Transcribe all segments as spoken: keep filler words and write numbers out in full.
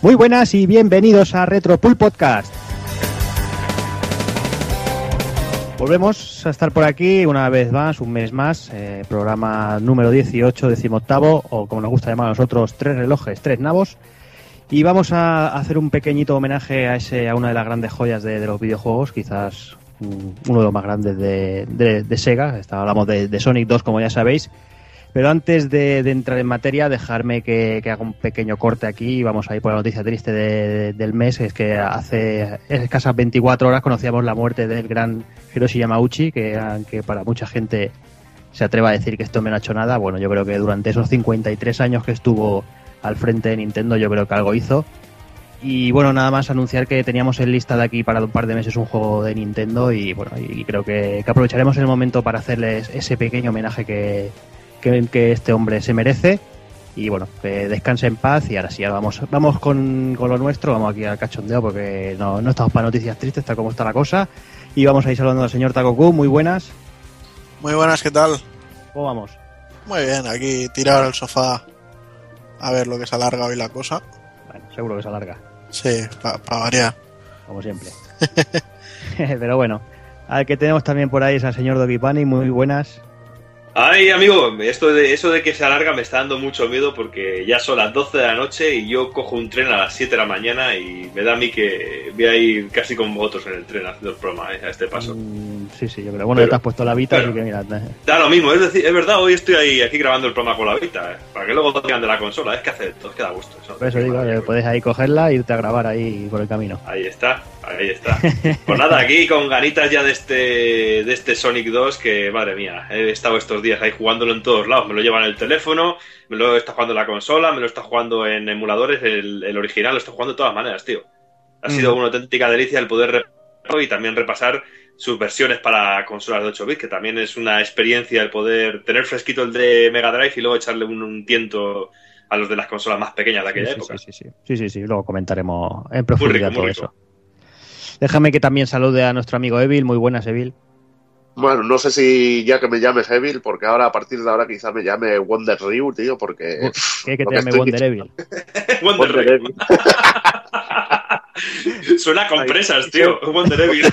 Muy buenas y bienvenidos a Retropool Podcast. Volvemos a estar por aquí una vez más, un mes más, eh, programa número dieciocho, decimoctavo, o como nos gusta llamar a nosotros, tres relojes, tres nabos. Y vamos a hacer un pequeñito homenaje a ese a una de las grandes joyas de, de los videojuegos, quizás um, uno de los más grandes de, de, de Sega. Está, hablamos de, de Sonic dos, como ya sabéis. Pero antes de, de entrar en materia, dejarme que, que haga un pequeño corte aquí. Vamos a ir por la noticia triste de, de, del mes. Es que hace escasas veinticuatro horas conocíamos la muerte del gran Hiroshi Yamauchi, que aunque para mucha gente se atreva a decir que esto no ha hecho nada, bueno, yo creo que durante esos cincuenta y tres años que estuvo al frente de Nintendo, yo creo que algo hizo. Y bueno, nada más anunciar que teníamos en lista de aquí para un par de meses un juego de Nintendo y bueno, y creo que, que aprovecharemos el momento para hacerles ese pequeño homenaje que Que, que este hombre se merece. Y bueno, que descanse en paz. Y ahora sí, ahora vamos, vamos con, con lo nuestro. Vamos aquí al cachondeo porque no, no estamos para noticias tristes, tal como está la cosa. Y vamos a ir saludando al señor Takoku. Muy buenas. Muy buenas, ¿qué tal? ¿Cómo vamos? Muy bien, aquí tirado en el sofá a ver lo que se alarga hoy la cosa. Bueno, seguro que se alarga. Sí, para pa variar. Como siempre. Pero bueno, al que tenemos también por ahí es al señor Dogipani. Muy buenas. Ay, amigo, esto de, eso de que se alarga me está dando mucho miedo porque ya son las doce de la noche y yo cojo un tren a las siete de la mañana y me da a mí que voy a ir casi con vosotros en el tren haciendo el programa, ¿eh? A este paso. Mm, sí, sí, yo creo. Bueno, pero, ya te has puesto la Vita, pero, así que mira. Da lo mismo, es decir, es verdad, hoy estoy ahí aquí grabando el programa con la Vita, ¿eh? Para que luego toquen de la consola, es que hace todo, es que da gusto. Eso, por eso digo, que puedes ahí cogerla e irte a grabar ahí por el camino. Ahí está, ahí está. Pues nada, aquí con ganitas ya de este, de este Sonic dos que, madre mía, he estado estos días ahí jugándolo en todos lados, me lo llevan en el teléfono, me lo está jugando en la consola, me lo está jugando en emuladores, el, el original lo está jugando de todas maneras, tío. Ha mm. sido una auténtica delicia el poder repasar y también repasar sus versiones para consolas de ocho bits, que también es una experiencia el poder tener fresquito el de Mega Drive y luego echarle un, un tiento a los de las consolas más pequeñas de aquella sí, sí, época. Sí, sí, sí, sí, sí, sí, luego comentaremos en profundidad rico, todo rico. eso. Déjame que también salude a nuestro amigo Evil. Muy buenas, Evil. Bueno, no sé si ya que me llames Evil, porque ahora a partir de ahora quizás me llame Wonder Ryu, tío, porque... ¿Qué? ¿Que te llame Wonder Evil? Wonder Ryu. Suena a compresas, tío. Wonder Evil.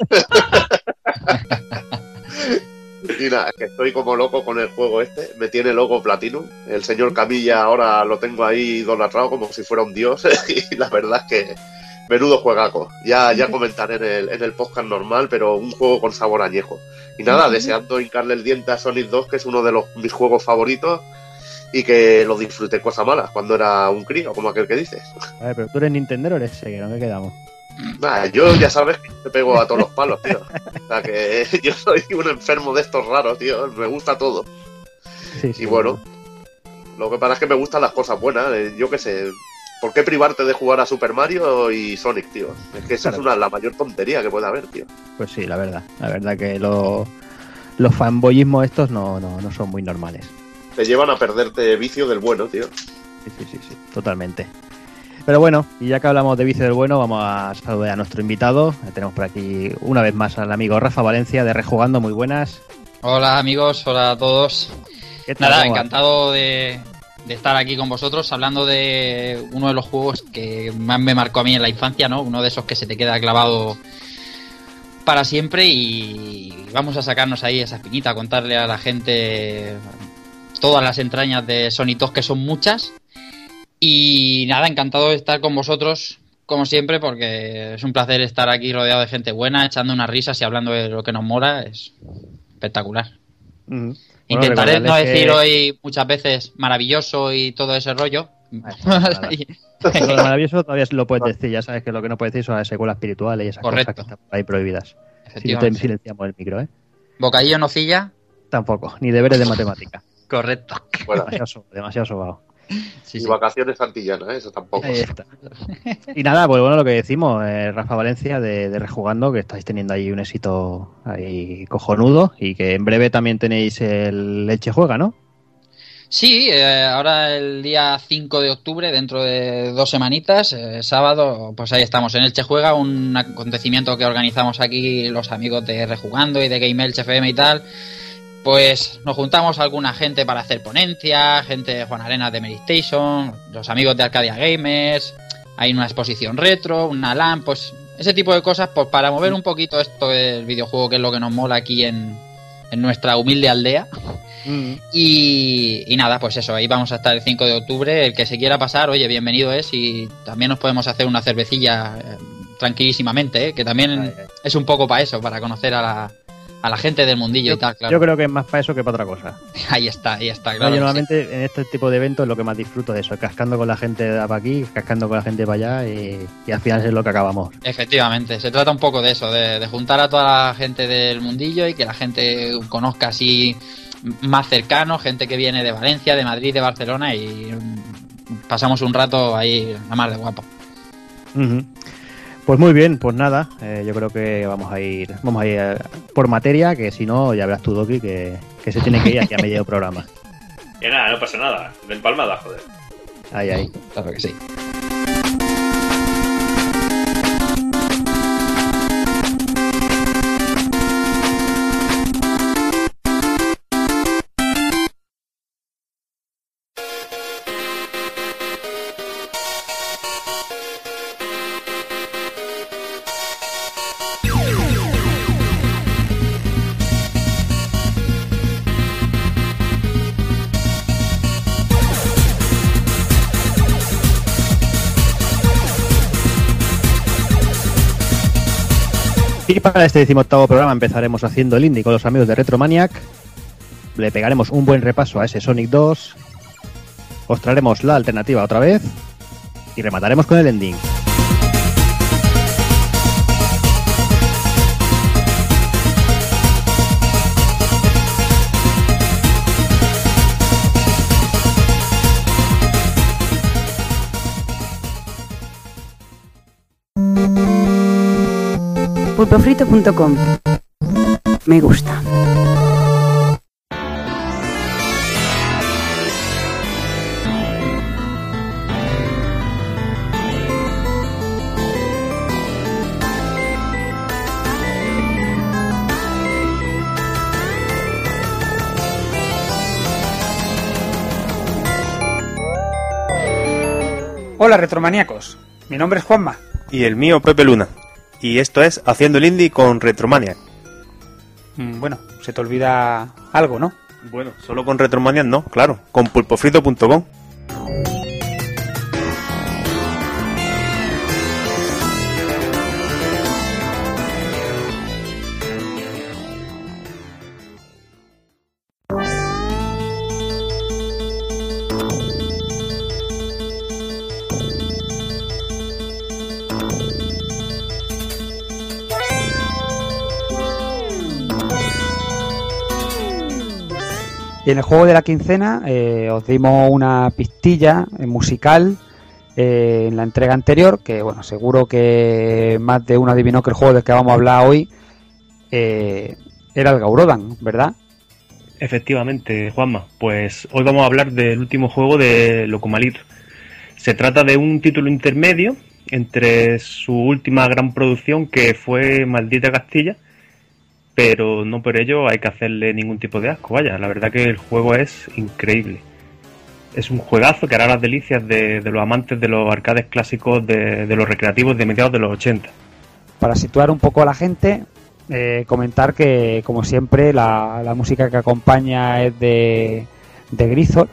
Y nada, es que estoy como loco con el juego este. Me tiene loco Platinum. El señor Camilla ahora lo tengo ahí idolatrado como si fuera un dios. Y la verdad es que... menudo juegaco. Ya, ya comentaré en el, en el podcast normal, pero un juego con sabor añejo. Y nada, deseando hincarle el diente a Sonic dos, que es uno de los, mis juegos favoritos, y que lo disfruté cosa mala cuando era un crío, como aquel que dices. A ver, pero tú eres Nintendo o eres Sega, ¿no? ¿Qué quedamos? Nah, yo ya sabes que te pego a todos los palos, tío. O sea que yo soy un enfermo de estos raros, tío. Me gusta todo. Sí, sí, y bueno, lo que pasa es que me gustan las cosas buenas. Yo qué sé... ¿Por qué privarte de jugar a Super Mario y Sonic, tío? Es que esa claro. es una, la mayor tontería que puede haber, tío. Pues sí, la verdad. La verdad que lo, los fanboyismos estos no, no, no son muy normales. Te llevan a perderte vicio del bueno, tío. Sí, sí, sí, sí, totalmente. Pero bueno, y ya que hablamos de vicio del bueno, vamos a saludar a nuestro invitado. Tenemos por aquí una vez más al amigo Rafa Valencia de Rejugando. Muy buenas. Hola amigos, hola a todos. ¿Qué tal? Nada, encantado de... de estar aquí con vosotros hablando de uno de los juegos que más me marcó a mí en la infancia, ¿no? Uno de esos que se te queda clavado para siempre y vamos a sacarnos ahí esa espinita, contarle a la gente todas las entrañas de Sonic dos, que son muchas. Y nada, encantado de estar con vosotros como siempre, porque es un placer estar aquí rodeado de gente buena, echando unas risas y hablando de lo que nos mola. Es espectacular. Mm-hmm. Bueno, intentaré no decir que... hoy muchas veces maravilloso y todo ese rollo. Vale, lo maravilloso todavía lo puedes decir, ya sabes que lo que no puedes decir son las secuelas espirituales y esas Correcto. Cosas que están ahí prohibidas. Si no te silenciamos el micro, ¿eh? Bocadillo nocilla. Tampoco, ni deberes de matemática. Correcto. Bueno. Demasiado, demasiado sobado. Sí, y sí. Vacaciones antillanas, ¿eh? Eso tampoco. Ahí está. Y nada, pues bueno, lo que decimos, eh, Rafa Valencia de, de Rejugando, que estáis teniendo ahí un éxito ahí cojonudo y que en breve también tenéis el Elche Juega, ¿no? Sí, eh, ahora el día cinco de octubre, dentro de dos semanitas, eh, sábado, pues ahí estamos en Elche Juega, un acontecimiento que organizamos aquí los amigos de Rejugando y de Game Elche F M y tal. Pues nos juntamos alguna gente para hacer ponencia, gente de Juan Arenas de Medistation, los amigos de Arcadia Gamers, hay una exposición retro, una LAN, pues ese tipo de cosas, pues para mover un poquito esto del videojuego, que es lo que nos mola aquí en, en nuestra humilde aldea. Mm. Y, y nada, pues eso, ahí vamos a estar el cinco de octubre. El que se quiera pasar, oye, bienvenido es, y también nos podemos hacer una cervecilla eh, tranquilísimamente, ¿eh? Que también ay, ay. es un poco para eso, para conocer a la, a la gente del mundillo yo, y tal, claro. Yo creo que es más para eso que para otra cosa. Ahí está, ahí está, claro. No, yo normalmente sí. En este tipo de eventos lo que más disfruto de eso, cascando con la gente de para aquí, cascando con la gente para allá, y, y al final es lo que acabamos. Efectivamente, se trata un poco de eso, de, de juntar a toda la gente del mundillo y que la gente conozca así más cercano, gente que viene de Valencia, de Madrid, de Barcelona, y pasamos un rato ahí a más de guapo. Uh-huh. Pues muy bien, pues nada, eh, yo creo que vamos a ir vamos a ir por materia, que si no, ya verás tú, Doki, que, que se tiene que ir aquí a medio programa. Que nada, no pasa nada, ven palmada, joder. Ahí, ahí. Claro que sí. Y para este decimoctavo programa empezaremos haciendo el indie con los amigos de Retromaniac. Le pegaremos un buen repaso a ese Sonic dos. Os traeremos la alternativa otra vez. Y remataremos con el ending. pulpofrito punto com. Me gusta. Hola retromaníacos, mi nombre es Juanma. Y el mío Pepe Luna. Y esto es Haciendo el Indie con Retromaniac. Mm, bueno, se te olvida algo, ¿no? Bueno, solo con Retromaniac no, claro, con pulpofrito punto com. Y en el juego de la quincena eh, os dimos una pistilla eh, musical eh, en la entrega anterior, que bueno, seguro que más de uno adivinó que el juego del que vamos a hablar hoy eh, era el Gaurodan, ¿verdad? Efectivamente, Juanma. Pues hoy vamos a hablar del último juego de Locomalir. Se trata de un título intermedio entre su última gran producción, que fue Maldita Castilla, pero no por ello hay que hacerle ningún tipo de asco. Vaya, la verdad que el juego es increíble. Es un juegazo que hará las delicias de, de los amantes de los arcades clásicos de, de los recreativos de mediados de los ochenta. Para situar un poco a la gente, eh, comentar que, como siempre, la, la música que acompaña es de, de Grisor,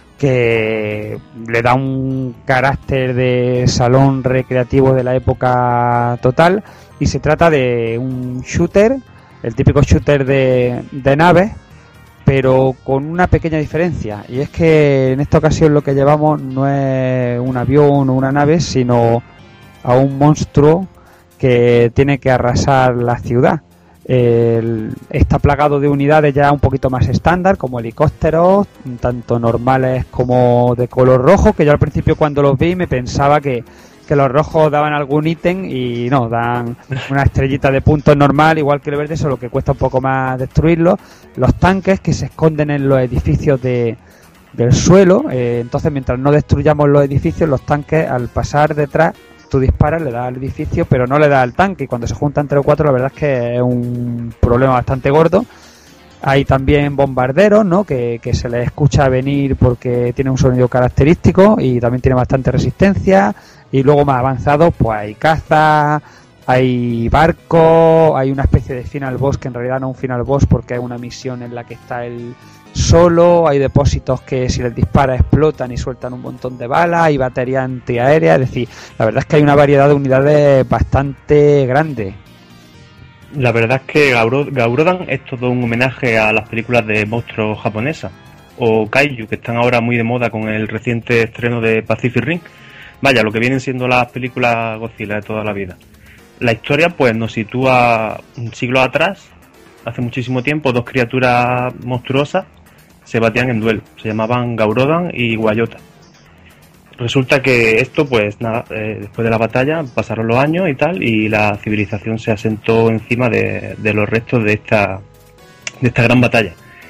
que le da un carácter de salón recreativo de la época total, y se trata de un shooter, el típico shooter de, de naves, pero con una pequeña diferencia, y es que en esta ocasión lo que llevamos no es un avión o una nave, sino a un monstruo que tiene que arrasar la ciudad. El, está plagado de unidades ya un poquito más estándar, como helicópteros, tanto normales como de color rojo, que yo al principio cuando los vi me pensaba que que los rojos daban algún ítem, y no, dan una estrellita de puntos normal, igual que el verde, solo que cuesta un poco más destruirlos. Los tanques que se esconden en los edificios de, del suelo, eh, entonces mientras no destruyamos los edificios, los tanques al pasar detrás, tú disparas, le das al edificio, pero no le das al tanque, y cuando se juntan tres o cuatro la verdad es que es un problema bastante gordo. Hay también bombarderos, ¿no? Que, que se les escucha venir porque tiene un sonido característico y también tiene bastante resistencia. Y luego más avanzados, pues hay cazas, hay barcos, hay una especie de final boss que en realidad no es un final boss porque es una misión en la que está él solo. Hay depósitos que si les dispara explotan y sueltan un montón de balas, hay baterías antiaéreas. Es decir, la verdad es que hay una variedad de unidades bastante grande. La verdad es que Gauro- Gaurodan es todo un homenaje a las películas de monstruos japonesas o Kaiju, que están ahora muy de moda con el reciente estreno de Pacific Rim. Vaya, lo que vienen siendo las películas Godzilla de toda la vida. La historia pues nos sitúa un siglo atrás, hace muchísimo tiempo. Dos criaturas monstruosas se batían en duelo, se llamaban Gaurodan y Guayota. Resulta que esto, pues nada, eh, después de la batalla pasaron los años y tal, y la civilización se asentó encima de, de los restos de esta, de esta gran batalla.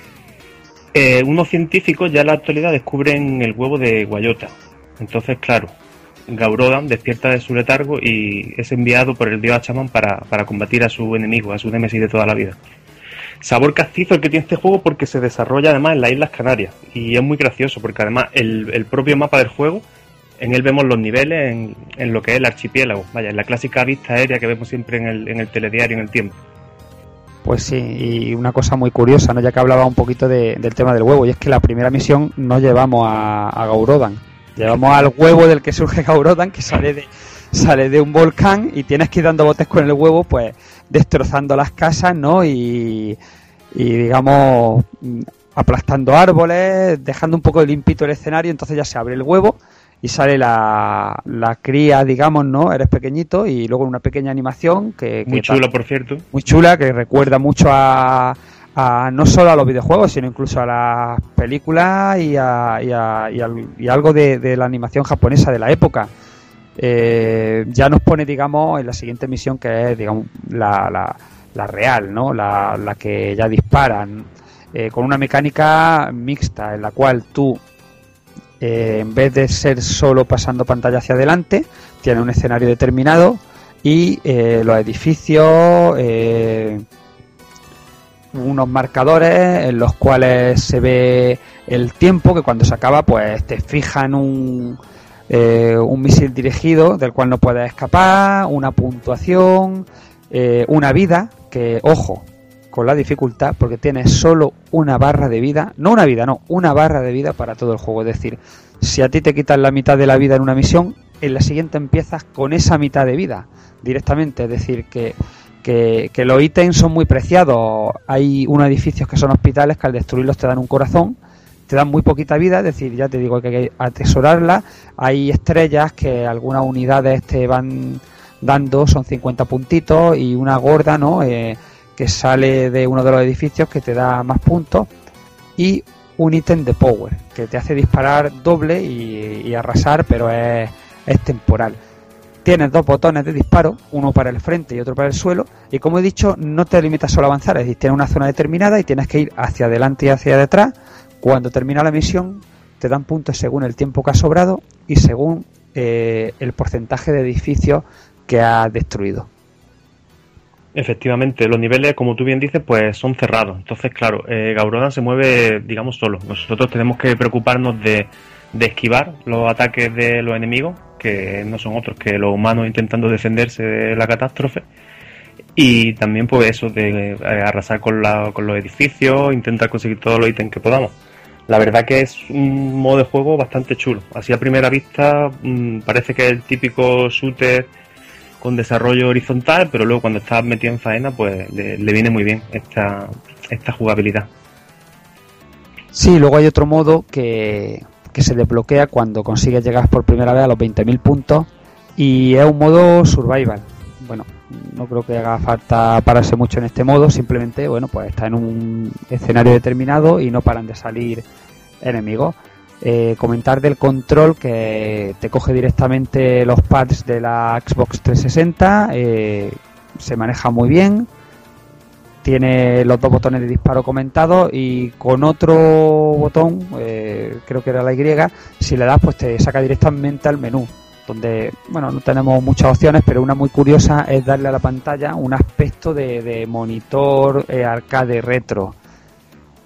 Eh, unos científicos ya en la actualidad descubren el huevo de Guayota. Entonces, claro, Gaurodan despierta de su letargo y es enviado por el dios Hachaman para, para combatir a su enemigo, a su némesis de toda la vida. Sabor castizo el que tiene este juego porque se desarrolla además en las Islas Canarias y es muy gracioso porque además el, el propio mapa del juego, en él vemos los niveles en, en lo que es el archipiélago, vaya, en la clásica vista aérea que vemos siempre en el, en el telediario, en el tiempo. Pues sí, y una cosa muy curiosa, ¿no? Ya que hablaba un poquito de, del tema del huevo, y es que la primera misión no llevamos a, a Gaurodan, llevamos al huevo del que surge Gaurodan, que sale de sale de un volcán y tienes que ir dando botes con el huevo, pues destrozando las casas, ¿no? Y, y digamos, aplastando árboles, dejando un poco limpito el escenario. Entonces ya se abre el huevo y sale la, la cría, digamos, ¿no? Eres pequeñito y luego una pequeña animación que... Muy que chula, por cierto. Muy chula, que recuerda mucho a... A, no solo a los videojuegos, sino incluso a las películas y a, y a, y a, y algo de, de la animación japonesa de la época. Eh, ya nos pone, digamos, en la siguiente misión, que es, digamos, la, la, la real, ¿no? La, la que ya disparan, eh, con una mecánica mixta en la cual tú, eh, en vez de ser solo pasando pantalla hacia adelante, tienes un escenario determinado y eh, los edificios... Eh, unos marcadores en los cuales se ve el tiempo, que cuando se acaba pues te fijan un, eh, un misil dirigido del cual no puedes escapar, una puntuación, eh, una vida, que ojo con la dificultad porque tienes solo una barra de vida, no una vida, no, una barra de vida para todo el juego. Es decir, si a ti te quitan la mitad de la vida en una misión, en la siguiente empiezas con esa mitad de vida directamente. Es decir, que Que, que los ítems son muy preciados. Hay unos edificios que son hospitales que al destruirlos te dan un corazón, te dan muy poquita vida, es decir, ya te digo que hay que atesorarla. Hay estrellas que algunas unidades te van dando, son cincuenta puntitos, y una gorda, ¿no? Eh, que sale de uno de los edificios que te da más puntos, y un ítem de power que te hace disparar doble y, y arrasar, pero es, es temporal. Tienes dos botones de disparo, uno para el frente y otro para el suelo, y como he dicho, no te limitas solo a avanzar, es decir, tienes una zona determinada y tienes que ir hacia adelante y hacia detrás. Cuando termina la misión, te dan puntos según el tiempo que has sobrado y según eh, el porcentaje de edificios que has destruido. Efectivamente, los niveles, como tú bien dices, pues son cerrados. Entonces, claro, eh, Gaurodan se mueve, digamos, solo. Nosotros tenemos que preocuparnos de, de esquivar los ataques de los enemigos, que no son otros que los humanos intentando defenderse de la catástrofe, y también pues eso de eh, arrasar con, la, con los edificios, intentar conseguir todos los ítems que podamos. La verdad que es un modo de juego bastante chulo. Así a primera vista mmm, parece que es el típico shooter con desarrollo horizontal, pero luego cuando estás metido en faena pues le, le viene muy bien esta, esta jugabilidad. Sí, luego hay otro modo que... que se desbloquea cuando consigues llegar por primera vez a los veinte mil puntos, y es un modo survival. Bueno, no creo que haga falta pararse mucho en este modo, simplemente, bueno, pues está en un escenario determinado y no paran de salir enemigos. Eh, comentar del control, que te coge directamente los pads de la Xbox trescientos sesenta, eh, se maneja muy bien. Tiene los dos botones de disparo comentados, y con otro botón, eh, creo que era la Y, si le das pues te saca directamente al menú, donde, bueno, no tenemos muchas opciones, pero una muy curiosa es darle a la pantalla un aspecto de, de monitor eh, arcade retro.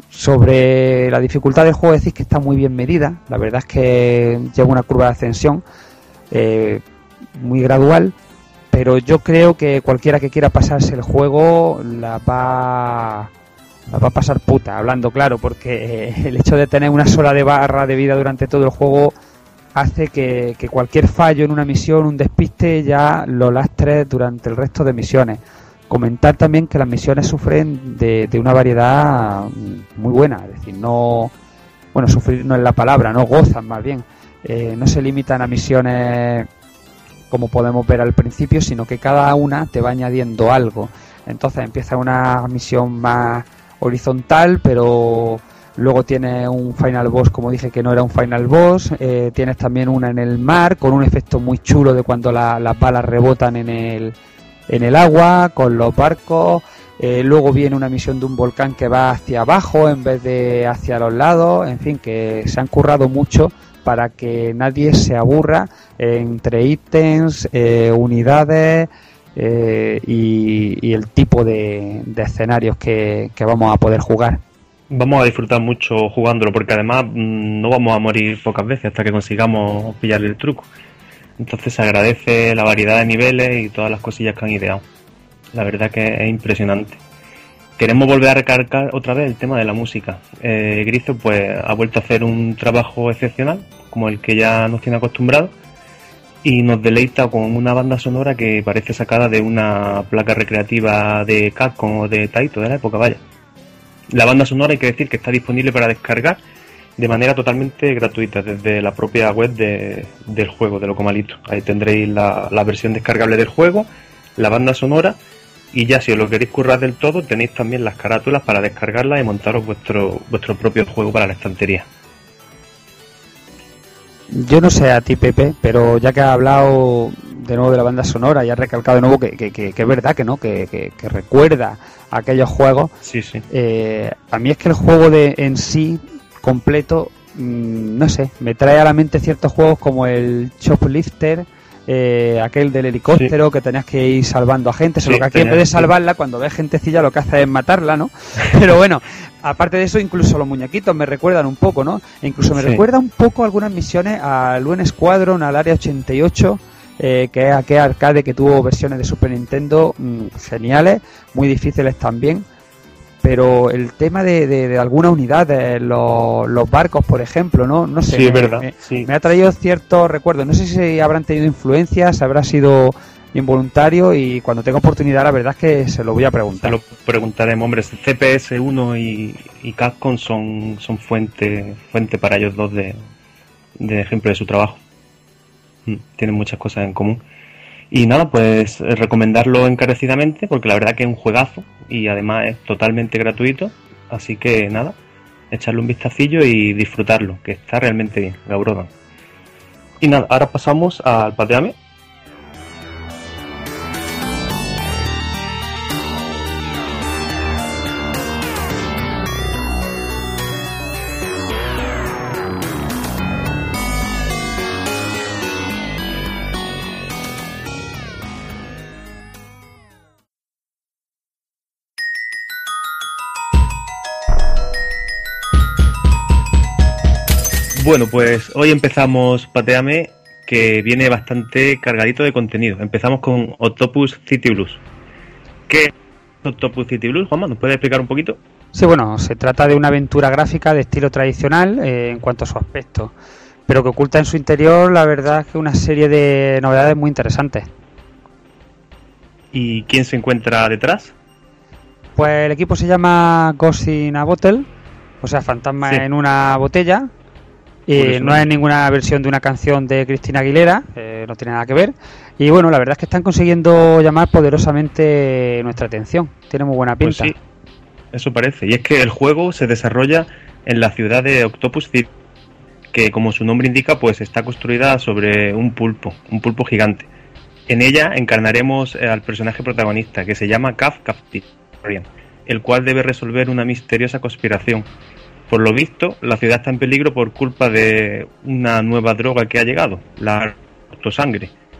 Sobre la dificultad del juego, decís que está muy bien medida. La verdad es que lleva una curva de ascensión eh, muy gradual, pero yo creo que cualquiera que quiera pasarse el juego la va, la va a pasar puta, hablando claro, porque el hecho de tener una sola de barra de vida durante todo el juego hace que, que cualquier fallo en una misión, un despiste, ya lo lastres durante el resto de misiones. Comentar también que las misiones sufren de, de una variedad muy buena, es decir, no, bueno, sufrir no es la palabra, no gozan más bien, eh, no se limitan a misiones como podemos ver al principio, sino que cada una te va añadiendo algo. Entonces empieza una misión más horizontal, pero luego tienes un final boss, como dije, que no era un final boss, eh, tienes también una en el mar, con un efecto muy chulo de cuando la, las balas rebotan en el en el agua, con los barcos, eh, luego viene una misión de un volcán que va hacia abajo en vez de hacia los lados, en fin, que se han currado mucho para que nadie se aburra entre ítems, eh, unidades eh, y, y el tipo de, de escenarios que, que vamos a poder jugar. Vamos a disfrutar mucho jugándolo, porque además mmm, no vamos a morir pocas veces hasta que consigamos pillarle el truco. Entonces se agradece la variedad de niveles y todas las cosillas que han ideado. La verdad que es impresionante. Queremos volver a recargar otra vez el tema de la música. Eh, Grizo pues ha vuelto a hacer un trabajo excepcional, como el que ya nos tiene acostumbrados, y nos deleita con una banda sonora que parece sacada de una placa recreativa de Capcom o de Taito de la época, vaya. La banda sonora hay que decir que está disponible para descargar de manera totalmente gratuita desde la propia web de, del juego, de Locomalito. Ahí tendréis la, la versión descargable del juego, la banda sonora, y ya si os lo queréis currar del todo, tenéis también las carátulas para descargarlas y montaros vuestro, vuestro propio juego para la estantería. Yo no sé a ti, Pepe, pero ya que has hablado de nuevo de la banda sonora y has recalcado de nuevo que, que, que, que es verdad que no, que, que, que recuerda a aquellos juegos. Sí, sí. Eh, a mí es que el juego de en sí completo, mmm, no sé, me trae a la mente ciertos juegos como el Choplifter, eh, aquel del helicóptero, sí, que tenías que ir salvando a gente, solo sí, que aquí en vez de salvarla, cuando ves gentecilla lo que hace es matarla, ¿no? Pero bueno, aparte de eso, incluso los muñequitos me recuerdan un poco, ¿no? E incluso me sí. recuerda un poco algunas misiones al Lone Squadron, al Área ochenta y ocho, eh, que es aquel arcade que tuvo versiones de Super Nintendo mmm, geniales, muy difíciles también. Pero el tema de, de, de alguna unidad, de los, los barcos, por ejemplo, no no sé, sí, me, verdad, me, sí. me ha traído ciertos recuerdos. No sé si habrán tenido influencias, habrá sido involuntario, y cuando tenga oportunidad la verdad es que se lo voy a preguntar. Se lo preguntaremos, hombre. C P S uno y, y Capcom son, son fuente, fuente para ellos dos de, de ejemplo de su trabajo. Tienen muchas cosas en común. Y nada, pues recomendarlo encarecidamente, porque la verdad que es un juegazo y además es totalmente gratuito. Así que nada, echarle un vistacillo y disfrutarlo, que está realmente bien, Gaurodan. Y nada, ahora pasamos al Pateame. Bueno, pues hoy empezamos Pateame, que viene bastante cargadito de contenido. Empezamos con Octopus City Blues. ¿Qué es Octopus City Blues, Juanma? ¿Nos puedes explicar un poquito? Sí, bueno, se trata de una aventura gráfica de estilo tradicional eh, en cuanto a su aspecto, pero que oculta en su interior, la verdad, que una serie de novedades muy interesantes. ¿Y quién se encuentra detrás? Pues el equipo se llama Ghost in a Bottle, o sea, fantasma sí. en una botella. Y no es ninguna versión de una canción de Cristina Aguilera, eh, no tiene nada que ver. Y bueno, la verdad es que están consiguiendo llamar poderosamente nuestra atención. Tiene muy buena pinta. Pues sí, eso parece. Y es que el juego se desarrolla en la ciudad de Octopus City, que como su nombre indica, pues está construida sobre un pulpo, un pulpo gigante. En ella encarnaremos al personaje protagonista, que se llama Caf Cafetorian, el cual debe resolver una misteriosa conspiración. Por lo visto, la ciudad está en peligro por culpa de una nueva droga que ha llegado, la octosangre.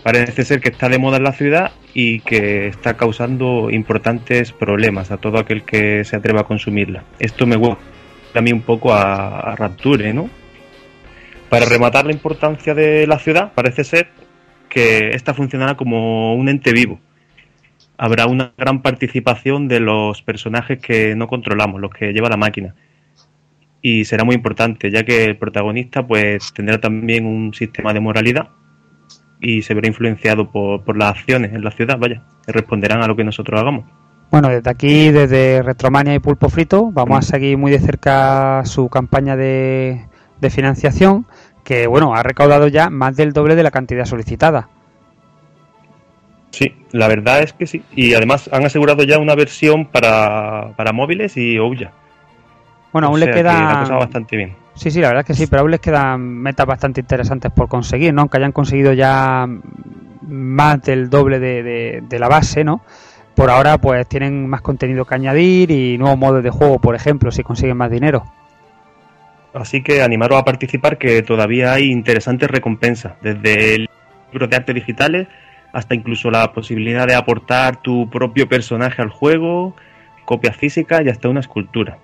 parece ser que está de moda en la ciudad y que está causando importantes problemas a todo aquel que se atreva a consumirla. Esto me huele a mí un poco a, a Rapture, ¿no? Para rematar la importancia de la ciudad, parece ser que esta funcionará como un ente vivo. Habrá una gran participación de los personajes que no controlamos, los que lleva la máquina. Y será muy importante, ya que el protagonista pues tendrá también un sistema de moralidad y se verá influenciado por, por las acciones en la ciudad, vaya, que responderán a lo que nosotros hagamos. Bueno, desde aquí, desde Retromania y Pulpo Frito, vamos a seguir muy de cerca su campaña de, de financiación, que bueno, ha recaudado ya más del doble de la cantidad solicitada. Sí, la verdad es que sí. Y además han asegurado ya una versión para, para móviles y Ouya. Bueno, aún o le sea queda... que la cosa bastante bien. Sí, sí, la verdad es que sí, pero aún les quedan metas bastante interesantes por conseguir, ¿no? Aunque hayan conseguido ya más del doble de, de, de la base, ¿no? Por ahora, pues tienen más contenido que añadir y nuevos modos de juego, por ejemplo, si consiguen más dinero. Así que animaros a participar, que todavía hay interesantes recompensas, desde libros de arte digitales hasta incluso la posibilidad de aportar tu propio personaje al juego, copias físicas y hasta una escultura.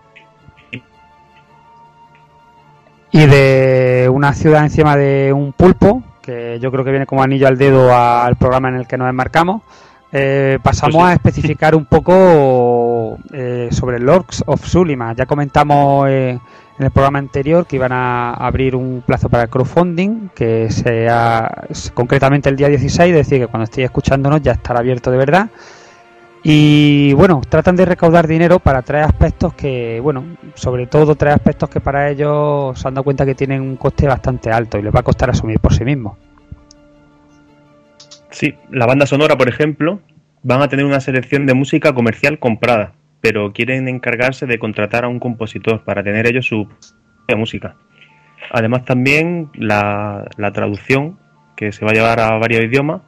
Y de una ciudad encima de un pulpo, que yo creo que viene como anillo al dedo al programa en el que nos enmarcamos, eh, pasamos pues sí. a especificar un poco eh, sobre Lords of Zulima. Ya comentamos eh, en el programa anterior que iban a abrir un plazo para el crowdfunding, que sea concretamente el día dieciséis, es decir, que cuando estéis escuchándonos ya estará abierto de verdad. Y bueno, tratan de recaudar dinero para tres aspectos que, bueno, sobre todo tres aspectos que para ellos se han dado cuenta que tienen un coste bastante alto y les va a costar asumir por sí mismos. Sí, la banda sonora, por ejemplo, van a tener una selección de música comercial comprada, pero quieren encargarse de contratar a un compositor para tener ellos su propia música. Además también la, la traducción, que se va a llevar a varios idiomas,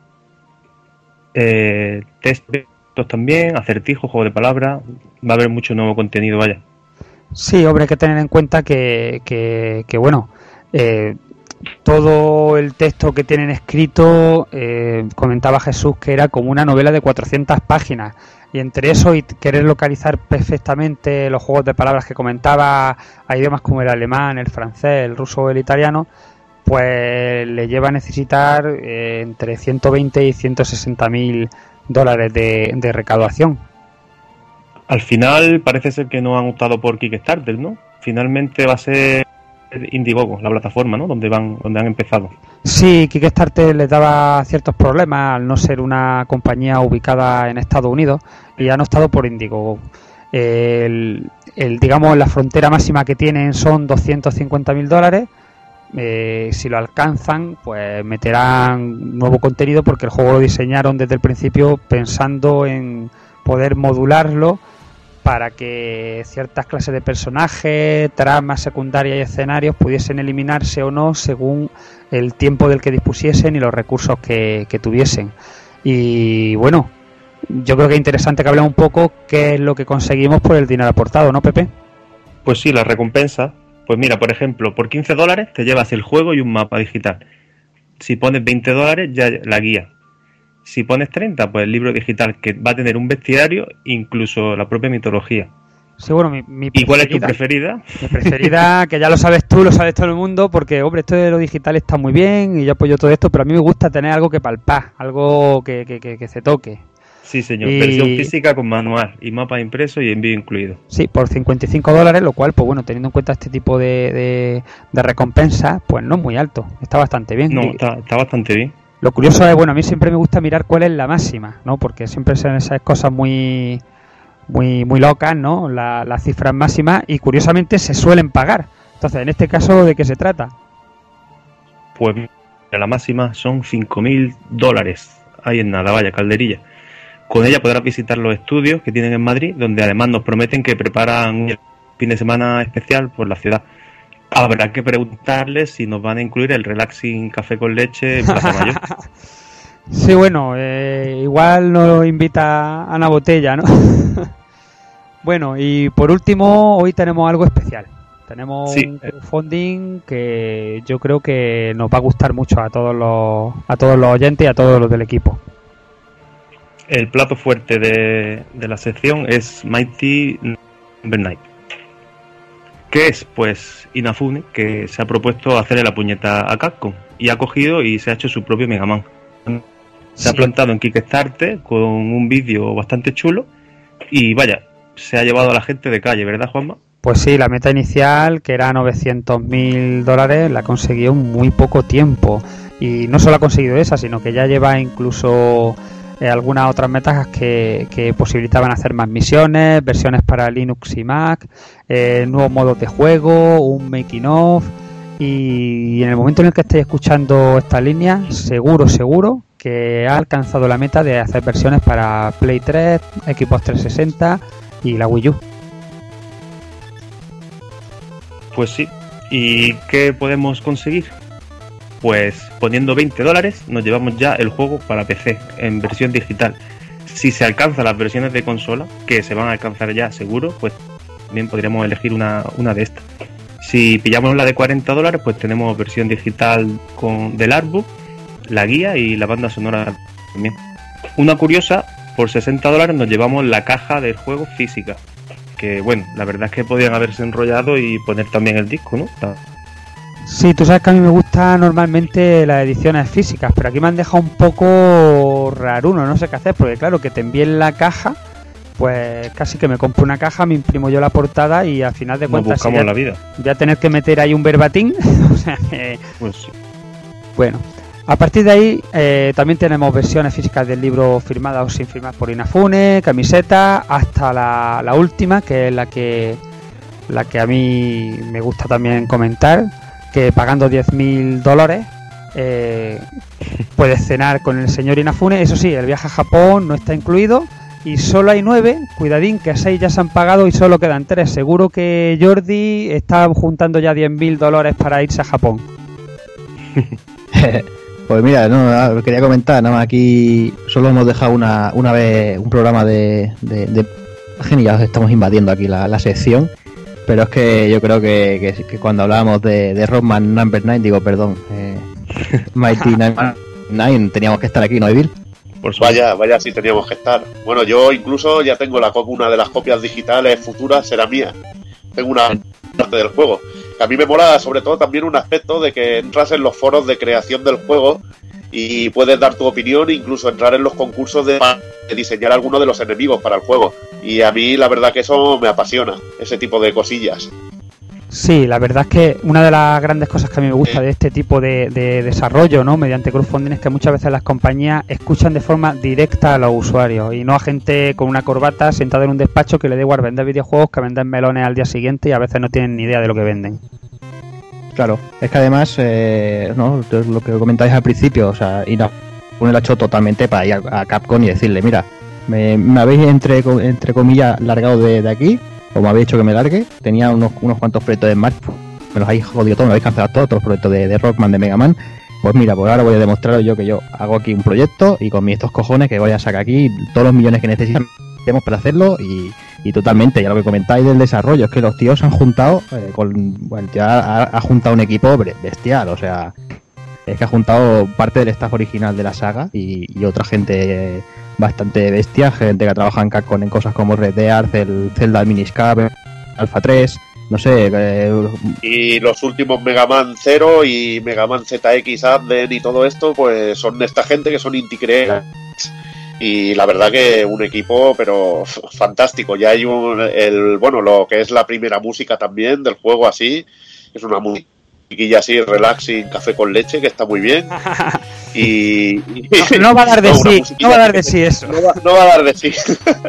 eh, test también, acertijos, juego de palabras, va a haber mucho nuevo contenido, vaya. Sí, hombre, hay que tener en cuenta que, que, que bueno, eh, todo el texto que tienen escrito, eh, comentaba Jesús que era como una novela de cuatrocientas páginas, y entre eso y querer localizar perfectamente los juegos de palabras que comentaba a idiomas como el alemán, el francés, el ruso o el italiano, pues le lleva a necesitar eh, entre ciento veinte y ciento sesenta mil dólares de, de recaudación. Al final parece ser que no han optado por Kickstarter, ¿no? Finalmente va a ser Indiegogo, la plataforma, ¿no? Donde van, donde han empezado. Sí, Kickstarter les daba ciertos problemas al no ser una compañía ubicada en Estados Unidos y han optado por Indiegogo. El, el, digamos, la frontera máxima que tienen son doscientos cincuenta mil dólares. Eh, si lo alcanzan, pues meterán nuevo contenido, porque el juego lo diseñaron desde el principio pensando en poder modularlo para que ciertas clases de personajes, tramas secundarias y escenarios pudiesen eliminarse o no según el tiempo del que dispusiesen y los recursos que, que tuviesen. Y bueno, yo creo que es interesante que hablemos un poco qué es lo que conseguimos por el dinero aportado, ¿no, Pepe? Pues sí, la recompensa. Pues mira, por ejemplo, por quince dólares te llevas el juego y un mapa digital. Si pones veinte dólares, ya la guía. Si pones treinta, pues el libro digital, que va a tener un bestiario, incluso la propia mitología. Sí, bueno, mi, mi ¿Y cuál es tu preferida? Mi preferida, que ya lo sabes tú, lo sabes todo el mundo, porque, hombre, esto de lo digital está muy bien y yo apoyo todo esto, pero a mí me gusta tener algo que palpar, algo que, que, que, que se toque. Sí, señor. Y... versión física con manual y mapa impreso y envío incluido. Sí, por cincuenta y cinco dólares, lo cual, pues bueno, teniendo en cuenta este tipo de, de, de recompensas, pues no es muy alto. Está bastante bien. No, está, está bastante bien. Lo curioso es, bueno, a mí siempre me gusta mirar cuál es la máxima, ¿no? Porque siempre son esas cosas muy muy muy locas, ¿no? La, las cifras máximas, y curiosamente se suelen pagar. Entonces, en este caso, ¿de qué se trata? Pues la máxima son cinco mil dólares. Ahí en nada, vaya, calderilla. Con ella podrás visitar los estudios que tienen en Madrid, donde además nos prometen que preparan un fin de semana especial por la ciudad. Habrá que preguntarles si nos van a incluir el relaxing café con leche en Plaza Mayor. Sí, bueno, eh, igual nos invita a una botella, ¿no? Bueno, y por último, hoy tenemos algo especial. Tenemos Sí. un crowdfunding que yo creo que nos va a gustar mucho a todos los a todos los oyentes y a todos los del equipo. El plato fuerte de, de la sección es Mighty Number nueve. ¿Qué es? Pues Inafune, que se ha propuesto hacerle la puñeta a Capcom y ha cogido y se ha hecho su propio Mega Man. Se ha Sí. plantado en Kickstarter con un vídeo bastante chulo y vaya, se ha llevado a la gente de calle, ¿verdad, Juanma? Pues sí, la meta inicial, que era novecientos mil dólares, la consiguió en muy poco tiempo. Y no solo ha conseguido esa, sino que ya lleva incluso eh, algunas otras metas que, que posibilitaban hacer más misiones, versiones para Linux y Mac, eh, nuevos modos de juego, un making of. Y en el momento en el que estéis escuchando esta línea, seguro, seguro que ha alcanzado la meta de hacer versiones para Play tres, Xbox trescientos sesenta y la Wii U. Pues sí. ¿Y qué podemos conseguir? Pues poniendo veinte dólares nos llevamos ya el juego para P C en versión digital. Si se alcanzan las versiones de consola, que se van a alcanzar ya seguro, pues también podríamos elegir una, una de estas. Si pillamos la de cuarenta dólares, pues tenemos versión digital con del artbook, la guía y la banda sonora también. Una curiosa, por sesenta dólares nos llevamos la caja del juego física. Que bueno, la verdad es que podrían haberse enrollado y poner también el disco, ¿no? Sí, tú sabes que a mí me gustan normalmente las ediciones físicas, pero aquí me han dejado un poco raruno, no sé qué hacer, porque claro, que te envíen la caja, pues casi que me compro una caja, me imprimo yo la portada y al final de Nos cuentas buscamos sí, la vida. voy a tener que meter ahí un verbatim, o sea que, Pues sí. bueno. A partir de ahí eh, también tenemos versiones físicas del libro firmadas o sin firmar por Inafune, camiseta, hasta la, la última, que es la que la que a mí me gusta también comentar, que pagando diez mil dólares eh, puedes cenar con el señor Inafune. Eso sí, el viaje a Japón no está incluido y solo hay nueve, cuidadín que seis ya se han pagado y solo quedan tres. Seguro que Jordi está juntando ya diez mil dólares para irse a Japón. Pues mira, no, nada, quería comentar, nada más aquí solo hemos dejado una, una vez un programa de, de, de imagen y ya estamos invadiendo aquí la, la sección, pero es que yo creo que, que, que cuando hablábamos de, de Rockman Number nueve, digo, perdón, eh, Mighty Number nueve, teníamos que estar aquí, ¿no, Evil? Por Vaya, vaya, sí teníamos que estar. Bueno, yo incluso ya tengo la co- una de las copias digitales futuras, será mía. Tengo una parte del juego. Que a mí me mola sobre todo también un aspecto de que entras en los foros de creación del juego y puedes dar tu opinión, incluso entrar en los concursos de, de diseñar alguno de los enemigos para el juego. Y a mí la verdad que eso me apasiona, ese tipo de cosillas. Sí, la verdad es que una de las grandes cosas que a mí me gusta de este tipo de, de desarrollo, ¿no?, mediante crowdfunding, es que muchas veces las compañías escuchan de forma directa a los usuarios y no a gente con una corbata sentada en un despacho que le da igual vender videojuegos que vender melones al día siguiente y a veces no tienen ni idea de lo que venden. Claro, es que además, eh, no, lo que comentáis al principio, o sea, ir a poner la hecho totalmente para ir a, a Capcom y decirle, mira, me, me habéis entre, entre comillas largado de, de aquí, o me habéis hecho que me largue, tenía unos, unos cuantos proyectos de smartphone, me los habéis jodido todos, me habéis cancelado todos, todos los proyectos de, de Rockman, de Mega Man, pues mira, pues ahora voy a demostraros yo que yo hago aquí un proyecto y con mis estos cojones que voy a sacar aquí todos los millones que necesitamos para hacerlo y, y totalmente, ya lo que comentáis del desarrollo, es que los tíos han juntado, eh, con, bueno, ya ha, ha juntado un equipo bestial, o sea, es que ha juntado parte del staff original de la saga y, y otra gente eh, bastante bestia, gente que trabaja en Capcom en cosas como Red Dead, el Zelda Miniscap, Alpha tres, no sé. Eh... Y los últimos Mega Man Zero y Mega Man Z X Advent y todo esto, pues son de esta gente que son indie creators. Y la verdad que un equipo, pero fantástico. Ya hay un, el, bueno, lo que es la primera música también del juego así, es una musiquilla así, relaxing, café con leche, que está muy bien. Y, y no, no va a dar de no, sí, no va a dar de sí eso. No va, no va a dar de sí.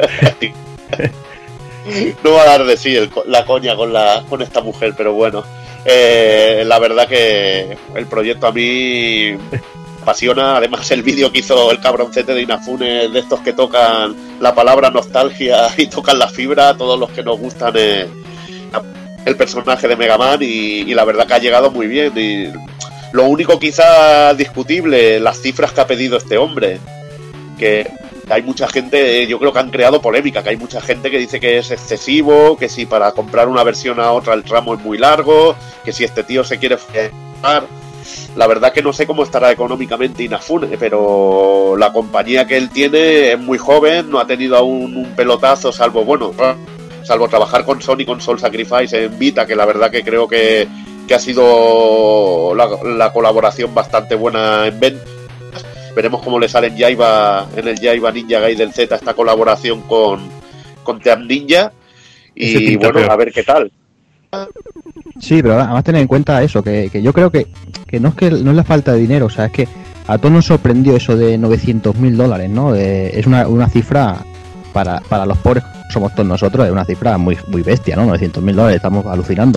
No va a dar de sí el, la coña con la con esta mujer, pero bueno, eh, la verdad que el proyecto a mí me apasiona. Además el vídeo que hizo el cabroncete de Inafune, de estos que tocan la palabra nostalgia y tocan la fibra, todos los que nos gustan eh, el personaje de Mega Man, y, y la verdad que ha llegado muy bien. Y lo único quizá discutible, las cifras que ha pedido este hombre, que Hay mucha gente, yo creo que han creado polémica, que hay mucha gente que dice que es excesivo, que si para comprar una versión a otra el tramo es muy largo, que si este tío se quiere formar. La verdad que no sé cómo estará económicamente Inafune, pero la compañía que él tiene es muy joven, no ha tenido aún un pelotazo, salvo, bueno, salvo trabajar con Sony, con Soul Sacrifice en Vita, que la verdad que creo que, que ha sido la, la colaboración bastante buena en ventas. Veremos cómo le sale en Jaiba, en el Jaiba Ninja Gaiden Z esta colaboración con, con Team Ninja, y bueno, peor. A ver qué tal. Sí, pero además tener en cuenta eso, que, que yo creo que, que no es que no es la falta de dinero, o sea, es que a todos nos sorprendió eso de novecientos mil dólares, ¿no? Eh, es una, una cifra para, para los pobres, somos todos nosotros, es una cifra muy muy bestia, ¿no? novecientos mil dólares, estamos alucinando.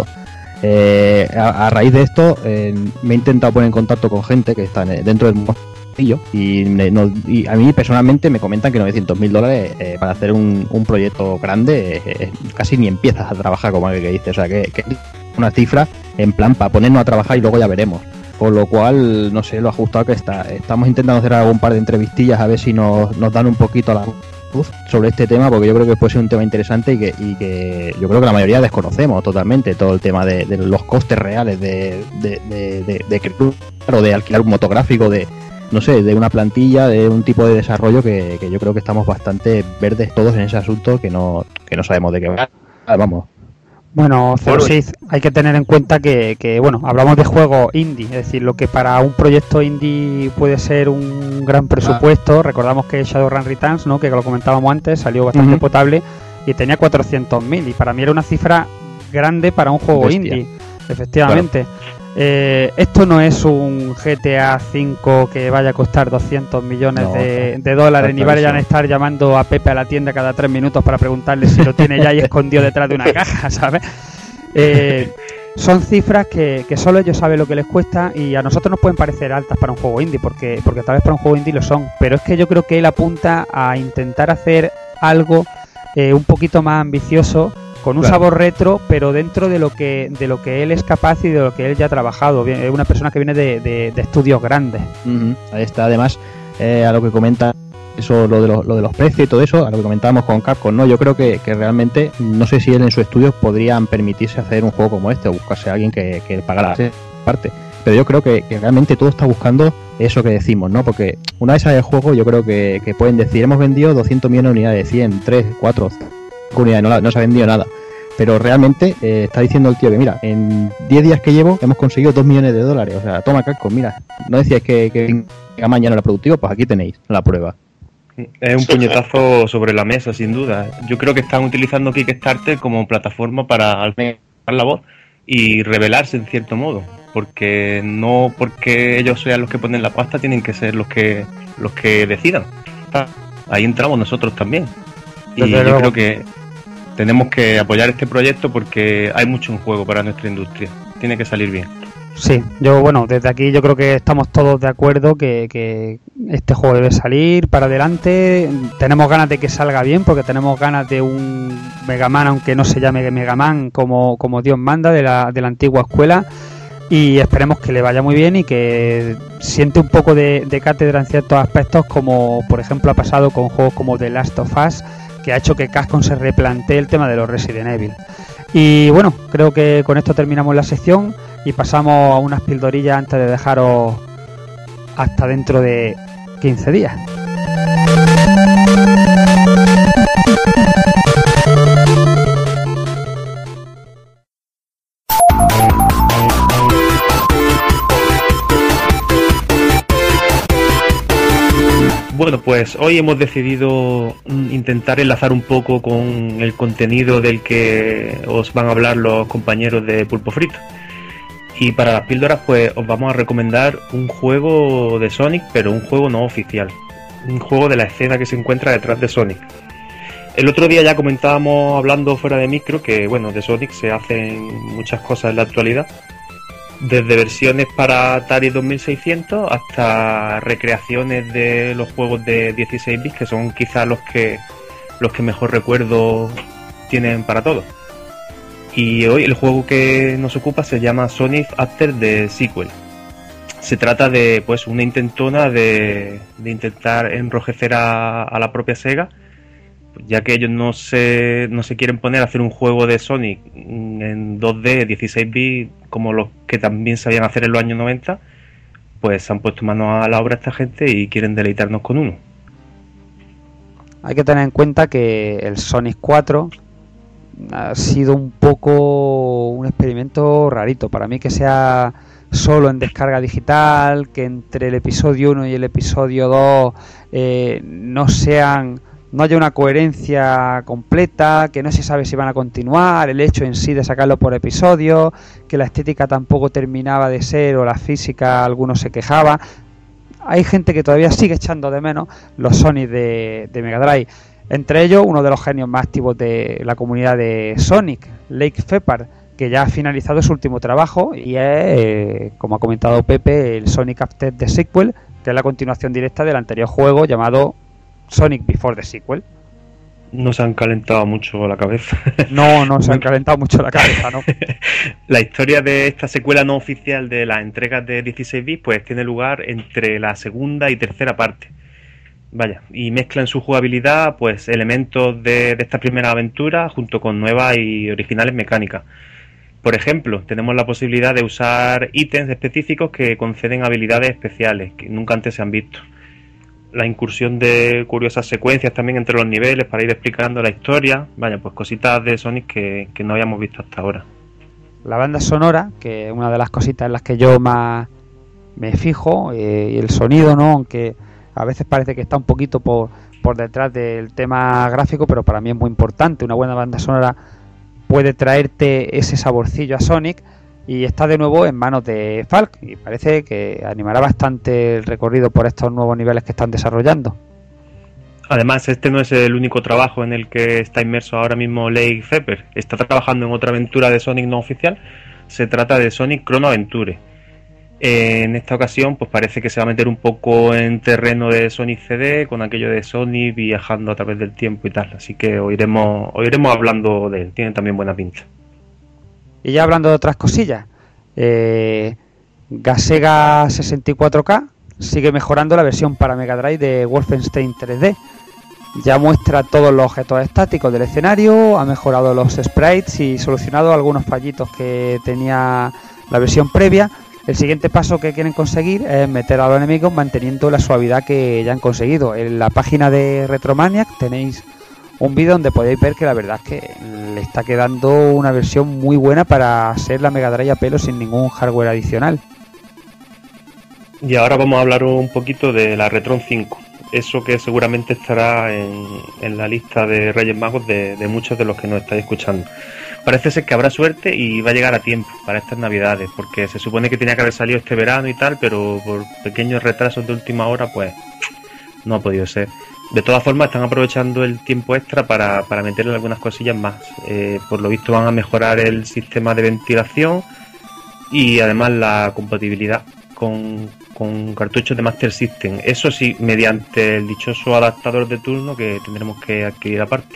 Eh, a, a raíz de esto, eh, me he intentado poner en contacto con gente que está dentro del y, me, no, y a mí personalmente me comentan que novecientos mil dólares eh, para hacer un, un proyecto grande eh, casi ni empiezas a trabajar, como el que dice, o sea que, que una cifra en plan para ponernos a trabajar y luego ya veremos, con lo cual no sé lo ajustado que está. Estamos intentando hacer algún par de entrevistillas a ver si nos, nos dan un poquito la luz sobre este tema, porque yo creo que puede ser un tema interesante y que, y que yo creo que la mayoría desconocemos totalmente todo el tema de, de los costes reales de de, de, de, de, de, de, de alquilar un motográfico, de no sé, de una plantilla, de un tipo de desarrollo que, que yo creo que estamos bastante verdes todos en ese asunto, que no que no sabemos de qué va. Vamos. Bueno, cero seis, hay que tener en cuenta que, que, bueno, hablamos de juegos indie, es decir, lo que para un proyecto indie puede ser un gran presupuesto. Ah. Recordamos que Shadowrun Returns, ¿no?, que lo comentábamos antes, salió bastante uh-huh. potable y tenía cuatrocientos mil, y para mí era una cifra grande para un juego Bestia. indie, efectivamente. Claro. Eh, esto no es un G T A cinco que vaya a costar doscientos millones no, de, de dólares, ni vayan a estar llamando a Pepe a la tienda cada tres minutos para preguntarle si lo tiene ya y escondido detrás de una caja, ¿sabes? Eh, son cifras que, que solo ellos saben lo que les cuesta, y a nosotros nos pueden parecer altas para un juego indie, porque, porque tal vez para un juego indie lo son, pero es que yo creo que él apunta a intentar hacer algo eh, un poquito más ambicioso, con un claro. sabor retro, pero dentro de lo que de lo que él es capaz y de lo que él ya ha trabajado. Es una persona que viene de, de, de estudios grandes. Uh-huh. Ahí está, además, eh, a lo que comenta eso, lo de, lo, lo de los precios y todo eso, a lo que comentábamos con Capcom, ¿no? Yo creo que, que realmente, no sé si él en su estudio podrían permitirse hacer un juego como este, o buscarse a alguien que, que pagara esa parte. Pero yo creo que, que realmente todo está buscando eso que decimos, ¿no? Porque una vez sale el juego, yo creo que, que pueden decir, hemos vendido doscientos millones de unidades, cien, tres, cuatro unidades, no, no se ha vendido nada. Pero realmente eh, está diciendo el tío que, mira, en diez días que llevo hemos conseguido dos millones de dólares. O sea, toma Capcom, mira, no decíais que, que, que mañana era productivo, pues aquí tenéis la prueba. Es un puñetazo sobre la mesa, sin duda. Yo creo que están utilizando Kickstarter como plataforma para alzar la voz y rebelarse en cierto modo. Porque no porque ellos sean los que ponen la pasta, tienen que ser los que los que decidan. Ahí entramos nosotros también. Y Desde yo luego. creo que tenemos que apoyar este proyecto porque hay mucho en juego para nuestra industria. Tiene que salir bien. Sí, yo bueno, desde aquí yo creo que estamos todos de acuerdo que, que este juego debe salir para adelante. Tenemos ganas de que salga bien, porque tenemos ganas de un Mega Man, aunque no se llame Mega Man como, como Dios manda, de la, de la antigua escuela. Y esperemos que le vaya muy bien y que siente un poco de, de cátedra en ciertos aspectos, como por ejemplo ha pasado con juegos como The Last of Us, que ha hecho que Capcom se replantee el tema de los Resident Evil. Y bueno, creo que con esto terminamos la sección y pasamos a unas pildorillas antes de dejaros hasta dentro de quince días. Bueno, pues hoy hemos decidido intentar enlazar un poco con el contenido del que os van a hablar los compañeros de Pulpo Frito. Y para las píldoras, pues os vamos a recomendar un juego de Sonic, pero un juego no oficial. Un juego de la escena que se encuentra detrás de Sonic. El otro día ya comentábamos, hablando fuera de micro, que bueno, de Sonic se hacen muchas cosas en la actualidad. Desde versiones para Atari dos mil seiscientos hasta recreaciones de los juegos de dieciséis bits, que son quizás los que los que mejor recuerdo tienen para todos. Y hoy el juego que nos ocupa se llama Sonic After the Sequel. Se trata de pues una intentona de, de intentar enrojecer a, a la propia Sega, ya que ellos no se, no se quieren poner a hacer un juego de Sonic en dos D, dieciséis bits, como los que también sabían hacer en los años noventa, pues se han puesto manos a la obra esta gente y quieren deleitarnos con uno. Hay que tener en cuenta que el Sonic cuatro ha sido un poco un experimento rarito. Para mí que sea solo en descarga digital, que entre el episodio uno y el episodio dos eh, no sean... no haya una coherencia completa, que no se sabe si van a continuar, el hecho en sí de sacarlo por episodio, que la estética tampoco terminaba de ser, o la física, algunos se quejaban. Hay gente que todavía sigue echando de menos los Sonic de, de Mega Drive. Entre ellos, uno de los genios más activos de la comunidad de Sonic, Lake Shepard, que ya ha finalizado su último trabajo y es, eh, como ha comentado Pepe, el Sonic After the Sequel, que es la continuación directa del anterior juego llamado Sonic Before the Sequel. No se han calentado mucho la cabeza. No, no se han calentado mucho la cabeza, ¿no? La historia de esta secuela no oficial de las entregas de dieciséis bits pues tiene lugar entre la segunda y tercera parte. Vaya, y mezcla en su jugabilidad pues elementos de, de esta primera aventura junto con nuevas y originales mecánicas. Por ejemplo, tenemos la posibilidad de usar ítems específicos que conceden habilidades especiales que nunca antes se han visto. La incursión de curiosas secuencias también entre los niveles para ir explicando la historia. Vaya, pues cositas de Sonic que, que no habíamos visto hasta ahora. La banda sonora, que es una de las cositas en las que yo más me fijo, eh, y el sonido, ¿no? Aunque a veces parece que está un poquito por, por detrás del tema gráfico, pero para mí es muy importante. Una buena banda sonora puede traerte ese saborcillo a Sonic. Y está de nuevo en manos de Falk y parece que animará bastante el recorrido por estos nuevos niveles que están desarrollando. Además, este no es el único trabajo en el que está inmerso ahora mismo Lake Shepard. Está trabajando en otra aventura de Sonic no oficial. Se trata de Sonic Chrono Adventure. En esta ocasión pues parece que se va a meter un poco en terreno de Sonic C D, con aquello de Sonic viajando a través del tiempo y tal. Así que oiremos, oiremos hablando de él. Tiene también buena pinta. Y ya hablando de otras cosillas, eh, Sega sesenta y cuatro K sigue mejorando la versión para Mega Drive de Wolfenstein tres D. Ya muestra todos los objetos estáticos del escenario, ha mejorado los sprites y solucionado algunos fallitos que tenía la versión previa. El siguiente paso que quieren conseguir es meter a los enemigos manteniendo la suavidad que ya han conseguido. En la página de Retromaniac tenéis un vídeo donde podéis ver que la verdad es que le está quedando una versión muy buena para ser la Mega Drive a pelo sin ningún hardware adicional. Y ahora vamos a hablar un poquito de la Retron cinco. Eso que seguramente estará en, en la lista de Reyes Magos de, de muchos de los que nos estáis escuchando. Parece ser que habrá suerte y va a llegar a tiempo para estas navidades, porque se supone que tenía que haber salido este verano y tal, pero por pequeños retrasos de última hora pues no ha podido ser. De todas formas están aprovechando el tiempo extra para, para meterle algunas cosillas más. Eh, por lo visto van a mejorar el sistema de ventilación y además la compatibilidad con, con cartuchos de Master System. Eso sí, mediante el dichoso adaptador de turno que tendremos que adquirir aparte.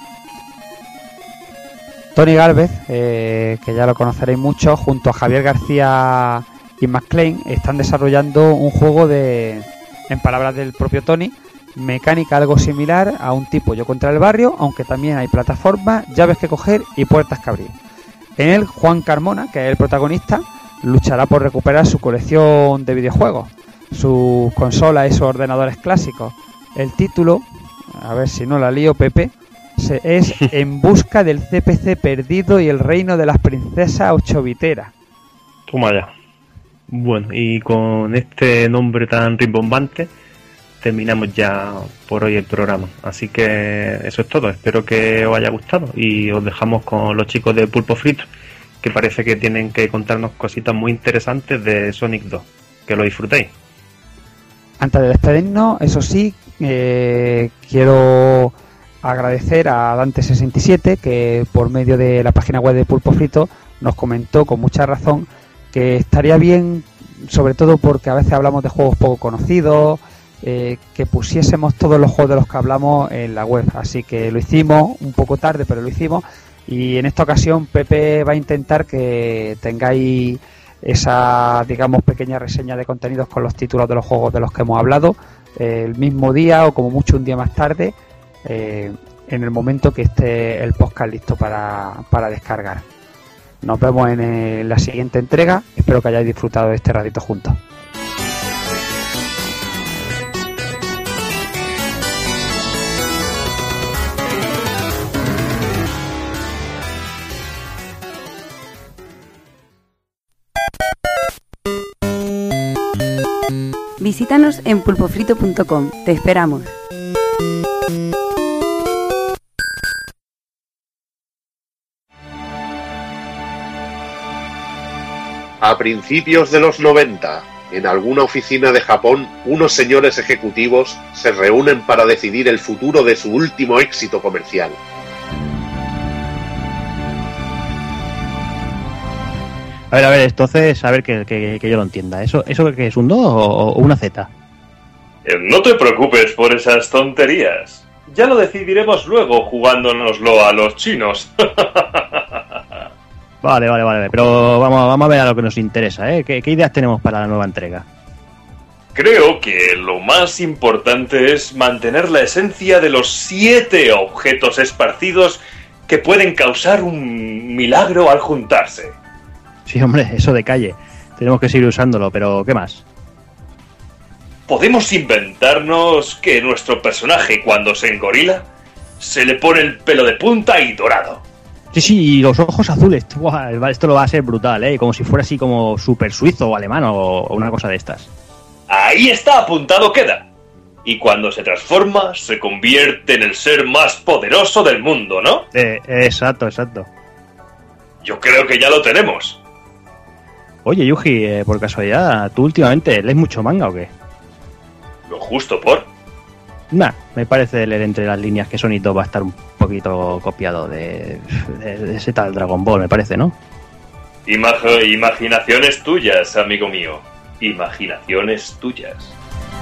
Tony Galvez, eh, que ya lo conoceréis mucho, junto a Javier García y McLean, están desarrollando un juego de, en palabras del propio Tony, mecánica algo similar a un tipo Yo contra el barrio, aunque también hay plataformas, llaves que coger y puertas que abrir. En él, Juan Carmona, que es el protagonista, luchará por recuperar su colección de videojuegos, sus consolas y sus ordenadores clásicos. El título, a ver si no la lío, Pepe, es En busca del C P C perdido y el reino de las princesas ochoviteras. Toma ya. Bueno, y con este nombre tan rimbombante terminamos ya por hoy el programa. Así que eso es todo. Espero que os haya gustado y os dejamos con los chicos de Pulpo Frito, que parece que tienen que contarnos cositas muy interesantes de Sonic dos. Que lo disfrutéis. Antes de despedirnos, eso sí, eh, quiero agradecer a Dante sesenta y siete, que por medio de la página web de Pulpo Frito nos comentó con mucha razón que estaría bien, sobre todo porque a veces hablamos de juegos poco conocidos, eh, que pusiésemos todos los juegos de los que hablamos en la web. Así que lo hicimos, un poco tarde, pero lo hicimos. Y en esta ocasión Pepe va a intentar que tengáis esa, digamos, pequeña reseña de contenidos con los títulos de los juegos de los que hemos hablado eh, el mismo día o como mucho un día más tarde, eh, en el momento que esté el podcast listo para, para descargar. Nos vemos en eh, la siguiente entrega. Espero que hayáis disfrutado de este ratito juntos. Visítanos en pulpofrito punto com. Te esperamos. A principios de los noventa, en alguna oficina de Japón, unos señores ejecutivos se reúnen para decidir el futuro de su último éxito comercial. A ver, a ver, entonces, a ver que, que, que yo lo entienda. ¿Eso, eso qué es, un do o, o una Z? Eh, no te preocupes por esas tonterías. Ya lo decidiremos luego jugándonoslo a los chinos. Vale, vale, vale, pero vamos, vamos a ver a lo que nos interesa, ¿eh? ¿Qué, qué ideas tenemos para la nueva entrega? Creo que lo más importante es mantener la esencia de los siete objetos esparcidos que pueden causar un milagro al juntarse. Sí, hombre, eso de calle. Tenemos que seguir usándolo, pero ¿qué más? Podemos inventarnos que nuestro personaje, cuando se engorila, se le pone el pelo de punta y dorado. Sí, sí, y los ojos azules. Buah, esto lo va a ser brutal, ¿eh? Como si fuera así como súper suizo o alemán o una cosa de estas. Ahí está, apuntado queda. Y cuando se transforma, se convierte en el ser más poderoso del mundo, ¿no? Eh, exacto, exacto. Yo creo que ya lo tenemos. Oye, Yuji, eh, por casualidad, ¿tú últimamente lees mucho manga o qué? Lo justo por... Nah, me parece leer entre las líneas que Sonic dos va a estar un poquito copiado de, de, de ese tal Dragon Ball, me parece, ¿no? Imag- imaginaciones tuyas, amigo mío. Imaginaciones tuyas.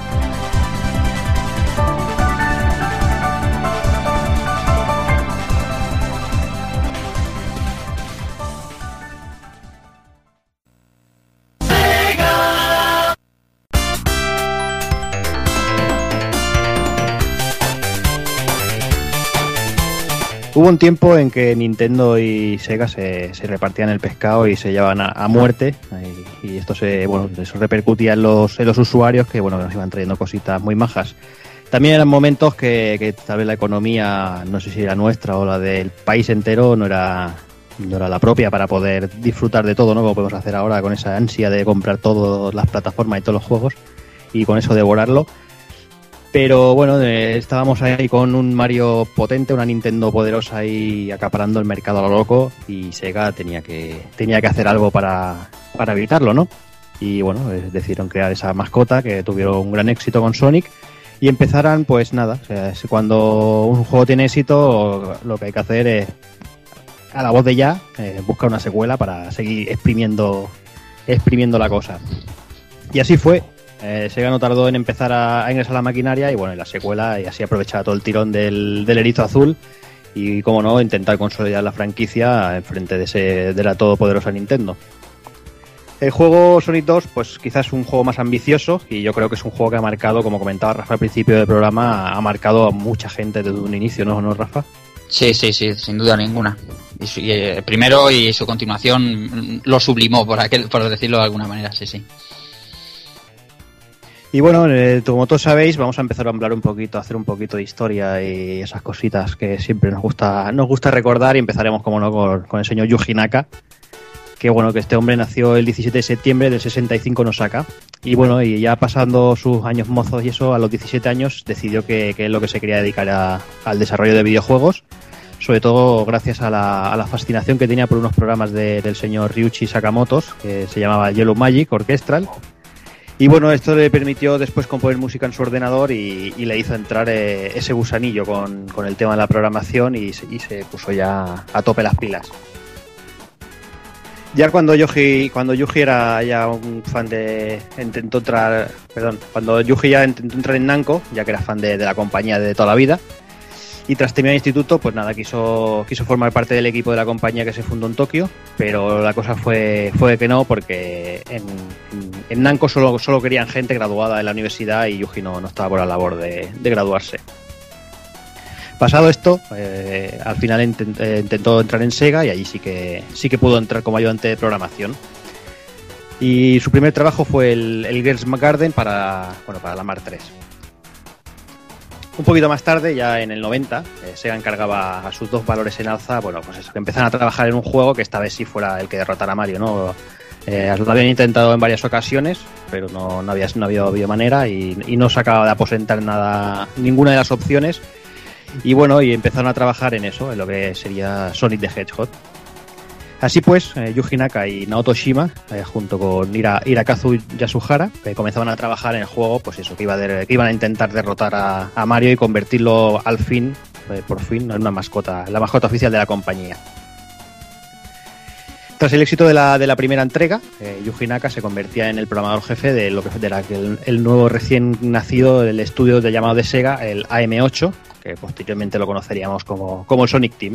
Hubo un tiempo en que Nintendo y Sega se, se repartían el pescado y se llevaban a, a muerte, y, y esto se bueno eso repercutía en los, en los usuarios, que bueno nos iban trayendo cositas muy majas. También eran momentos que, que tal vez la economía, no sé si era nuestra o la del país entero, no era no era la propia para poder disfrutar de todo, ¿no? Como podemos hacer ahora con esa ansia de comprar todas las plataformas y todos los juegos y con eso devorarlo. Pero bueno, eh, estábamos ahí con un Mario potente, una Nintendo poderosa ahí acaparando el mercado a lo loco, y Sega tenía que tenía que hacer algo para, para evitarlo, ¿no? Y bueno, eh, decidieron crear esa mascota que tuvieron un gran éxito con Sonic y empezaran, pues nada, o sea, cuando un juego tiene éxito, lo que hay que hacer es, a la voz de ya, eh, buscar una secuela para seguir exprimiendo, exprimiendo la cosa. Y así fue. Eh, Sega no tardó en empezar a, a ingresar a la maquinaria y bueno, y la secuela, y así aprovechaba todo el tirón del, del erizo azul y, como no, intentar consolidar la franquicia en frente de, ese, de la todopoderosa Nintendo. El juego Sonic dos, pues quizás es un juego más ambicioso, y yo creo que es un juego que ha marcado, como comentaba Rafa al principio del programa, ha marcado a mucha gente desde un inicio, ¿no, ¿no Rafa? Sí, sí, sí, sin duda ninguna. Y su, y, eh, primero y su continuación lo sublimó, por aquel, por decirlo de alguna manera, sí, sí. Y bueno, eh, como todos sabéis, vamos a empezar a hablar un poquito, a hacer un poquito de historia y esas cositas que siempre nos gusta nos gusta recordar, y empezaremos, como no, con, con el señor Yuji Naka, que bueno, que este hombre nació el diecisiete de septiembre del sesenta y cinco en Osaka, y bueno, y ya pasando sus años mozos y eso, a los diecisiete años decidió que, que es lo que se quería dedicar a, al desarrollo de videojuegos, sobre todo gracias a la, a la fascinación que tenía por unos programas de, del señor Ryuichi Sakamoto, que se llamaba Yellow Magic Orchestral. Y bueno, esto le permitió después componer música en su ordenador y, y le hizo entrar eh, ese gusanillo con, con el tema de la programación, y se, y se puso ya a tope las pilas. Ya cuando Yuji, cuando Yuji era ya un fan de... intentó entrar... Perdón, cuando Yuji ya intentó entrar en Namco, ya que era fan de, de la compañía de toda la vida, Y tras terminar el instituto, pues nada, quiso quiso formar parte del equipo de la compañía que se fundó en Tokio, pero la cosa fue fue que no, porque en, en Namco solo, solo querían gente graduada de la universidad y Yuji no, no estaba por la labor de, de graduarse. Pasado esto, eh, al final intent, eh, intentó entrar en Sega y allí sí que sí que pudo entrar como ayudante de programación. Y su primer trabajo fue el, el Girls Garden para, bueno, para la Mark tres. Un poquito más tarde, ya en el noventa, eh, Sega encargaba a sus dos valores en alza, bueno, pues eso, que empezaran a trabajar en un juego que esta vez sí fuera el que derrotara a Mario, ¿no? Eh, lo habían intentado en varias ocasiones, pero no, no, había, no había habido manera y, y no se acababa de aposentar nada, ninguna de las opciones. Y bueno, y empezaron a trabajar en eso, en lo que sería Sonic the Hedgehog. Así pues, eh, Yuji Naka y Naoto Shima, eh, junto con Hira, Hirakazu Yasuhara, que comenzaban a trabajar en el juego, pues eso, que, iba de, que iban a intentar derrotar a, a Mario y convertirlo al fin, eh, por fin, en una mascota, la mascota oficial de la compañía. Tras el éxito de la, de la primera entrega, eh, Yuji Naka se convertía en el programador jefe de lo que de la, el, el nuevo recién nacido del estudio de llamado de Sega, el A M ocho, que posteriormente lo conoceríamos como, como el Sonic Team.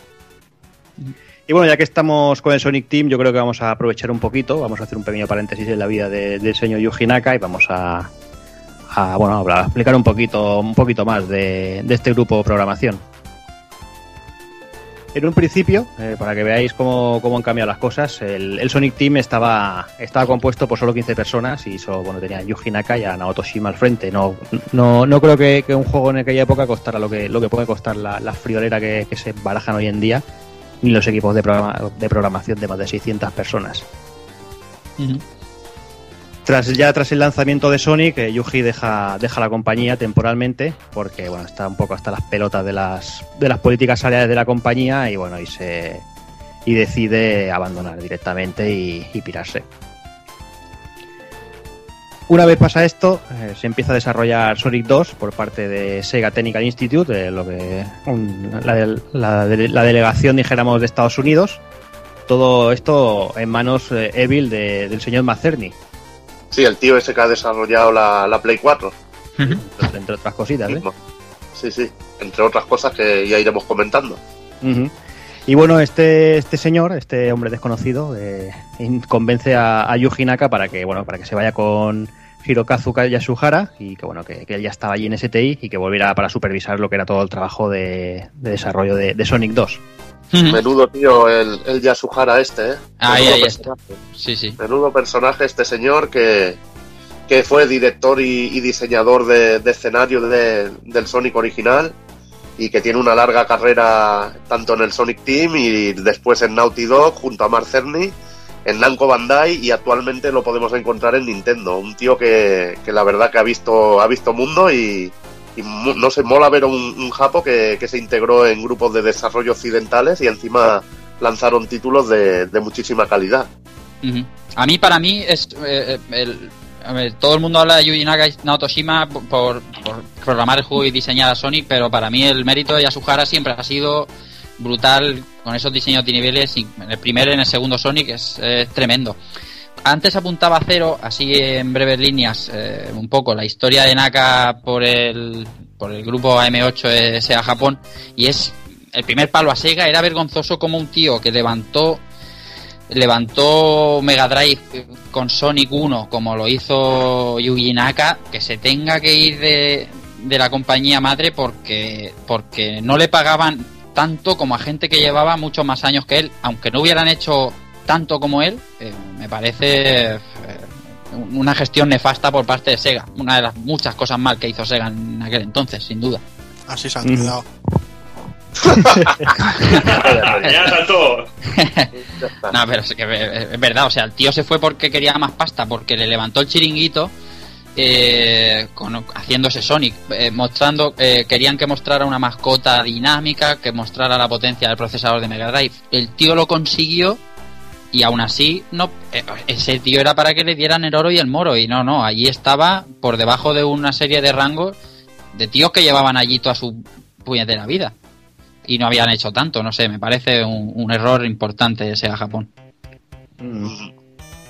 Y bueno, ya que estamos con el Sonic Team, yo creo que vamos a aprovechar un poquito, vamos a hacer un pequeño paréntesis en la vida de, del señor Yuji Naka y vamos a, a, bueno, a explicar un poquito, un poquito más de, de este grupo de programación. En un principio, eh, para que veáis cómo, cómo han cambiado las cosas, el, el Sonic Team estaba, estaba compuesto por solo quince personas y solo, bueno, tenía a Yuji Naka y a Naoto Shima al frente. No, no, no creo que, que un juego en aquella época costara lo que, lo que puede costar la, la friolera que, que se barajan hoy en día, ni los equipos de, programa, de programación de más de seiscientas personas. Uh-huh. Tras ya tras el lanzamiento de Sonic, eh, Yuji deja, deja la compañía temporalmente porque bueno, está un poco hasta las pelotas de las de las políticas salariales de la compañía y bueno, y se y decide abandonar directamente y, y pirarse. Una vez pasa esto, eh, se empieza a desarrollar Sonic dos por parte de Sega Technical Institute, eh, lo que un, la, de, la, de, la delegación, dijéramos, de Estados Unidos. Todo esto en manos eh, Evil de, del señor Mazerni. Sí, el tío ese que ha desarrollado la, la Play cuatro. Uh-huh. Entre otras cositas, ¿eh? Sí, sí, entre otras cosas que ya iremos comentando. Uh-huh. Y bueno, este este señor, este hombre desconocido, eh, convence a, a Yuji Naka para que bueno para que se vaya con Hirokazu Yasuhara y que bueno que, que él ya estaba allí en S T I y que volviera para supervisar lo que era todo el trabajo de, de desarrollo de, de Sonic dos. Menudo tío el, el Yasuhara este, ¿eh? Ahí, ahí está. Sí, sí. Menudo personaje este señor que, que fue director y, y diseñador de, de escenario de, del Sonic original y que tiene una larga carrera tanto en el Sonic Team y después en Naughty Dog junto a Mark Cerny, en Namco Bandai y actualmente lo podemos encontrar en Nintendo. Un tío que, que la verdad que ha visto ha visto mundo y, y no sé, mola ver un, un japo que, que se integró en grupos de desarrollo occidentales y encima lanzaron títulos de, de muchísima calidad. Uh-huh. A mí, para mí, es eh, el, a ver, todo el mundo habla de Yuji Naka y Naoto Shima por, por programar el juego y diseñar a Sonic, pero para mí el mérito de Yasuhara siempre ha sido brutal con esos diseños de niveles. En el primer y en el segundo Sonic es, es tremendo. Antes apuntaba a cero, así en breves líneas, eh, un poco la historia de Naka por el por el grupo A M ocho de Sega Japón, y es el primer palo a Sega. Era vergonzoso como un tío que levantó levantó Mega Drive con Sonic uno, como lo hizo Yuji Naka, que se tenga que ir de, de la compañía madre porque porque no le pagaban tanto como a gente que llevaba muchos más años que él, aunque no hubieran hecho tanto como él. eh, me parece eh, una gestión nefasta por parte de Sega, una de las muchas cosas mal que hizo Sega en aquel entonces, sin duda. Así se han quedado. Ya saltó. No, pero es que es verdad, o sea, el tío se fue porque quería más pasta, porque le levantó el chiringuito eh, con, haciendo ese Sonic, eh, mostrando, eh, querían que mostrara una mascota dinámica, que mostrara la potencia del procesador de Mega Drive. El tío lo consiguió y aún así no, eh, ese tío era para que le dieran el oro y el moro, y no, no, allí estaba por debajo de una serie de rangos de tíos que llevaban allí toda su puñetera vida y no habían hecho tanto. No sé, me parece un, un error importante de Sega Japón. Mm.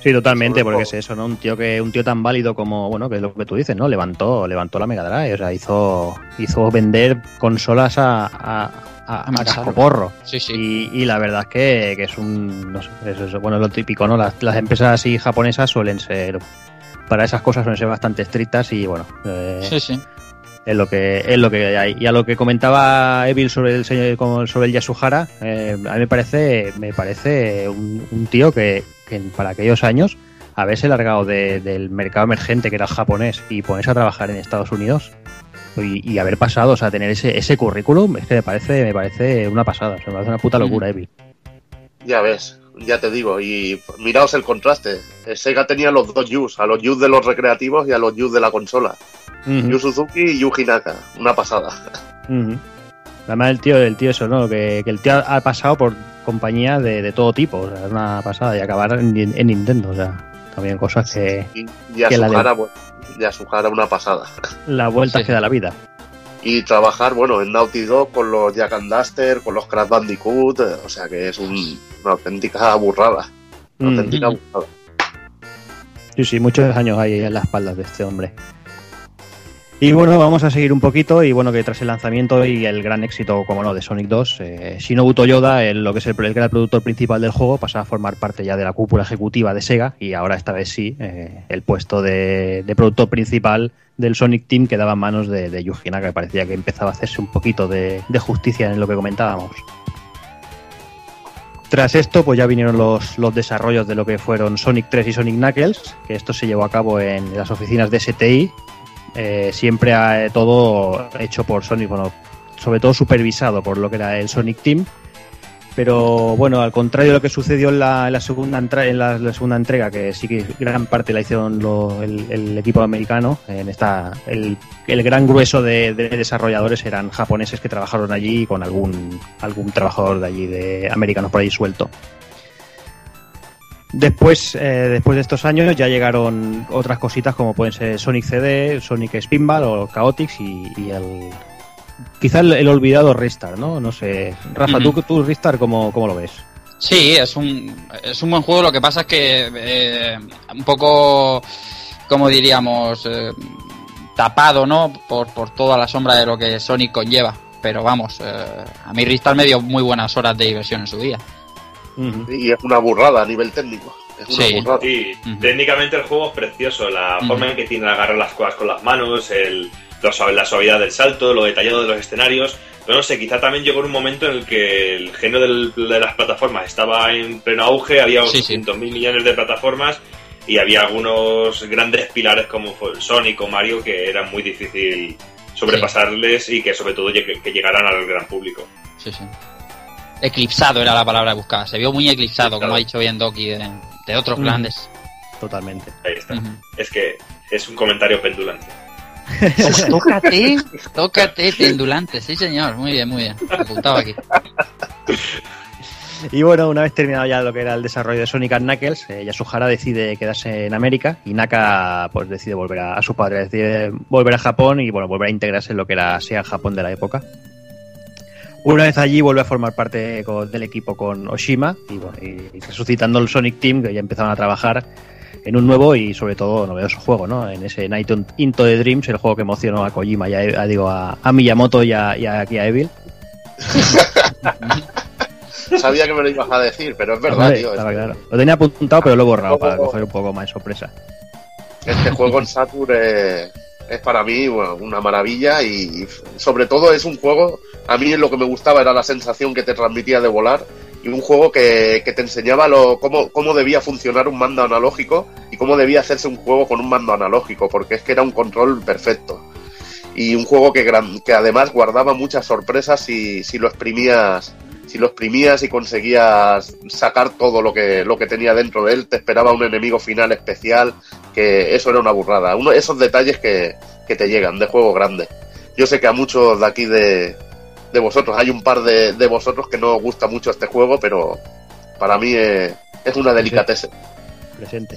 Sí, totalmente, porque es eso, ¿no? Un tío que un tío tan válido como, bueno, que es lo que tú dices, ¿no? Levantó, levantó la Mega Drive, o sea, hizo, hizo vender consolas a, a, a, a cascoporro. Sí, sí. Y, y la verdad es que, que es un, no sé, es eso, bueno, lo típico, ¿no? Las, las empresas así japonesas suelen ser, para esas cosas suelen ser bastante estrictas y, bueno, eh, Sí, sí. es lo que es lo que hay. Y a lo que comentaba Evil sobre el señor, como sobre el Yasuhara, eh, a mí me parece me parece un, un tío que, que para aquellos años haberse largado de, del mercado emergente que era el japonés y ponerse a trabajar en Estados Unidos y, y haber pasado, o sea, tener ese ese currículum, es que me parece me parece una pasada, o sea, me parece una puta locura, Evil. Ya ves, ya te digo, y miraos el contraste. Sega tenía los dos Yus, a los Yus de los recreativos y a los Yus de la consola. Uh-huh. Yu Suzuki y Yuji Naka, una pasada. Uh-huh. Además el tío, el tío eso, ¿no? Que, que el tío ha pasado por compañías de, de todo tipo, o sea, es una pasada, y acabar en, en Nintendo, o sea, también cosas que... Y, y a que Suhara, la, bueno, y a Suhara una pasada. La vuelta sí. que da la vida. Y trabajar, bueno, en Naughty Dog con los Jack and Duster, con los Crash Bandicoot, o sea que es un, una auténtica burrada. Una mm. auténtica burrada. Sí, sí, muchos años hay en las espaldas de este hombre. Y bueno, vamos a seguir un poquito y bueno, que tras el lanzamiento y el gran éxito, como no, de Sonic dos, eh, Shinobu Toyoda, el, lo que es el, el gran productor principal del juego, pasa a formar parte ya de la cúpula ejecutiva de Sega y ahora esta vez sí, eh, el puesto de, de productor principal del Sonic Team quedaba en manos de, de Yuji Naka, que parecía que empezaba a hacerse un poquito de, de justicia en lo que comentábamos. Tras esto, pues ya vinieron los, los desarrollos de lo que fueron Sonic tres y Sonic Knuckles, que esto se llevó a cabo en las oficinas de S T I. Eh, siempre eh, todo hecho por Sonic, bueno, sobre todo supervisado por lo que era el Sonic Team, pero bueno, al contrario de lo que sucedió en la, en la, segunda, entra- en la, la segunda entrega, que sí que gran parte la hicieron lo, el, el equipo americano, en esta el, el gran grueso de, de desarrolladores eran japoneses que trabajaron allí con algún, algún trabajador de allí, de americanos por ahí suelto. Después, eh, después de estos años ya llegaron otras cositas como pueden ser Sonic C D, Sonic Spinball o Chaotix y, y el quizá el, el olvidado Ristar, ¿no? No sé, Rafa, uh-huh. ¿tú, tú Ristar cómo, cómo lo ves? Sí, es un es un buen juego, lo que pasa es que eh, un poco, como diríamos, eh, tapado, ¿no? Por, por toda la sombra de lo que Sonic conlleva, pero vamos, eh, a mí Ristar me dio muy buenas horas de diversión en su día. Uh-huh. Y es una burrada a nivel técnico. Es una sí, burrada. sí. Uh-huh. Técnicamente el juego es precioso. La uh-huh. forma en que tiene de agarrar las cosas con las manos, el, la suavidad del salto, lo detallado de los escenarios. Pero no sé, quizá también llegó un momento en el que el género del, de las plataformas estaba en pleno auge, había ochocientos mil sí, sí. millones de plataformas y había algunos grandes pilares como fue Sonic o Mario que era muy difícil sobrepasarles sí. y que sobre todo lleg- que llegaran al gran público. Sí, sí. Eclipsado era la palabra que buscaba. Se vio muy eclipsado, eclipsado. Como ha dicho bien Doki, de, de otros mm. grandes. Totalmente. Ahí está. Uh-huh. Es que es un comentario pendulante. tócate, tócate, pendulante. Sí, señor. Muy bien, muy bien. Apuntado aquí. Y bueno, una vez terminado ya lo que era el desarrollo de Sonic and Knuckles, eh, Yasuhara decide quedarse en América y Naka pues decide volver a, a su padre, decide volver a Japón y bueno, volver a integrarse en lo que era Sega Japón de la época. Una vez allí vuelve a formar parte con, del equipo con Oshima y, bueno, y, y resucitando el Sonic Team, que ya empezaron a trabajar en un nuevo y sobre todo novedoso juego, ¿no? En ese Night Into the Dreams, el juego que emocionó a Kojima, y a, a, digo, a, a Miyamoto y a, y a, aquí a Evil. Sabía que me lo ibas a decir, pero es verdad, Hombre, tío. Estaba claro. Lo tenía apuntado, pero lo he borrado para coger un poco más de sorpresa. Este juego en Saturn es, es para mí bueno, una maravilla y sobre todo es un juego, a mí lo que me gustaba era la sensación que te transmitía de volar y un juego que, que te enseñaba lo, cómo, cómo debía funcionar un mando analógico y cómo debía hacerse un juego con un mando analógico, porque es que era un control perfecto. Y un juego que, que además guardaba muchas sorpresas si, si lo exprimías si lo exprimías y conseguías sacar todo lo que lo que tenía dentro de él. Te esperaba un enemigo final especial, que eso era una burrada. Uno, esos detalles que, que te llegan de juego grande. Yo sé que a muchos de aquí de, de vosotros, hay un par de, de vosotros que no os gusta mucho este juego, pero para mí es, es una delicatese. Presente.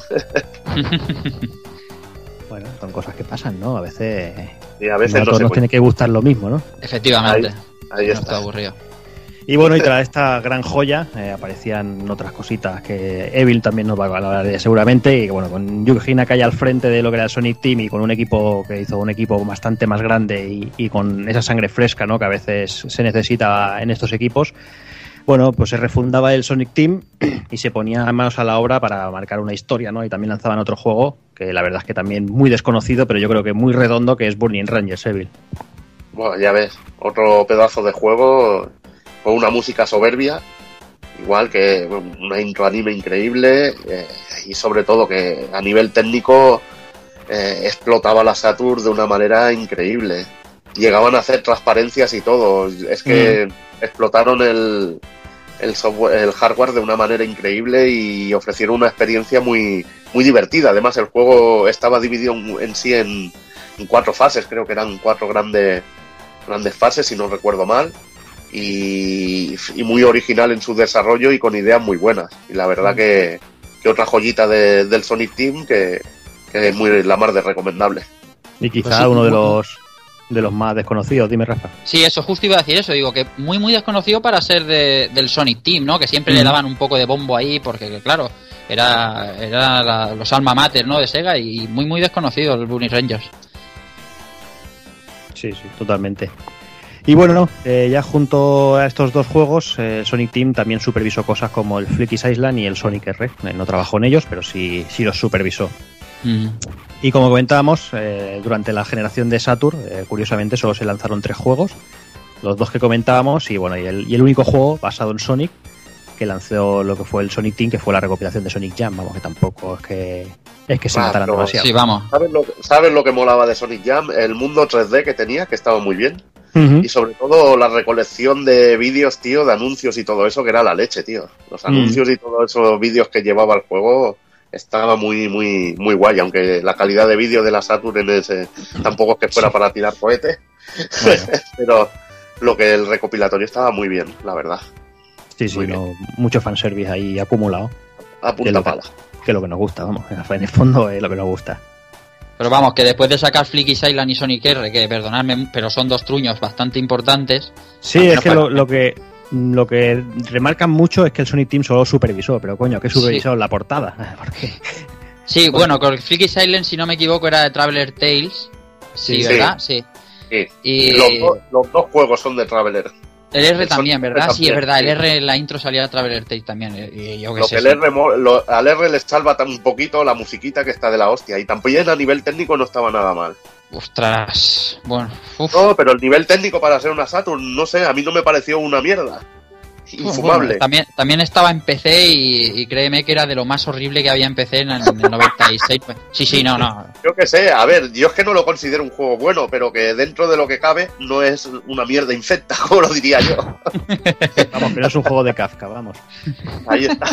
Bueno, son cosas que pasan, ¿no? A veces, y a veces no a todos nos tiene que gustar lo mismo, ¿no? Efectivamente. Ahí, ahí no está. está aburrido. Y bueno, y tras esta gran joya eh, aparecían otras cositas que Evil también nos va a hablar de seguramente. Y bueno, con Yuji Nakaya al frente de lo que era el Sonic Team y con un equipo que hizo un equipo bastante más grande y, y con esa sangre fresca, ¿no?, que a veces se necesita en estos equipos. Bueno, pues se refundaba el Sonic Team y se ponía manos a la obra para marcar una historia, ¿no? Y también lanzaban otro juego que la verdad es que también muy desconocido, pero yo creo que muy redondo, que es Burning Rangers, Evil. Bueno, ya ves, otro pedazo de juego con una música soberbia, igual que una intro anime increíble eh, y sobre todo que a nivel técnico eh, explotaba la Saturn de una manera increíble. Llegaban a hacer transparencias y todo. Es que mm. explotaron el, el software, el hardware de una manera increíble y ofrecieron una experiencia muy, muy divertida. Además, el juego estaba dividido en, en sí en, en cuatro fases, creo que eran cuatro grandes, grandes fases, si no recuerdo mal. Y, y muy original en su desarrollo y con ideas muy buenas. Y la verdad mm. que, que otra joyita de, del Sonic Team que, que es muy la más de recomendable. Y quizá pues sí, uno de los de los más desconocidos, dime, Rafa. Sí, eso, justo iba a decir eso, digo que muy muy desconocido para ser de, del Sonic Team, ¿no? Que siempre mm. le daban un poco de bombo ahí, porque claro, era, era la, los alma mater, ¿no?, de Sega, y muy muy desconocido el Burning Rangers. Sí, sí, totalmente. Y bueno, no, eh, ya junto a estos dos juegos, eh, Sonic Team también supervisó cosas como el Flicky's Island y el Sonic R. Eh, no trabajó en ellos, pero sí, sí los supervisó. Mm. Y como comentábamos, eh, durante la generación de Saturn, eh, curiosamente solo se lanzaron tres juegos, los dos que comentábamos, y bueno, y el, y el único juego basado en Sonic que lanzó lo que fue el Sonic Team, que fue la recopilación de Sonic Jam, vamos, que tampoco es que es que se ah, mataran demasiado. Sí, vamos. ¿Sabes lo, ¿Sabes lo que molaba de Sonic Jam? El mundo tres D que tenía, que estaba muy bien. Uh-huh. Y sobre todo la recolección de vídeos, tío, de anuncios y todo eso, que era la leche, tío. Los anuncios uh-huh. y todos esos vídeos que llevaba el juego estaba muy, muy, muy guay, aunque la calidad de vídeo de la Saturn en ese tampoco es que fuera para tirar cohetes. Bueno. Pero lo que el recopilatorio estaba muy bien, la verdad. Sí, sí, no, mucho fanservice ahí acumulado. A punta pala. Que es lo que nos gusta, vamos, en el fondo es lo que nos gusta. Pero vamos, que después de sacar Flicky's Island y Sonic R, que perdonadme, pero son dos truños bastante importantes. Sí, es que lo, lo que lo que remarcan mucho es que el Sonic Team solo supervisó, pero coño, ¿qué supervisó? Sí. La portada. Porque... Sí, bueno, con el Flicky's Island, si no me equivoco, era de Traveler Tales. Sí, sí, ¿verdad? Sí. sí. Y los, do, los dos juegos son de Traveler. El R el también, ¿verdad? También, sí, es verdad. El R en la intro salía de Traveler Tales también. Y yo que lo sé, que el R, lo, al R le salva un poquito la musiquita que está de la hostia. Y también a nivel técnico no estaba nada mal. Ostras, bueno. Uf. No, pero el nivel técnico para ser una Saturn, no sé, a mí no me pareció una mierda. Infumable. Bueno, también, también estaba en P C y, y créeme que era de lo más horrible que había en P C en el, en el noventa y seis. Sí, sí, no, no. Yo que sé, a ver, yo es que no lo considero un juego bueno, pero que dentro de lo que cabe no es una mierda infecta, como lo diría yo. Vamos, pero es un juego de Kafka, vamos. Ahí está.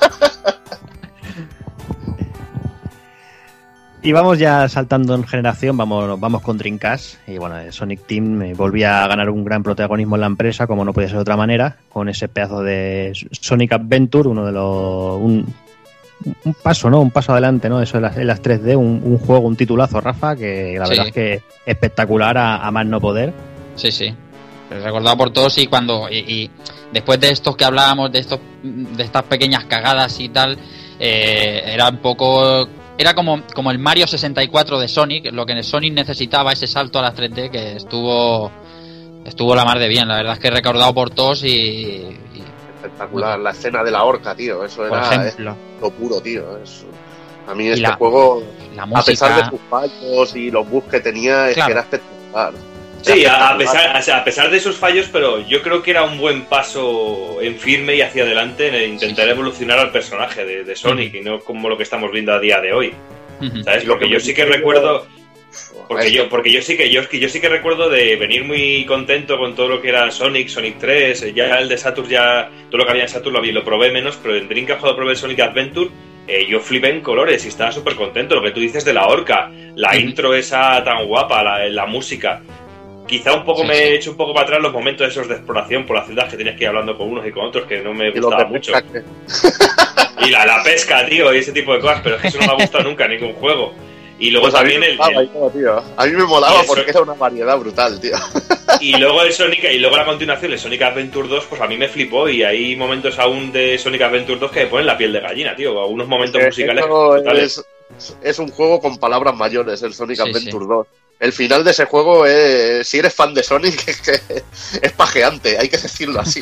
Y vamos ya saltando en generación, vamos, vamos con Dreamcast. Y bueno, Sonic Team eh, volvía a ganar un gran protagonismo en la empresa, como no podía ser de otra manera, con ese pedazo de Sonic Adventure, uno de los. Un, un paso, ¿no? Un paso adelante, ¿no? Eso en las, en las tres D, un, un juego, un titulazo, Rafa, que la verdad sí. es que espectacular a, a más no poder. Sí, sí. Recordado por todos y cuando. Y, y después de estos que hablábamos, de estos de estas pequeñas cagadas y tal, eh, era un poco. Era como, como el Mario sesenta y cuatro de Sonic, lo que Sonic necesitaba, ese salto a las tres D que estuvo estuvo la mar de bien. La verdad es que he recordado por todos y... y espectacular, bueno. La escena de la horca, tío, eso era es lo puro, tío. Es, a mí este la, juego, la música... a pesar de sus fallos y los bugs que tenía, es claro. que era espectacular. Sí, a pesar, a pesar de sus fallos, pero yo creo que era un buen paso en firme y hacia adelante en el intentar sí. evolucionar al personaje de, de Sonic, uh-huh. y no como lo que estamos viendo a día de hoy. Uh-huh. ¿Sabes? Porque yo sí que recuerdo... Porque yo, porque yo sí que yo, yo sí que recuerdo de venir muy contento con todo lo que era Sonic, Sonic tres, ya el de Saturn, ya todo lo que había en Saturn lo, lo probé menos, pero en Dreamcast cuando probé Sonic Adventure, eh, yo flipé en colores y estaba súper contento. Lo que tú dices de la horca, la uh-huh. intro esa tan guapa, la, la música. Quizá un poco sí, me sí. he hecho un poco para atrás los momentos esos de exploración por la ciudad que tienes que ir hablando con unos y con otros, que no me gustaba mucho. Y la, la pesca, tío, y ese tipo de cosas, pero es que eso no me ha gustado nunca en ningún juego. Y luego pues también el, el... Tío. A mí me molaba porque era una variedad brutal, tío. y luego el Sonic, y luego a continuación el Sonic Adventure dos, pues a mí me flipó y hay momentos aún de Sonic Adventure dos que me ponen la piel de gallina, tío. Algunos momentos Eh, musicales esto totales. es, es un juego con palabras mayores, el Sonic Sí, Adventure sí. dos. El final de ese juego, es, si eres fan de Sonic, es, que es pajeante, hay que decirlo así.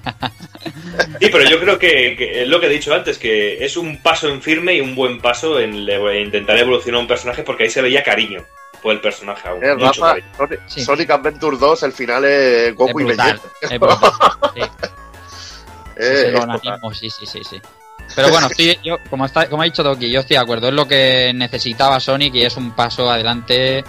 Sí, pero yo creo que, que es lo que he dicho antes, que es un paso en firme y un buen paso en le- intentar evolucionar un personaje porque ahí se veía cariño por el personaje aún. Eh, mucho Rafa, cariño. Sonic, Sí. Sonic Adventure dos, el final es Goku Es y brutal, Vegeta. es brutal. Sí. Eh, Sí, es con total. ánimo, sí, sí, sí, sí. Pero bueno, estoy, yo, como, está, como ha dicho Doki, yo estoy de acuerdo. Es lo que necesitaba Sonic y es un paso adelante.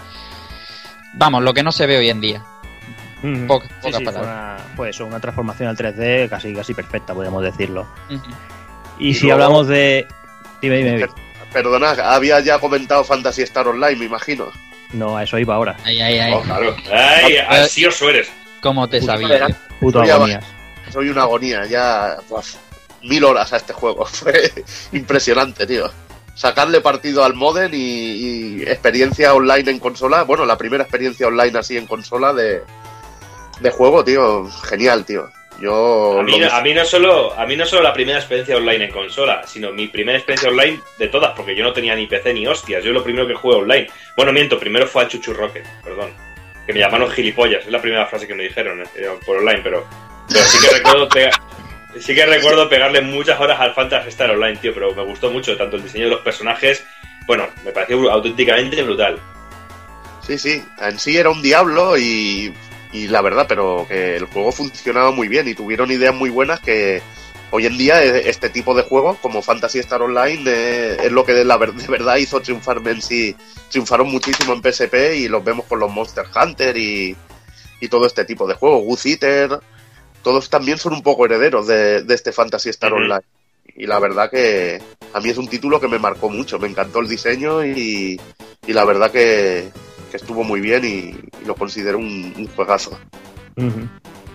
Vamos, lo que no se ve hoy en día. Ujú. Poca- Sí, pocas sí, fue palabras. una, fue eso, una transformación al tres D casi, casi perfecta, podríamos decirlo. Ujú. Y, Y si luego- hablamos de... Dime, dime, dime. Perdona, había ya comentado Phantasy Star Online, me imagino. No, a eso iba ahora. Ahí, ahí, ahí. Oh, claro. Ay, así os eres. ¿Cómo te Puta sabía? madera. tío? Puto Soy agonías. Soy una agonía, ya... Uf, mil horas a este juego. Fue impresionante, tío. Sacarle partido al modem y, y experiencia online en consola. Bueno, la primera experiencia online así en consola de, de juego, tío. Genial, tío. Yo... A mí, lo- a, mí no solo, a mí no solo la primera experiencia online en consola, sino mi primera experiencia online de todas, porque yo no tenía ni P C ni hostias. Yo lo primero que jugué online. Bueno, miento, primero fue a Chuchu Rocket, perdón. Que me llamaron gilipollas, es la primera frase que me dijeron eh, por online, pero, pero sí que recuerdo pega- sí que recuerdo pegarle muchas horas al Phantasy Star Online, tío, pero me gustó mucho, tanto el diseño de los personajes, bueno, me pareció auténticamente brutal. Sí, sí. En sí era un diablo y, y la verdad, pero que el juego funcionaba muy bien y tuvieron ideas muy buenas que hoy en día eh, este tipo de juegos como Phantasy Star Online eh, es lo que de, la ver- de verdad hizo triunfar en sí. Triunfaron muchísimo en P S P y los vemos con los Monster Hunter y, y todo este tipo de juegos. Goose Eater, todos también son un poco herederos de, de este Phantasy Star Ujú. Online. Y la verdad que a mí es un título que me marcó mucho, me encantó el diseño y, y la verdad que, que estuvo muy bien y, y lo considero un, un juegazo. Ujú.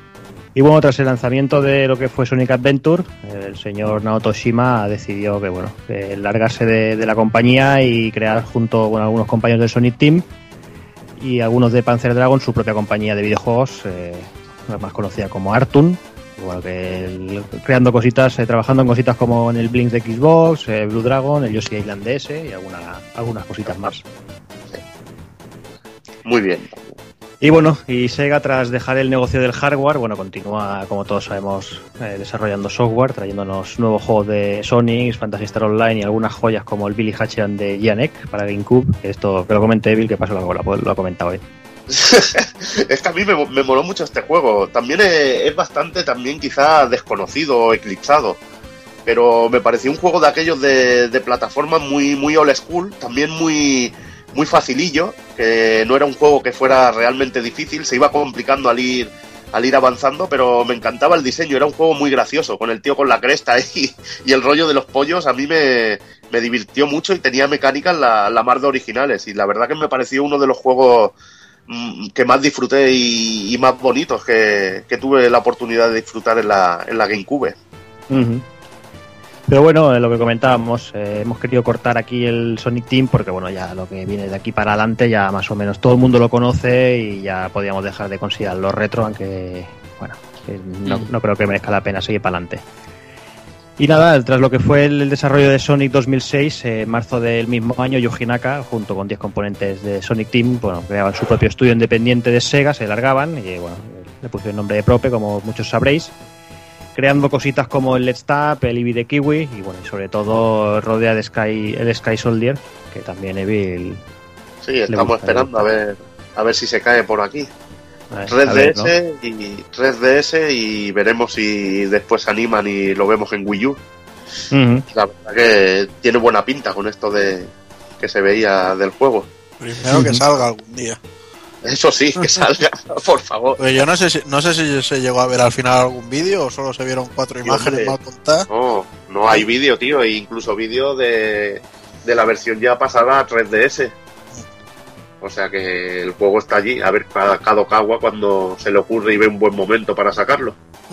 Y bueno, tras el lanzamiento de lo que fue Sonic Adventure, el señor Naoto Shima decidió que bueno, que largarse de, de la compañía y crear junto con algunos compañeros del Sonic Team y algunos de Panzer Dragon su propia compañía de videojuegos, eh, la más conocida como Artun. Y bueno, que el- creando cositas, eh, trabajando en cositas como en el Blink de Xbox, eh, Blue Dragon, el Yoshi Island D S y alguna, algunas cositas más. Muy bien. Y bueno, y Sega tras dejar el negocio del hardware, bueno, continúa, como todos sabemos, eh, desarrollando software, trayéndonos nuevos juegos de Sonic, Phantasy Star Online y algunas joyas como el Billy Hatchet de Janek para GameCube. Esto que lo comente Evil, que paso la bola, pues lo ha comentado hoy. Es que a mí me, me moló mucho este juego. También es, es bastante, también quizá desconocido o eclipsado. Pero me pareció un juego de aquellos de, de plataforma muy, muy old school, también muy, muy facilillo, que no era un juego que fuera realmente difícil, se iba complicando al ir, al ir avanzando, pero me encantaba el diseño, era un juego muy gracioso, con el tío con la cresta y, y el rollo de los pollos, a mí me, me divirtió mucho y tenía mecánicas la, la mar de originales, y la verdad que me pareció uno de los juegos mm, que más disfruté y, y más bonitos que, que tuve la oportunidad de disfrutar en la, en la GameCube. Ujú. Pero bueno, eh, lo que comentábamos, eh, hemos querido cortar aquí el Sonic Team porque bueno, ya lo que viene de aquí para adelante ya más o menos todo el mundo lo conoce y ya podíamos dejar de considerarlo retro, aunque bueno, que no, no creo que merezca la pena seguir para adelante. Y nada, tras lo que fue el desarrollo de Sonic dos mil seis, eh, en marzo del mismo año, Yuji Naka, junto con diez componentes de Sonic Team, bueno, creaban su propio estudio independiente de Sega, se largaban y bueno, le pusieron el nombre de Prope, como muchos sabréis, creando cositas como el Let's Tap, el Eevee de Kiwi y bueno, y sobre todo rodea de Sky, el Sky Soldier, que también Evil. Sí, estamos gusta, esperando a ver a ver si se cae por aquí. A ver, tres a ver, D S y tres D S y veremos si después se animan y lo vemos en Wii U. ¿no? Ujú. La verdad que tiene buena pinta con esto de que se veía del juego. Primero que Ujú. salga algún día. Eso sí, que salga, por favor. Pues yo no sé si no sé si se llegó a ver al final algún vídeo o solo se vieron cuatro Sí, imágenes hombre. mal contadas. No, no hay vídeo, tío, e incluso vídeo de, de la versión ya pasada a tres D S. O sea que el juego está allí, a ver cada Kadokawa cuando se le ocurre y ve un buen momento para sacarlo.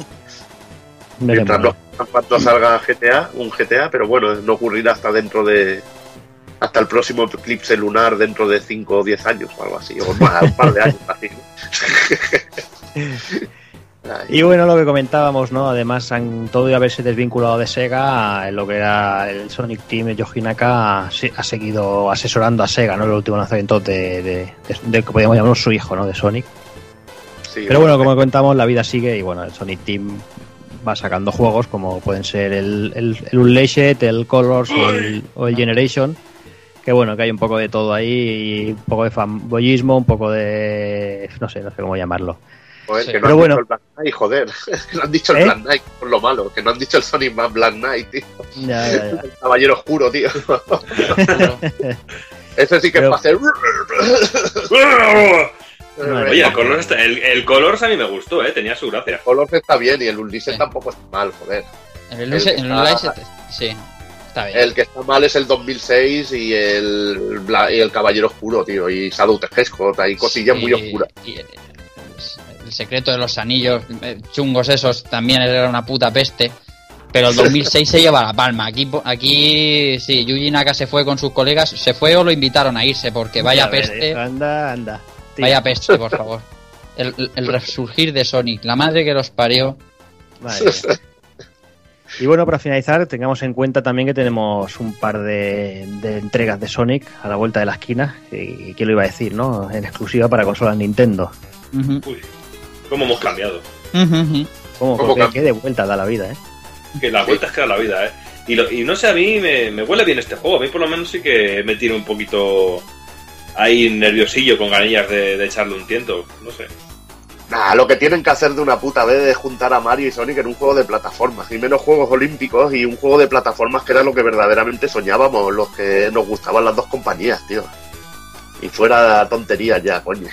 Mientras Veremos. no cuando salga G T A, un G T A, pero bueno, no ocurrirá hasta dentro de hasta el próximo eclipse lunar dentro de cinco o diez años o algo así, o más, un par de años así. ¿No? Y bueno, lo que comentábamos, ¿no? Además, han todo de haberse desvinculado de Sega, en lo que era el Sonic Team, Yoji Naka ha, ha seguido asesorando a Sega, ¿no? El último lanzamiento de, de, de, de que podríamos llamarlo su hijo, ¿no? De Sonic. Sí, pero bueno, como comentamos, la vida sigue y bueno, el Sonic Team va sacando juegos como pueden ser el, el, el Unleashed, el Colors o el, o el Generation. Que bueno, que hay un poco de todo ahí, y un poco de fanboyismo, un poco de... no sé, no sé cómo llamarlo. Joder, sí. que no Pero han bueno, dicho el Black Knight, joder. Que no han dicho el ¿Eh? Black Knight, por lo malo. Que no han dicho el Sonic Man Black Knight, tío. Ya, ya, ya. El caballero oscuro, tío. Ese sí que Pero... es para hacer... Oye, el color, está, el, el color a mí me gustó, ¿eh? Tenía su gracia. El color está bien y el Unleashed sí. tampoco está mal, joder. El Unleashed, el Unleashed sí, está bien. El que está mal es el dos mil seis y el, y el Caballero Oscuro, tío. Y Shadow Hedgehog, hay cosillas sí, muy oscuras. Y el, el secreto de los anillos chungos esos también era una puta peste. Pero el dos mil seis se lleva la palma. Aquí, aquí sí, Yuji Naka se fue con sus colegas. ¿Se fue o lo invitaron a irse? Porque vaya ver, peste. Anda, anda. Tío. Vaya peste, por favor. El, el resurgir de Sonic, la madre que los parió. Madre mía. Y bueno, para finalizar, tengamos en cuenta también que tenemos un par de, de entregas de Sonic a la vuelta de la esquina. Y quién lo iba a decir, ¿no? En exclusiva para consolas Nintendo. Uh-huh. Uy, cómo hemos cambiado. Uh-huh. ¿Cómo? ¿Cómo Porque qué de vuelta da la vida, ¿eh? Que las vueltas que da la vida, ¿eh? Y, lo, y no sé, a mí me, me huele bien este juego. A mí por lo menos sí que me tiro un poquito ahí nerviosillo con ganillas de, de echarle un tiento. No sé. Nah, lo que tienen que hacer de una puta vez es juntar a Mario y Sonic en un juego de plataformas. Y menos juegos olímpicos y un juego de plataformas que era lo que verdaderamente soñábamos, los que nos gustaban las dos compañías, tío. Y fuera tonterías ya, coño.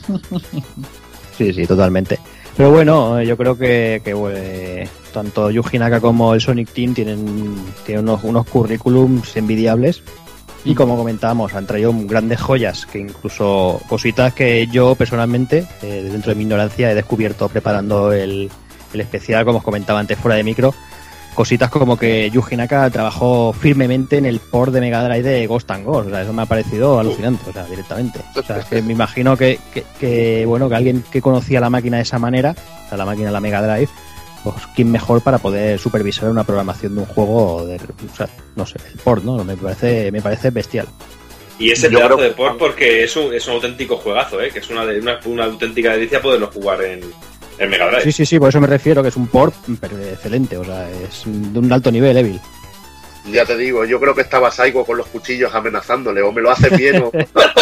Sí, sí, totalmente. Pero bueno, yo creo que, que eh, tanto Yuji Naka como el Sonic Team tienen, tienen unos, unos currículums envidiables. Y como comentábamos, han traído grandes joyas, que incluso cositas que yo personalmente, eh, dentro de mi ignorancia, he descubierto preparando el, el especial, como os comentaba antes fuera de micro. Cositas como que Yuji Naka trabajó firmemente en el port de Mega Drive de Ghost and Ghost. O sea, eso me ha parecido alucinante, o sea, directamente. O sea, es que me imagino que, que, que, bueno, que alguien que conocía la máquina de esa manera, o sea, la máquina de la Mega Drive, pues quién mejor para poder supervisar una programación de un juego, de, o sea, no sé, el port, ¿no? Me parece, me parece bestial. Y ese Yo pedazo creo... de port porque es un, es un auténtico juegazo, ¿eh? Que es una, una, una auténtica delicia poderlo jugar en, en Mega Drive. Sí, sí, sí, por eso me refiero que es un port pero excelente, o sea, es de un alto nivel, Evil. Ya te digo, yo creo que estaba Saigo con los cuchillos amenazándole, o me lo hace bien o...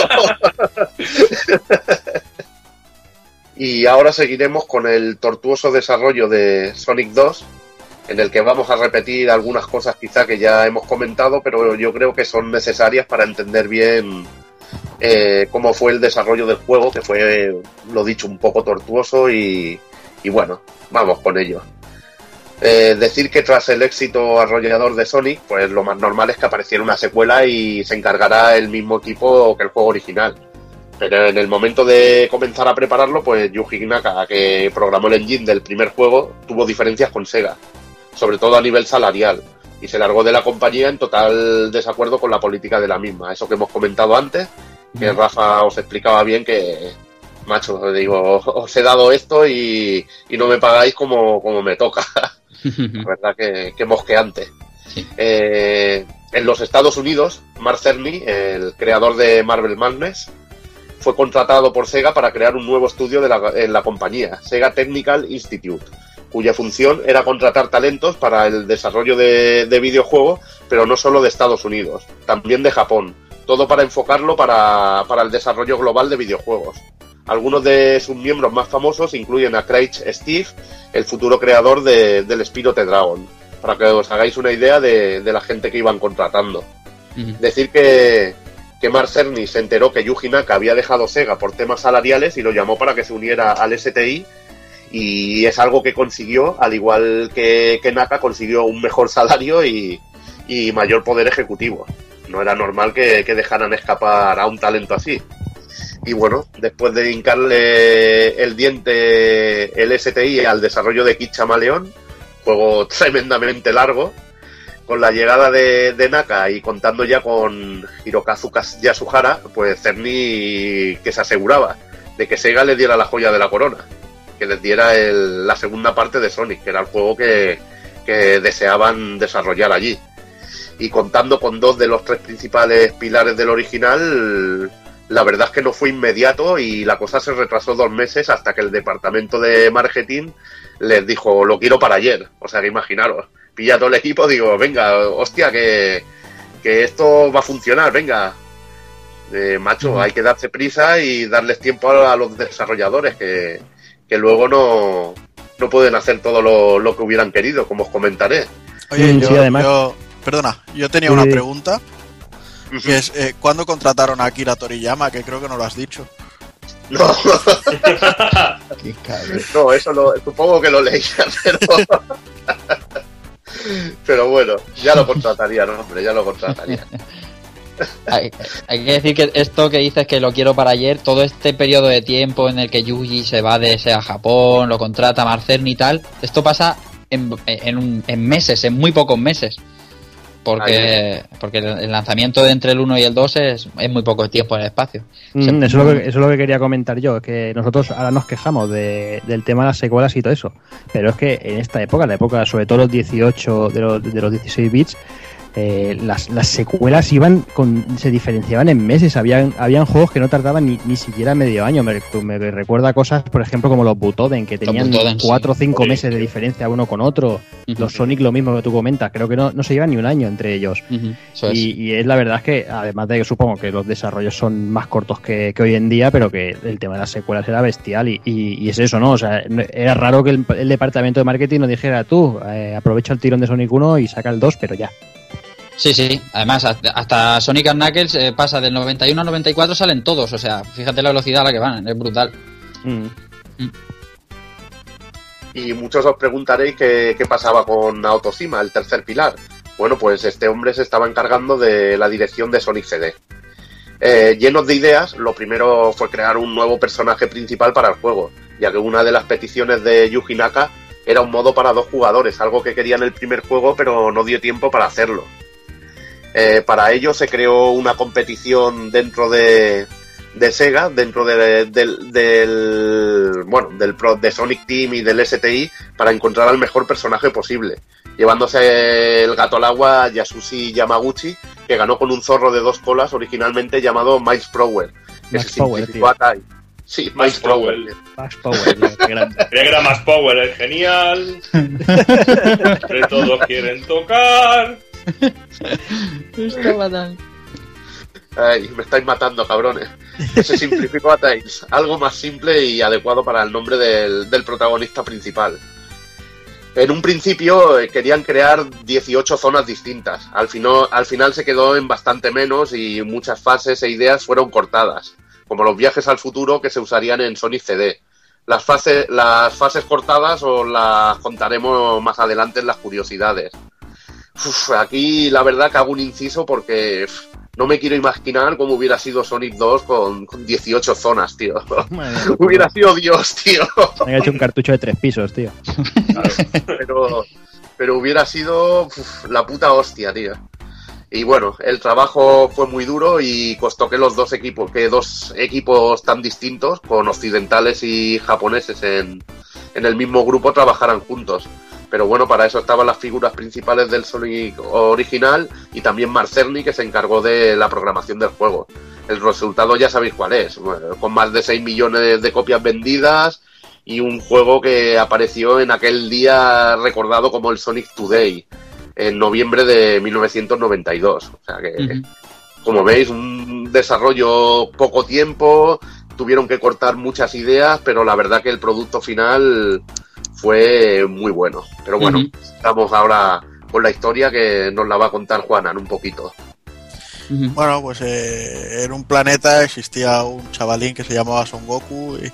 Y ahora seguiremos con el tortuoso desarrollo de Sonic dos, en el que vamos a repetir algunas cosas quizá que ya hemos comentado, pero yo creo que son necesarias para entender bien eh, cómo fue el desarrollo del juego, que fue, lo dicho, un poco tortuoso y, y bueno, vamos con ello. Eh, decir que tras el éxito arrollador de Sonic, pues lo más normal es que apareciera una secuela y se encargará el mismo equipo que el juego original. Pero en el momento de comenzar a prepararlo, pues Yuji Naka, que programó el engine del primer juego, tuvo diferencias con Sega, sobre todo a nivel salarial, y se largó de la compañía en total desacuerdo con la política de la misma. Eso que hemos comentado antes, que Rafa os explicaba bien que, macho, os digo, os he dado esto y, y no me pagáis como, como me toca. La verdad que, que mosqueante. Sí. Eh, en los Estados Unidos, Mark Cerny, el creador de Marvel Madness, fue contratado por Sega para crear un nuevo estudio de la, en la compañía, Sega Technical Institute, cuya función era contratar talentos para el desarrollo de, de videojuegos, pero no solo de Estados Unidos, también de Japón, todo para enfocarlo para, para el desarrollo global de videojuegos. Algunos de sus miembros más famosos incluyen a Craig Steve, el futuro creador de, del Spyro the Dragon, para que os hagáis una idea de, de la gente que iban contratando. Uh-huh. Decir que, que Mark Cerny se enteró que Yuji Naka había dejado Sega por temas salariales y lo llamó para que se uniera al S T I, y es algo que consiguió, al igual que, que Naka consiguió un mejor salario y, y mayor poder ejecutivo. No era normal que, que dejaran escapar a un talento así. Y bueno, después de hincarle el diente el S T I al desarrollo de Kid Chameleon, juego tremendamente largo, con la llegada de, de Naka y contando ya con Hirokazu Yasuhara, pues Cerny que se aseguraba de que Sega le diera la joya de la corona. que les diera el, la segunda parte de Sonic, que era el juego que, que deseaban desarrollar allí. Y contando con dos de los tres principales pilares del original, la verdad es que no fue inmediato y la cosa se retrasó dos meses hasta que el departamento de marketing les dijo, lo quiero para ayer. O sea, que imaginaros, pilla todo el equipo, digo, venga, hostia, que, que esto va a funcionar, venga. Eh, macho, uh-huh. Hay que darse prisa y darles tiempo a, a los desarrolladores que, que luego no, no pueden hacer todo lo, lo que hubieran querido, como os comentaré. Oye, yo, sí, además... yo perdona, yo tenía sí. una pregunta, que es, eh, ¿cuándo contrataron a Akira Toriyama? Que creo que no lo has dicho. No, no, eso lo, supongo que lo leía, pero... pero bueno, ya lo contrataría, no, hombre, ya lo contrataría. Hay, hay que decir que esto que dices que lo quiero para ayer, todo este periodo de tiempo en el que Yuji se va de ese a Japón, lo contrata Marcerni y tal, esto pasa en, en, un, en meses, en muy pocos meses. Porque porque el lanzamiento de entre el uno y el dos es, es muy poco tiempo en el espacio. Mm, eso, es lo que, eso es lo que quería comentar yo, que nosotros ahora nos quejamos de, del tema de las secuelas y todo eso, pero es que en esta época, la época sobre todo los dieciocho, de los, de los dieciséis bits, eh, las, las secuelas iban con, se diferenciaban en meses. Habían, habían juegos que no tardaban ni, ni siquiera medio año. Me, me recuerda cosas, por ejemplo, como los Butoden, que tenían Butoden, cuatro o sí. cinco meses de diferencia uno con otro. Uh-huh. Los Sonic, lo mismo que tú comentas, creo que no, no se llevan ni un año entre ellos. Uh-huh. Eso es. Y, y es la verdad es que, además de que supongo que los desarrollos son más cortos que, que hoy en día, pero que el tema de las secuelas era bestial. Y, y, y es eso, ¿no? O sea, era raro que el, el departamento de marketing nos dijera, tú, eh, aprovecha el tirón de Sonic uno y saca el dos, pero ya. Sí, sí, además hasta Sonic and Knuckles eh, pasa del noventa y uno al noventa y cuatro, salen todos, o sea, fíjate la velocidad a la que van, es brutal. Mm. Mm. Y muchos os preguntaréis qué, qué pasaba con Naoto Shima, el tercer pilar. Bueno, pues este hombre se estaba encargando de la dirección de Sonic C D. Eh, llenos de ideas, lo primero fue crear un nuevo personaje principal para el juego, ya que una de las peticiones de Yuji Naka era un modo para dos jugadores, algo que quería en el primer juego, pero no dio tiempo para hacerlo. Eh, para ello se creó una competición dentro de, de Sega, dentro de, de, del, del bueno del Pro, de Sonic Team y del S T I, para encontrar al mejor personaje posible, llevándose el gato al agua a Yasushi Yamaguchi, que ganó con un zorro de dos colas originalmente llamado Miles Power, que Max se Power, simplificó a Tai. Sí, Miles Power. Max Power, grande. Creía que era más Power, es genial. De todos quieren tocar. Está fatal. Ay, me estáis matando, cabrones. Que se simplificó a Tails, algo más simple y adecuado para el nombre del, del protagonista principal. En un principio eh, querían crear dieciocho zonas distintas. Al final, al final se quedó en bastante menos y muchas fases e ideas fueron cortadas, como los viajes al futuro que se usarían en Sonic C D. Las fases, las fases cortadas os las contaremos más adelante en las curiosidades. Uf, aquí la verdad que hago un inciso porque uf, no me quiero imaginar cómo hubiera sido Sonic dos con, con dieciocho zonas, tío. Madre, hubiera sido Dios, tío. Me ha hecho un cartucho de tres pisos, tío. Claro, pero, pero hubiera sido uf, la puta hostia, tío. Y bueno, el trabajo fue muy duro y costó que los dos equipos, que dos equipos tan distintos, con occidentales y japoneses en, en el mismo grupo, trabajaran juntos. Pero bueno, para eso estaban las figuras principales del Sonic original y también Marcerni, que se encargó de la programación del juego. El resultado ya sabéis cuál es, bueno, con más de seis millones de copias vendidas y un juego que apareció en aquel día recordado como el Sonic Today, en noviembre de mil novecientos noventa y dos. O sea que, uh-huh. como veis, un desarrollo poco tiempo, tuvieron que cortar muchas ideas, pero la verdad que el producto final fue muy bueno. Pero bueno, uh-huh. estamos ahora con la historia que nos la va a contar Juanan un poquito. Uh-huh. Bueno, pues eh, en un planeta existía un chavalín que se llamaba Son Goku y...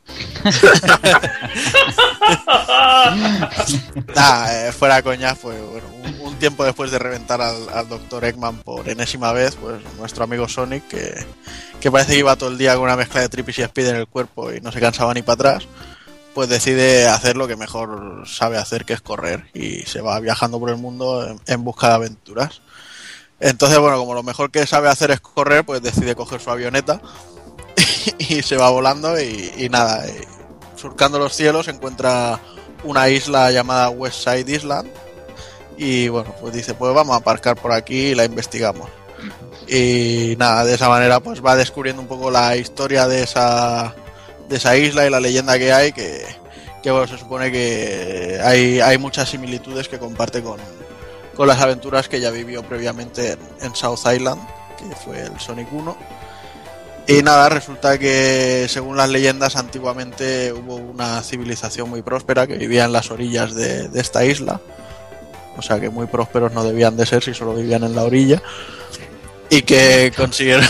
nah, eh, fuera coña, pues bueno, un, un tiempo después de reventar al, al doctor Eggman por enésima vez, pues nuestro amigo Sonic, que, que parece que iba todo el día con una mezcla de tripis y speed en el cuerpo y no se cansaba ni para atrás, pues decide hacer lo que mejor sabe hacer, que es correr, y se va viajando por el mundo en, en busca de aventuras. Entonces, bueno, como lo mejor que sabe hacer es correr, pues decide coger su avioneta y se va volando y, y nada, y surcando los cielos encuentra una isla llamada West Side Island y bueno, pues dice, pues vamos a aparcar por aquí y la investigamos. Y nada, de esa manera pues va descubriendo un poco la historia de esa de esa isla y la leyenda que hay, que, que bueno, se supone que hay, hay muchas similitudes que comparte con, con las aventuras que ya vivió previamente en, en South Island, que fue el Sonic uno. Y nada, resulta que según las leyendas antiguamente hubo una civilización muy próspera que vivía en las orillas de, de esta isla, o sea que muy prósperos no debían de ser si solo vivían en la orilla, y que consiguieron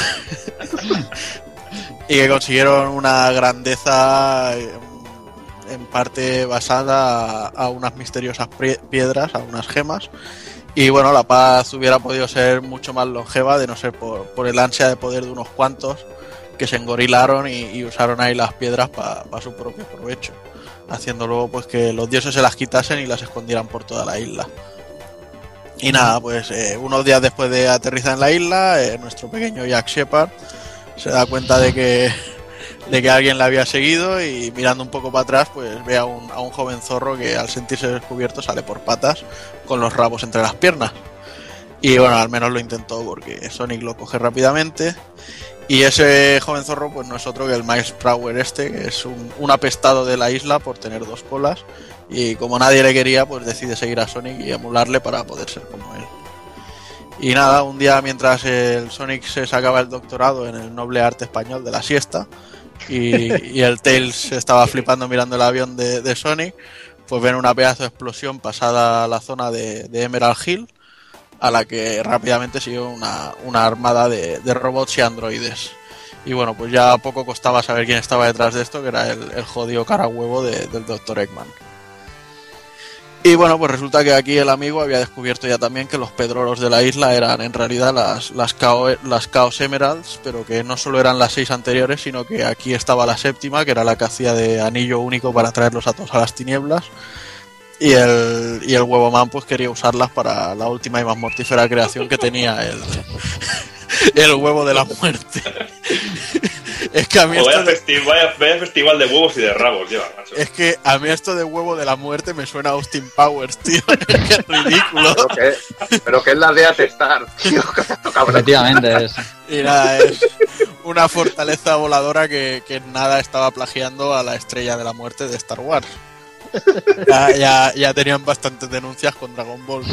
y que consiguieron una grandeza en parte basada a, a unas misteriosas piedras, a unas gemas. Y bueno, la paz hubiera podido ser mucho más longeva de no ser por, por el ansia de poder de unos cuantos que se engorilaron y, y usaron ahí las piedras para pa su propio provecho, haciendo luego pues que los dioses se las quitasen y las escondieran por toda la isla. Y nada, pues eh, unos días después de aterrizar en la isla, eh, nuestro pequeño Jack Shepard se da cuenta de que de que alguien la había seguido y mirando un poco para atrás pues ve a un, a un joven zorro que al sentirse descubierto sale por patas con los rabos entre las piernas. Y bueno, al menos lo intentó porque Sonic lo coge rápidamente. Y ese joven zorro pues no es otro que el Miles Prower este, que es un, un apestado de la isla por tener dos colas. Y como nadie le quería, pues decide seguir a Sonic y emularle para poder ser como él. Y nada, un día mientras el Sonic se sacaba el doctorado en el noble arte español de la siesta y, y el Tails estaba flipando mirando el avión de, de Sonic, pues ven una pedazo de explosión pasada a la zona de, de Emerald Hill, a la que rápidamente siguió una, una armada de, de robots y androides. Y bueno, pues ya poco costaba saber quién estaba detrás de esto, que era el, el jodido cara huevo de, del doctor Eggman. Y bueno, pues resulta que aquí el amigo había descubierto ya también que los pedroros de la isla eran en realidad las, las, Chaos, las Chaos Emeralds, pero que no solo eran las seis anteriores, sino que aquí estaba la séptima, que era la que hacía de anillo único para traerlos a todos a las tinieblas. Y el, y el Huevo Man pues quería usarlas para la última y más mortífera creación que tenía el, el huevo de la muerte. Es que a mí oh, esto vaya, de... festi vaya, vaya festival de huevos y de rabos lleva, macho. Es que a mí esto de huevo de la muerte me suena a Austin Powers, tío. Es ridículo. Pero que, pero que es la de atestar, tío. Efectivamente es. Y nada, es una fortaleza voladora que, que nada estaba plagiando a la estrella de la muerte de Star Wars. Ya, ya, ya tenían bastantes denuncias con Dragon Ball.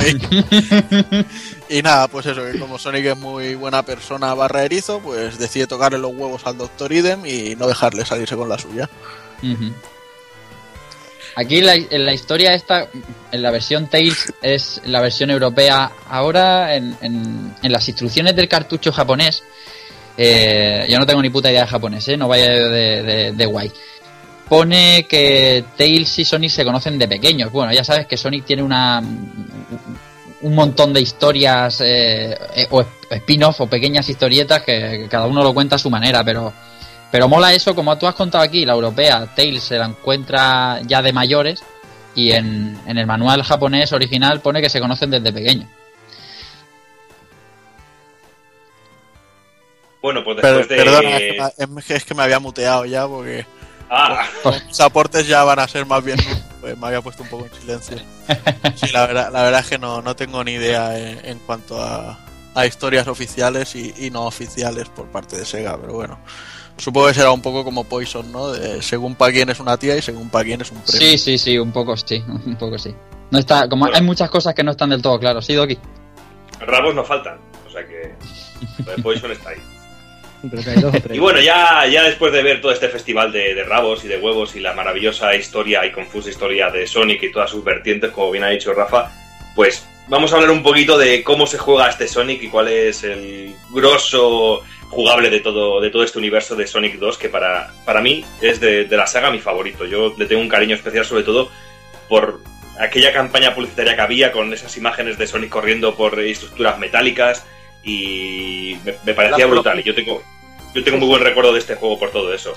Y nada, pues eso, que como Sonic es muy buena persona barra erizo, pues decide tocarle los huevos al doctor Idem y no dejarle salirse con la suya. Uh-huh. Aquí en la, en la historia esta, en la versión Tails, es la versión europea. Ahora, en, en, en las instrucciones del cartucho japonés, eh, yo no tengo ni puta idea de japonés, ¿eh? No vaya de, de, de guay. Pone que Tails y Sonic se conocen de pequeños. Bueno, ya sabes que Sonic tiene una un montón de historias eh, o spin-off o pequeñas historietas que, que cada uno lo cuenta a su manera, pero pero mola eso, como tú has contado aquí, la europea, Tails se la encuentra ya de mayores y en, en el manual japonés original pone que se conocen desde pequeños. Bueno, pues después Pero, de... Perdona, es que, es que me había muteado ya porque... Ah. Los aportes ya van a ser más bien, pues me había puesto un poco en silencio. Sí, la verdad, la verdad es que no, no tengo ni idea en, en cuanto a, a historias oficiales y, y no oficiales por parte de Sega, pero bueno, supongo que será un poco como Poison, ¿no? De, según para quién es una tía y según para quién es un premio. Sí, sí, sí, un poco sí, un poco sí. No está, como bueno, hay muchas cosas que no están del todo claras, sí, Doki. Rabos no faltan, o sea que lo de Poison está ahí. Pero que hay dos o tres. Y bueno, ya, ya después de ver todo este festival de, de rabos y de huevos y la maravillosa historia y confusa historia de Sonic y todas sus vertientes, como bien ha dicho Rafa, pues vamos a hablar un poquito de cómo se juega este Sonic y cuál es el grosso jugable de todo, de todo este universo de Sonic dos, que para, para mí es de, de la saga mi favorito. Yo le tengo un cariño especial sobre todo por aquella campaña publicitaria que había con esas imágenes de Sonic corriendo por estructuras metálicas y me, me parecía brutal y yo tengo yo tengo muy buen recuerdo de este juego por todo eso.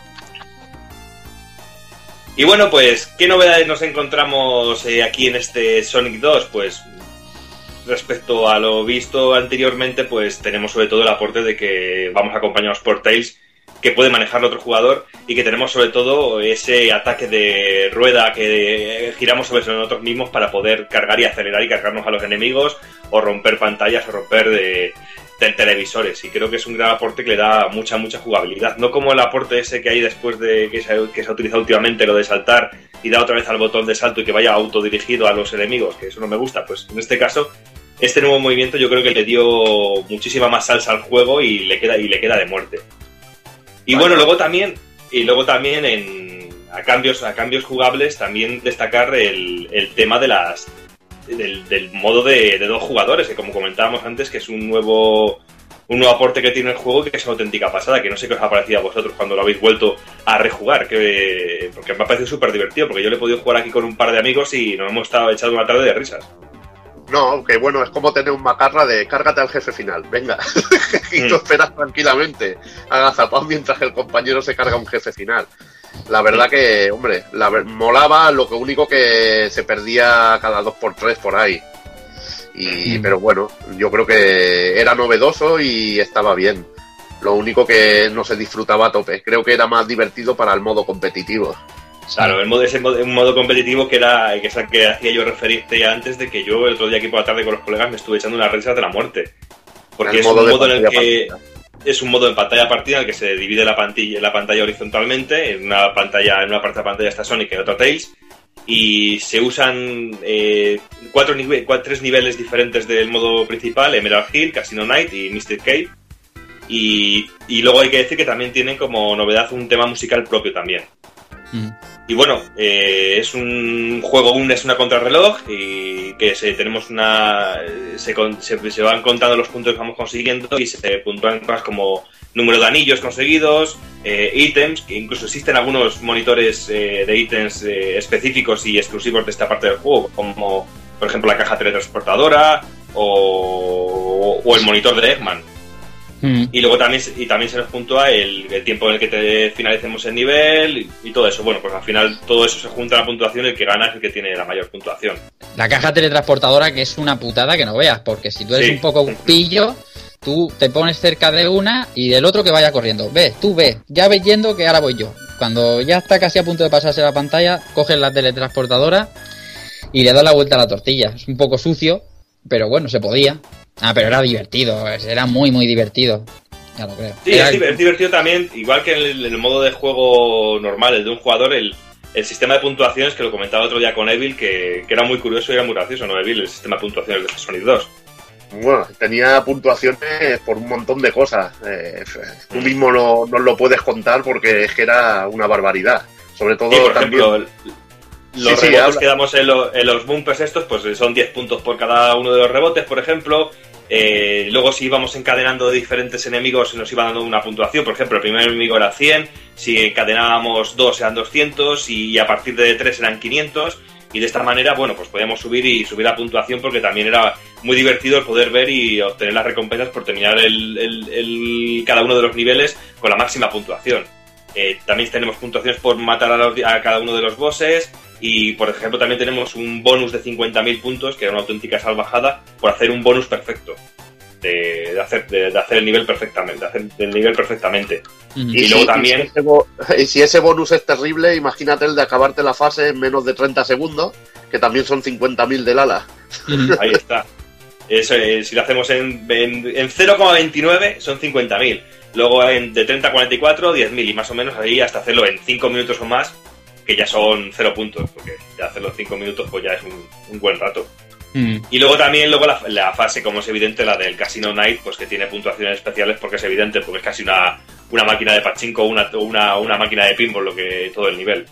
Y bueno, pues ¿qué novedades nos encontramos eh, aquí en este Sonic dos? Pues respecto a lo visto anteriormente, pues tenemos sobre todo el aporte de que vamos acompañados por Tails, que puede manejar el otro jugador y que tenemos sobre todo ese ataque de rueda que giramos sobre nosotros mismos para poder cargar y acelerar y cargarnos a los enemigos o romper pantallas o romper de, de televisores, y creo que es un gran aporte que le da mucha mucha jugabilidad, no como el aporte ese que hay después de que se, que se ha utilizado últimamente, lo de saltar y dar otra vez al botón de salto y que vaya autodirigido a los enemigos, que eso no me gusta. Pues en este caso este nuevo movimiento yo creo que le dio muchísima más salsa al juego y le queda y le queda de muerte. Y vale. Bueno, luego también y luego también en a cambios a cambios jugables también destacar el, el tema de las del, del modo de, de dos jugadores, que como comentábamos antes, que es un nuevo un nuevo aporte que tiene el juego, que es una auténtica pasada, que no sé qué os ha parecido a vosotros cuando lo habéis vuelto a rejugar, que porque me ha parecido súper divertido, porque yo le he podido jugar aquí con un par de amigos y nos hemos estado echando una tarde de risas. No, que bueno, es como tener un macarra de cárgate al jefe final, venga, y tú esperas tranquilamente, agazapado mientras el compañero se carga un jefe final. La verdad que, hombre, la molaba, lo que único que se perdía cada dos por tres por ahí. Y, pero bueno, yo creo que era novedoso y estaba bien. Lo único que no se disfrutaba a tope. Creo que era más divertido para el modo competitivo. Claro, el modo, ese modo, un modo competitivo que era que, que hacía yo referirte ya antes de que yo el otro día aquí por la tarde con los colegas me estuve echando unas risas de la muerte. Porque es un modo en el que partida. Es un modo en pantalla partida en el que se divide la pantalla, la pantalla horizontalmente. En una pantalla, en una parte de la pantalla está Sonic y en otra Tails. Y se usan eh, cuatro, nive- cuatro tres niveles diferentes del modo principal: Emerald Hill, Casino Night y Mystic Cave. Y, y luego hay que decir que también tienen como novedad un tema musical propio también. Mm. Y bueno, eh, es un juego, un, es una contrarreloj y que se, tenemos una se, se, se van contando los puntos que vamos consiguiendo y se puntúan cosas como número de anillos conseguidos, eh, ítems, que incluso existen algunos monitores eh, de ítems eh, específicos y exclusivos de esta parte del juego, como por ejemplo la caja teletransportadora o, o el monitor de Eggman. Mm. Y luego también, y también se nos puntúa el, el tiempo en el que te finalicemos el nivel y, y todo eso. Bueno, pues al final todo eso se junta a la puntuación y el que gana es el que tiene la mayor puntuación. La caja teletransportadora, que es una putada que no veas, porque si tú eres sí. un poco un pillo, tú te pones cerca de una y del otro que vaya corriendo. Ves, tú ves, ya ves yendo que ahora voy yo. Cuando ya está casi a punto de pasarse la pantalla, coges la teletransportadora y le das la vuelta a la tortilla. Es un poco sucio, pero bueno, se podía. Ah, pero era divertido, era muy muy divertido. Ya lo creo. Sí, era... es, es divertido también, igual que en el, el modo de juego normal, el de un jugador, el, el sistema de puntuaciones, que lo comentaba otro día con Evil, que, que era muy curioso y era muy gracioso, ¿no, Evil? El sistema de puntuaciones de Sonic dos. Bueno, tenía puntuaciones por un montón de cosas. Eh, tú mismo no, no lo puedes contar porque es que era una barbaridad. Sobre todo sí, por también... ejemplo, los sí, rebotes sí, que damos en, lo, en los bumpers estos, pues son diez puntos por cada uno de los rebotes, por ejemplo. Eh, luego si íbamos encadenando diferentes enemigos nos iba dando una puntuación. Por ejemplo, el primer enemigo era cien, si encadenábamos dos eran doscientos y a partir de tres eran quinientos. Y de esta manera, bueno, pues podíamos subir y subir la puntuación porque también era muy divertido el poder ver y obtener las recompensas por terminar el, el, el, cada uno de los niveles con la máxima puntuación. Eh, también tenemos puntuaciones por matar a, los, a cada uno de los bosses. Y, por ejemplo, también tenemos un bonus de cincuenta mil puntos, que era una auténtica salvajada, por hacer un bonus perfecto. De, de, hacer, de, de hacer el nivel perfectamente, de hacer el nivel perfectamente. Uh-huh. Y, y luego sí, también... Y si, ese bo- y si ese bonus es terrible, imagínate el de acabarte la fase en menos de treinta segundos, que también son cincuenta mil del ala. Uh-huh. Ahí está. Eso, eh, si lo hacemos en, en, en cero coma veintinueve son cincuenta mil. Luego en, de treinta a cuarenta y cuatro, diez mil. Y más o menos ahí hasta hacerlo en cinco minutos o más, que ya son cero puntos, porque ya hacerlo en cinco minutos pues ya es un, un buen rato. Mm. Y luego también luego la, la fase, como es evidente, la del Casino Night, pues que tiene puntuaciones especiales porque es evidente, porque es casi una, una máquina de pachinko o una, una, una máquina de pinball, lo que todo el nivel.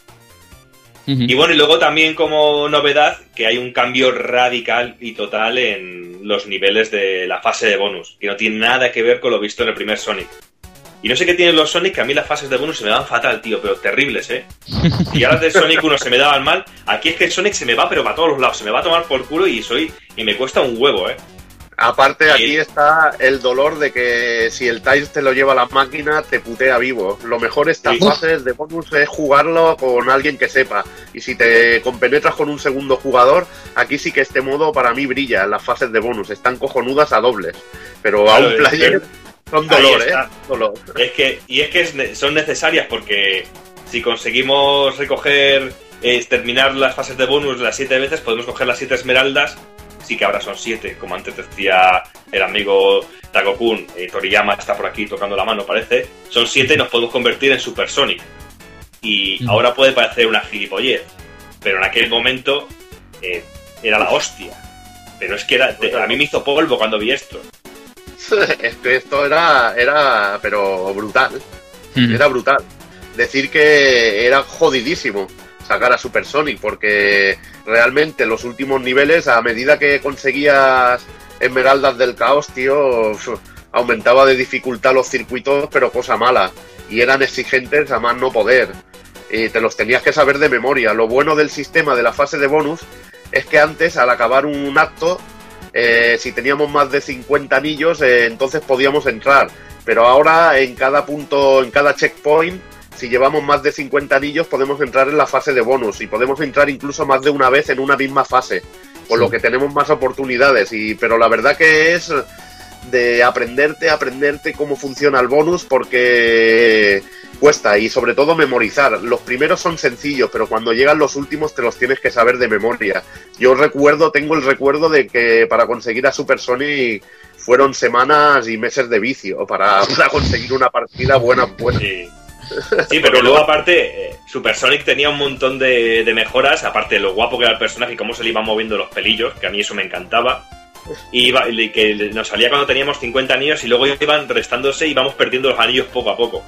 Mm-hmm. Y bueno, y luego también como novedad que hay un cambio radical y total en los niveles de la fase de bonus, que no tiene nada que ver con lo visto en el primer Sonic. Y no sé qué tienen los Sonic, que a mí las fases de bonus se me dan fatal, tío, pero terribles, ¿eh? Y ahora de Sonic uno se me daban mal. Aquí es que el Sonic se me va, pero para todos los lados. Se me va a tomar por culo y soy y me cuesta un huevo, ¿eh? Aparte, aquí está el dolor de que si el Tiles te lo lleva la máquina, te putea vivo. Lo mejor estas sí. fases de bonus es jugarlo con alguien que sepa. Y si te compenetras con un segundo jugador, aquí sí que este modo para mí brilla. Las fases de bonus están cojonudas a dobles. Pero claro, a un player... Son dolor, ¿eh? está. Dolor. Es que, y es que es ne- son necesarias porque si conseguimos recoger, eh, terminar las fases de bonus las siete veces, podemos coger las siete esmeraldas. Sí que ahora son siete, como antes decía el amigo Takokun, eh, Toriyama está por aquí tocando la mano, parece. Son siete y nos podemos convertir en Super Sonic. Y Mm. ahora puede parecer una gilipollez, pero en aquel momento eh, era la hostia. Pero es que era, te- a mí me hizo polvo cuando vi esto. Es que esto era, era, pero brutal. Mm. Era brutal. Decir que era jodidísimo sacar a Super Sonic, porque realmente los últimos niveles, a medida que conseguías esmeraldas del caos, tío, uf, aumentaba de dificultad los circuitos, pero cosa mala. Y eran exigentes a más no poder. Y te los tenías que saber de memoria. Lo bueno del sistema de la fase de bonus es que antes, al acabar un acto, eh, si teníamos más de cincuenta anillos, eh, entonces podíamos entrar. Pero ahora, en cada punto, en cada checkpoint, si llevamos más de cincuenta anillos, podemos entrar en la fase de bonus. Y podemos entrar incluso más de una vez en una misma fase. Con lo que tenemos más oportunidades. Y pero la verdad que es de aprenderte, aprenderte cómo funciona el bonus, porque cuesta, y sobre todo memorizar. Los primeros son sencillos, pero cuando llegan los últimos te los tienes que saber de memoria. Yo recuerdo, tengo el recuerdo de que para conseguir a Super Sonic fueron semanas y meses de vicio para, para conseguir una partida buena, buena. Sí. Sí, porque luego aparte eh, Super Sonic tenía un montón de, de mejoras, aparte de lo guapo que era el personaje y cómo se le iban moviendo los pelillos, que a mí eso me encantaba. Y iba, y que nos salía cuando teníamos cincuenta anillos y luego iban restándose y íbamos perdiendo los anillos poco a poco.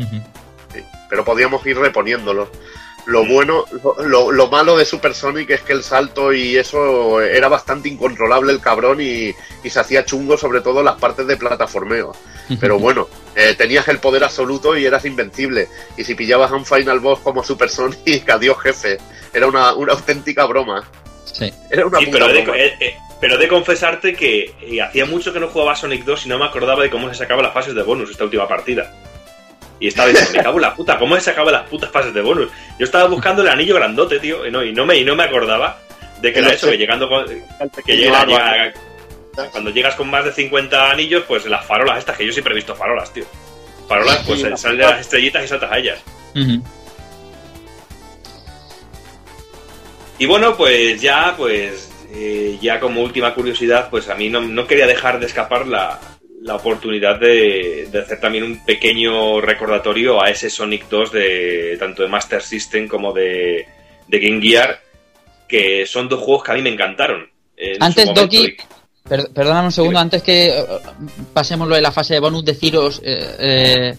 Sí, pero podíamos ir reponiéndolos. Lo bueno, lo, lo, lo malo de Super Sonic es que el salto y eso era bastante incontrolable el cabrón, y, y se hacía chungo, sobre todo las partes de plataformeo. Pero bueno, eh, tenías el poder absoluto y eras invencible. Y si pillabas a un final boss como Super Sonic, adiós jefe. Era una, una auténtica broma. Sí. Era una Sí, puta pero de, broma. eh, eh, pero de confesarte que eh, hacía mucho que no jugaba a Sonic dos y no me acordaba de cómo se sacaban las fases de bonus esta última partida. Y estaba diciendo, me cago en la puta, ¿cómo se sacaban las putas fases de bonus? Yo estaba buscando el anillo grandote, tío, y no, y no, me, y no me acordaba de que El era eso, obse- que llegando con, que llega, llega- cuando llegas con más de cincuenta anillos, pues las farolas estas, que yo siempre he visto farolas, tío. Farolas, pues Sí, eh, salen de las estrellitas y saltas a ellas. Ujú. Y bueno, pues ya, pues eh, ya como última curiosidad, pues a mí no, no quería dejar de escapar la, la oportunidad de, de hacer también un pequeño recordatorio a ese Sonic dos de tanto de Master System como de, de Game Gear, que son dos juegos que a mí me encantaron. en su Antes, momento. Doki, Y- per- perdóname un segundo, antes que eh, pasemos lo de la fase de bonus, deciros eh, eh,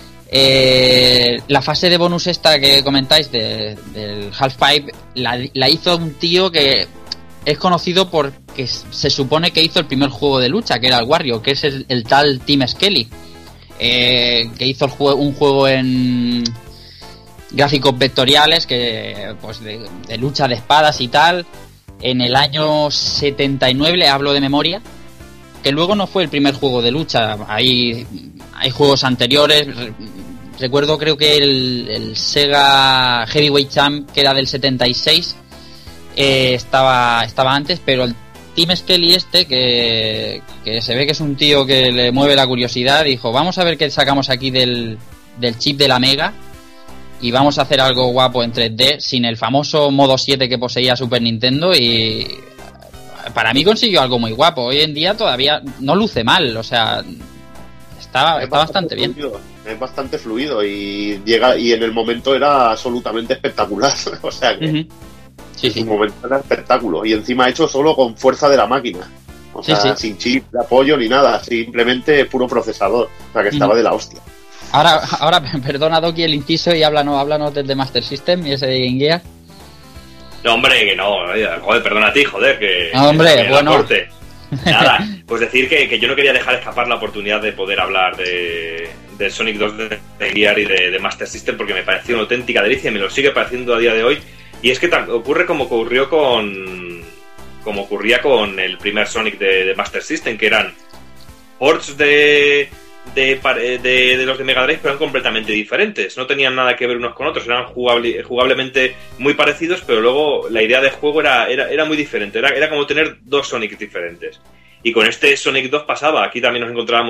eh, la fase de bonus esta que comentáis de- del Half-Pipe la, la hizo un tío que es conocido porque se supone que hizo el primer juego de lucha, que era el Wario, que es el, el tal Tim Skelly, eh, que hizo el jue- un juego en gráficos vectoriales, que pues de, de lucha de espadas y tal, en el año setenta y nueve, le hablo de memoria, que luego no fue el primer juego de lucha, hay, hay juegos anteriores, re- recuerdo creo que el, el Sega Heavyweight Champ, que era del setenta y seis, eh, estaba, estaba antes, pero el Tim Skelly este, que, que se ve que es un tío que le mueve la curiosidad, dijo, vamos a ver qué sacamos aquí del, del chip de la Mega, y vamos a hacer algo guapo en tres D sin el famoso modo siete que poseía Super Nintendo, y para mí consiguió algo muy guapo. Hoy en día todavía no luce mal, o sea, está, Es está bastante bien. fluido, es bastante fluido, y llega y en el momento era absolutamente espectacular. O sea que Ujú. Sí, en sí. su momento era espectáculo, y encima hecho solo con fuerza de la máquina. O Sí, sea, sí. sin chip de apoyo ni nada, simplemente puro procesador. O sea que estaba Ujú. de la hostia. Ahora, ahora perdona Doki el inciso y háblanos, háblanos del de Master System y ese de Game Gear. No, hombre, que no, joder, perdona a ti, joder, que... No, hombre, que la bueno. corte. Nada, pues decir que, que yo no quería dejar escapar la oportunidad de poder hablar de, de Sonic dos de, de Gear y de, de Master System, porque me pareció una auténtica delicia y me lo sigue pareciendo a día de hoy. Y es que tam- ocurre como ocurrió con... como ocurría con el primer Sonic de, de Master System, que eran ports de... De, par- de, de los de Mega Drive, pero eran completamente diferentes, no tenían nada que ver unos con otros, eran jugable, jugablemente muy parecidos, pero luego la idea de juego era, era, era muy diferente, era, era como tener dos Sonic diferentes. Y con este Sonic dos pasaba, aquí también nos encontrábamos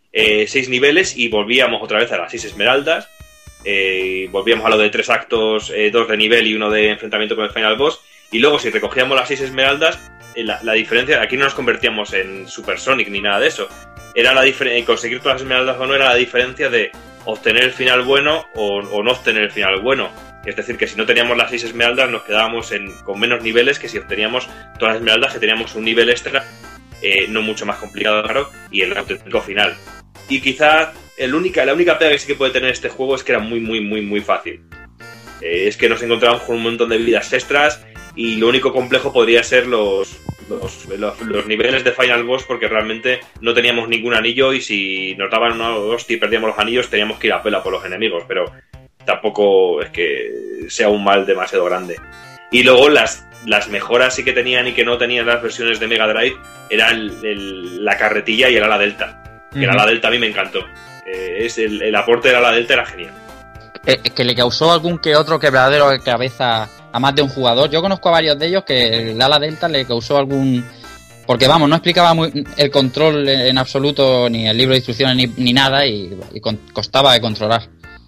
eh, seis niveles y volvíamos otra vez a las seis esmeraldas. Eh, volvíamos a lo de tres actos, eh, dos de nivel y uno de enfrentamiento con el final boss. Y luego, si recogíamos las seis esmeraldas, eh, la, la diferencia, aquí no nos convertíamos en Super Sonic ni nada de eso. Era la diferencia, conseguir todas las esmeraldas o no era la diferencia de obtener el final bueno o, o no obtener el final bueno. Es decir, que si no teníamos las seis esmeraldas nos quedábamos en, con menos niveles que si obteníamos todas las esmeraldas, que teníamos un nivel extra, eh, no mucho más complicado, claro, y el auténtico final. Y quizá el única, la única pega que sí que puede tener este juego es que era muy, muy, muy, muy fácil. Eh, es que nos encontramos con un montón de vidas extras y lo único complejo podría ser los, los, los, los niveles de Final Boss, porque realmente no teníamos ningún anillo y si nos daban una hostia y perdíamos los anillos teníamos que ir a pela por los enemigos, pero tampoco es que sea un mal demasiado grande. Y luego las, las mejoras sí que tenían y que no tenían las versiones de Mega Drive era el, el, la carretilla y el ala delta. Que el ala delta a mí me encantó. Eh, es el, el aporte del ala delta era genial. Eh, que le causó algún que otro quebradero de cabeza a más de un jugador. Yo conozco a varios de ellos que el ala delta le causó algún... Porque vamos, no explicaba muy el control en absoluto, ni el libro de instrucciones, ni, ni nada, y, y con, costaba de controlar.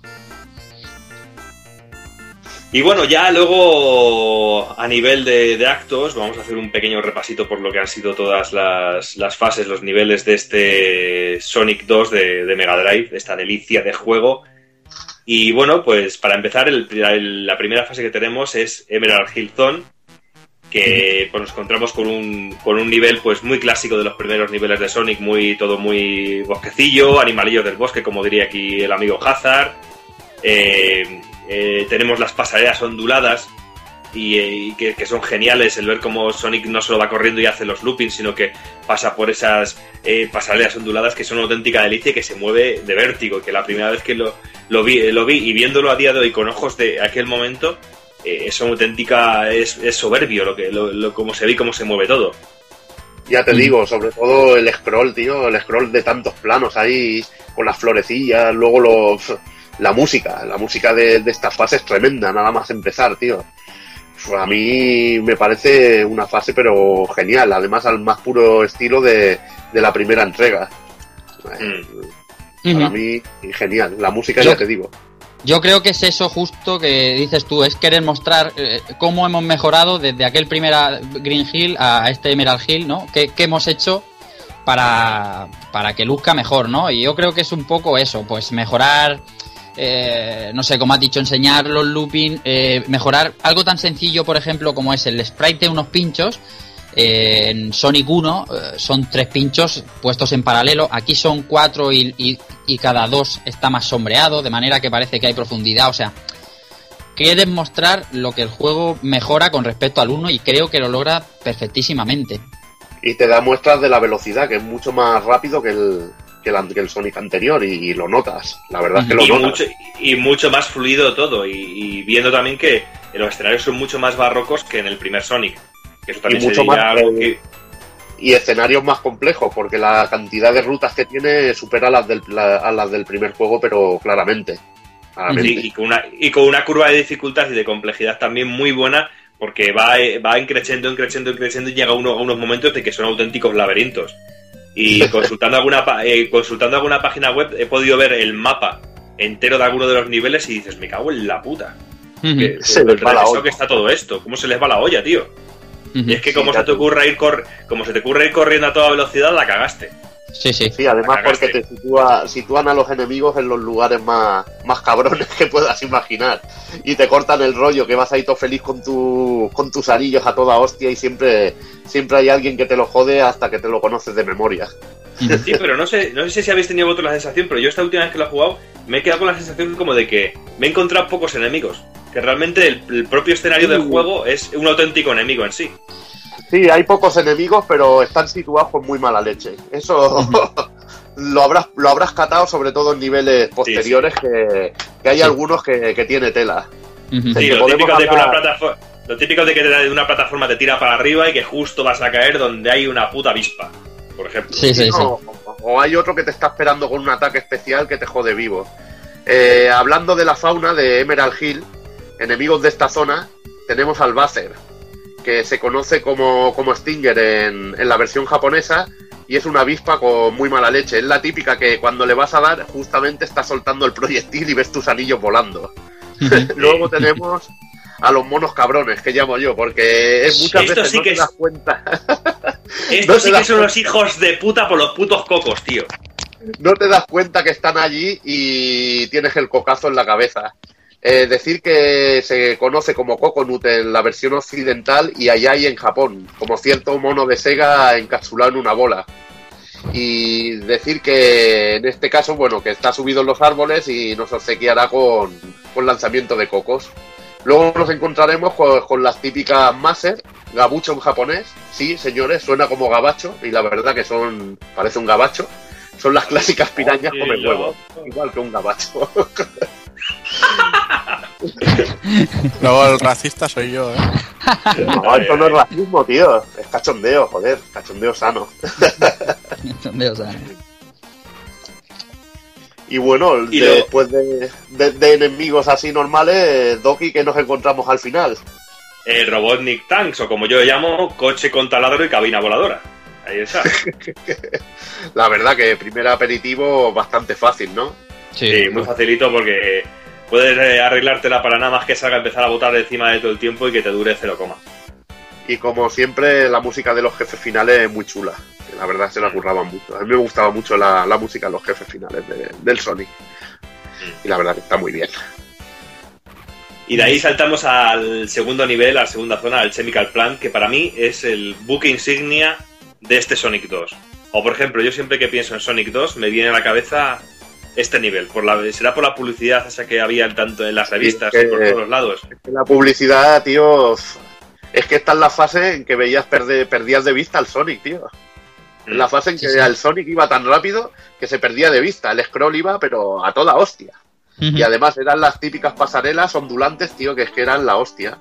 Y bueno, ya luego a nivel de, de actos vamos a hacer un pequeño repasito por lo que han sido todas las, las fases, los niveles de este Sonic dos de, de Mega Drive, esta delicia de juego. Y bueno, pues para empezar, el, el, la primera fase que tenemos es Emerald Hill Zone, que pues, nos encontramos con un, con un nivel pues muy clásico de los primeros niveles de Sonic, muy todo muy bosquecillo, animalillos del bosque, como diría aquí el amigo Hazard. Eh... Eh, tenemos las pasarelas onduladas y, eh, y que, que son geniales, el ver cómo Sonic no solo va corriendo y hace los loopings, sino que pasa por esas eh, pasarelas onduladas que son una auténtica delicia y que se mueve de vértigo, que la primera vez que lo, lo, vi, lo vi y viéndolo a día de hoy con ojos de aquel momento eh, es una auténtica, es, es soberbio lo que lo, lo, cómo se ve y cómo se mueve todo. Ya te digo, sobre todo el scroll, tío, el scroll de tantos planos ahí con las florecillas, luego los... La música, la música de, de esta fase es tremenda, nada más empezar, tío. A mí me parece una fase pero genial, además al más puro estilo de, de la primera entrega. Mm. Para uh-huh. mí, genial, la música yo, ya te digo. Yo creo que es eso justo que dices tú, es querer mostrar eh, cómo hemos mejorado desde aquel primer Green Hill a este Emerald Hill, ¿no? ¿Qué, qué hemos hecho para, para que luzca mejor, ¿no? Y yo creo que es un poco eso, pues mejorar... Eh, no sé, como has dicho, enseñar los looping, eh, mejorar algo tan sencillo, por ejemplo, como es el sprite de unos pinchos. Eh, en Sonic uno eh, son tres pinchos puestos en paralelo, aquí son cuatro y, y, y cada dos está más sombreado, de manera que parece que hay profundidad. O sea, quieres mostrar lo que el juego mejora con respecto al uno y creo que lo logra perfectísimamente. Y te da muestras de la velocidad, que es mucho más rápido que el... Que el, que el Sonic anterior y, y lo notas, la verdad es que lo y notas. Mucho, y mucho más fluido todo y, y viendo también que los escenarios son mucho más barrocos que en el primer Sonic, que eso también y mucho sería más, algo que... Y escenarios más complejos, porque la cantidad de rutas que tiene supera las del, la, a las del primer juego, pero claramente, claramente. Y, y, con una, y con una curva de dificultad y de complejidad también muy buena, porque va, va increciendo, increciendo, increciendo y llega uno, a unos momentos de que son auténticos laberintos. Y consultando alguna eh, consultando alguna página web he podido ver el mapa entero de alguno de los niveles y dices, me cago en la puta. Uh-huh. Que, se les va la olla. Que está todo esto, ¿cómo se les va la olla, tío? Uh-huh. Y es que como sí, se te ocurre ir cor- como se te ocurre ir corriendo a toda velocidad, la cagaste. Sí, sí. Sí, además porque te sitúa, sitúan a los enemigos en los lugares más, más cabrones que puedas imaginar. Y te cortan el rollo, que vas ahí todo feliz con tu, con tus anillos a toda hostia y siempre, siempre hay alguien que te lo jode hasta que te lo conoces de memoria. Sí, pero no sé, no sé si habéis tenido vosotros la sensación, pero yo esta última vez que lo he jugado me he quedado con la sensación como de que me he encontrado pocos enemigos. Que realmente el, el propio escenario sí. del juego es un auténtico enemigo en sí. Sí, hay pocos enemigos, pero están situados con muy mala leche. Eso uh-huh. lo habrás lo habrás catado, sobre todo en niveles posteriores, sí, sí. que, que hay sí. algunos que, que tiene tela. Uh-huh. Sí, lo típico, de que una plataforma, lo típico de que de una plataforma te tira para arriba y que justo vas a caer donde hay una puta avispa, por ejemplo. Sí, sí, no, sí. O, o hay otro que te está esperando con un ataque especial que te jode vivo. Eh, hablando de la fauna de Emerald Hill, enemigos de esta zona, tenemos al Buzzer, que se conoce como, como Stinger en, en la versión japonesa, y es una avispa con muy mala leche. Es la típica que cuando le vas a dar, justamente está soltando el proyectil y ves tus anillos volando. Luego tenemos a los monos cabrones, que llamo yo, porque es muchas Esto veces sí no que te es... das cuenta. Estos No sí te que das son cuenta. los hijos de puta por los putos cocos, tío. No te das cuenta que están allí y tienes el cocazo en la cabeza. Eh, decir que se conoce como Coconut en la versión occidental y allá hay en Japón, como cierto mono de Sega encapsulado en una bola. Y decir que en este caso, bueno, que está subido en los árboles y nos obsequiará con, con lanzamiento de cocos. Luego nos encontraremos con, con las típicas Maser, gabucho en japonés. Sí, señores, suena como gabacho y la verdad que son, parece un gabacho. Son las clásicas pirañas come huevos, igual que un gabacho. Luego el racista soy yo, ¿eh? No, esto no es racismo, tío. Es cachondeo, joder. Cachondeo sano. Cachondeo sano. Y bueno, Y después de, de, de enemigos así normales, Doki, ¿qué nos encontramos al final? El Robotnik Tanks, o como yo lo llamo, coche con taladro y cabina voladora. Ahí está. La verdad que primer aperitivo bastante fácil, ¿no? Sí, muy facilito porque puedes eh, arreglártela para nada más que salga a empezar a botar encima de todo el tiempo y que te dure cero coma. Y como siempre, la música de los jefes finales es muy chula. La verdad se la curraban mucho. A mí me gustaba mucho la, la música de los jefes finales de, del Sonic. Y la verdad que está muy bien. Y de ahí saltamos al segundo nivel, a la segunda zona, al Chemical Plant, que para mí es el buque insignia de este Sonic dos. O por ejemplo, yo siempre que pienso en Sonic dos me viene a la cabeza este nivel. Por la, será por la publicidad esa que había tanto en las revistas es que, y por todos los lados. Es que la publicidad, tío, es que está en la fase en que veías perder, perdías de vista al Sonic, tío. En la fase en que Sí, sí. el Sonic iba tan rápido que se perdía de vista. El scroll iba, pero a toda hostia. Y además eran las típicas pasarelas ondulantes, tío, que es que eran la hostia.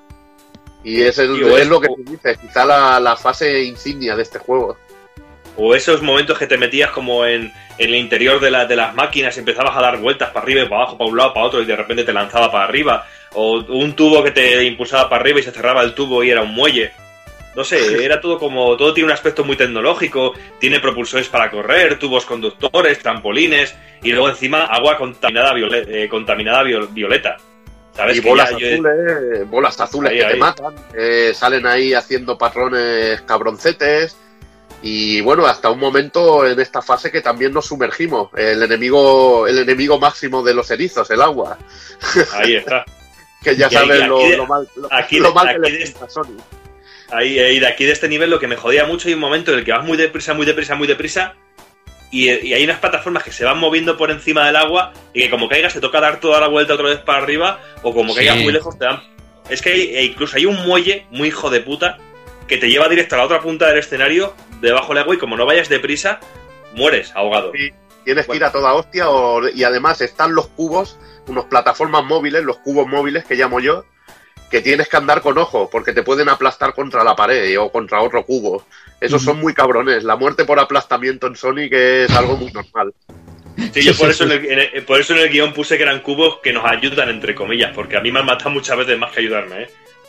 Y es, el, Tío, es es- lo que tú dices, quizá la, la fase insignia de este juego. O esos momentos que te metías como en, en el interior de, la, de las máquinas, empezabas a dar vueltas para arriba y para abajo, para un lado, para otro, y de repente te lanzaba para arriba. O un tubo que te impulsaba para arriba y se cerraba el tubo y era un muelle. No sé, era todo como... Todo tiene un aspecto muy tecnológico, tiene propulsores para correr, tubos conductores, trampolines, y luego encima agua contaminada, viole- eh, contaminada viol- violeta. ¿Sabes? Y Que bolas ya yo- azules, bolas azules Ahí, que ahí. te matan, eh, salen ahí haciendo patrones cabroncetes. Y bueno, hasta un momento en esta fase que también nos sumergimos. El enemigo, el enemigo máximo de los erizos, el agua. Ahí está. Que ya Y sabes aquí- lo, aquí de- lo mal, lo, aquí lo de- mal que aquí le de- pinta a Sony. Ahí, ahí, de aquí de este nivel lo que me jodía mucho hay un momento en el que vas muy deprisa, muy deprisa, muy deprisa y, y hay unas plataformas que se van moviendo por encima del agua y que como caigas te toca dar toda la vuelta otra vez para arriba o como Sí. caigas muy lejos te dan... Es que hay, e incluso hay un muelle muy hijo de puta que te lleva directo a la otra punta del escenario debajo del agua y como no vayas deprisa mueres ahogado. Sí, tienes que ir a toda hostia o- y además están los cubos, unos plataformas móviles, los cubos móviles que llamo yo, que tienes que andar con ojo porque te pueden aplastar contra la pared o contra otro cubo. Esos son muy cabrones. La muerte por aplastamiento en Sonic es algo muy normal. Sí, yo por eso, en el, en el- por eso en el guión puse que eran cubos que nos ayudan entre comillas, porque a mí me han matado muchas veces más que ayudarme, ¿eh?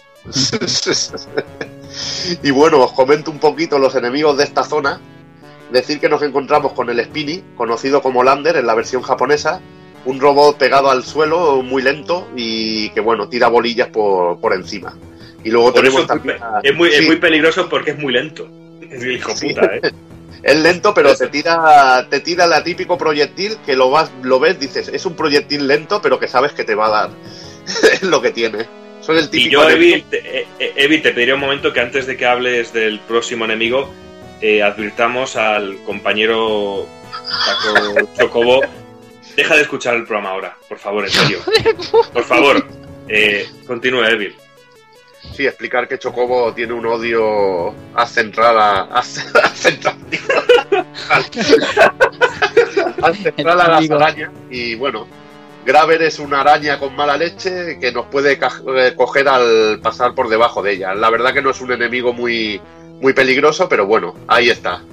Y bueno, os comento un poquito los enemigos de esta zona. Decir que nos encontramos con el Spinny, conocido como Lander en la versión japonesa, un robot pegado al suelo, muy lento y que bueno, tira bolillas por, por encima. Y luego Por tenemos eso también a- es muy, es sí, muy peligroso porque es muy lento. Es el hijo Sí. puta, ¿eh? es lento, pero te tira, te tira el típico proyectil que lo vas, lo ves, dices, es un proyectil lento, pero que sabes que te va a dar. Es lo que tiene. Son el Y típico yo, enemigo- Evil, te, eh, eh, Evil, te pediría un momento que antes de que hables del próximo enemigo, eh, advirtamos al compañero Taco Chocobo. Deja de escuchar el programa ahora, por favor, en serio. Por favor, eh, continúe, Evil. Sí, explicar que Chocobo tiene un odio a central a, a, a central, al, al central a las arañas. Y bueno, Graver es una araña con mala leche que nos puede ca- eh, coger al pasar por debajo de ella. La verdad que no es un enemigo muy, muy peligroso, pero bueno, ahí está.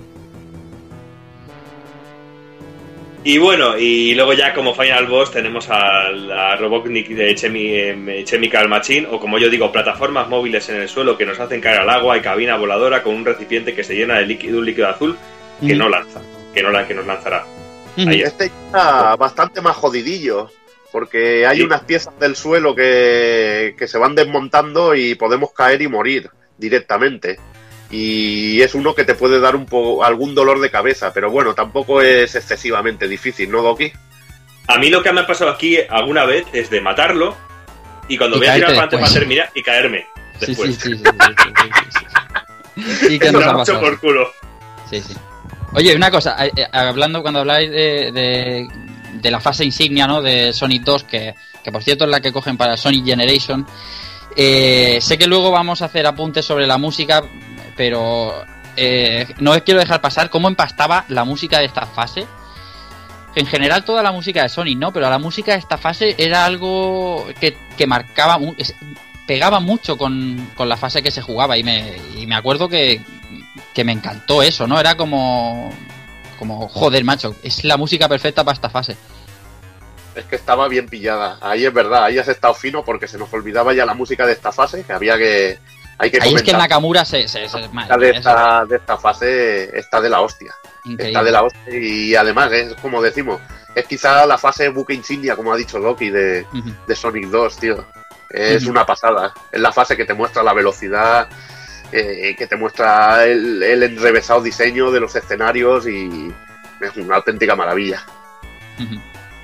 Y bueno, y luego ya como final boss tenemos al a Robotnik de Chemi- em, Chemical Machine, o como yo digo, plataformas móviles en el suelo que nos hacen caer al agua y cabina voladora con un recipiente que se llena de líquido, un líquido azul que Mm. no lanza, que no la que nos lanzará. Ahí está. Este está bastante más jodidillo, porque hay Sí. unas piezas del suelo que, que se van desmontando y podemos caer y morir directamente. Y es uno que te puede dar un poco algún dolor de cabeza, pero bueno, tampoco es excesivamente difícil, ¿no, Doki? A mí lo que me ha pasado aquí alguna vez es de matarlo y cuando Y voy a tirar caerte para adelante para después. terminar y caerme Sí, después. sí, sí, sí, sí, sí, sí, sí. Sí que Eso nos me ha ha hecho pasado. por culo. Sí, sí. Oye, una cosa, eh, eh, hablando cuando habláis de, de, de la fase insignia, ¿no? De Sonic dos, que, que por cierto es la que cogen para Sonic Generation. Eh, sé que luego vamos a hacer apuntes sobre la música, pero eh, no os quiero dejar pasar cómo empastaba la música de esta fase. En general toda la música de Sonic, ¿no? Pero la música de esta fase era algo que, que marcaba, mu- es- pegaba mucho con, con la fase que se jugaba y me, y me acuerdo que, que me encantó eso, ¿no? Era como, como, joder, macho, es la música perfecta para esta fase. Es que estaba bien pillada. Ahí es verdad, ahí has estado fino porque se nos olvidaba ya la música de esta fase, que había que... Hay que Ahí es que el comentar. Nakamura se... se, se- La madre de mía, eso esta, de esta fase está de la hostia. increíble. Está de la hostia y además es como decimos, es quizá la fase buque insignia, como ha dicho Loki, de, Ujú. de Sonic dos, tío. Es Ujú. una pasada. Es la fase que te muestra la velocidad, eh, que te muestra el, el enrevesado diseño de los escenarios y es una auténtica maravilla. Ujú.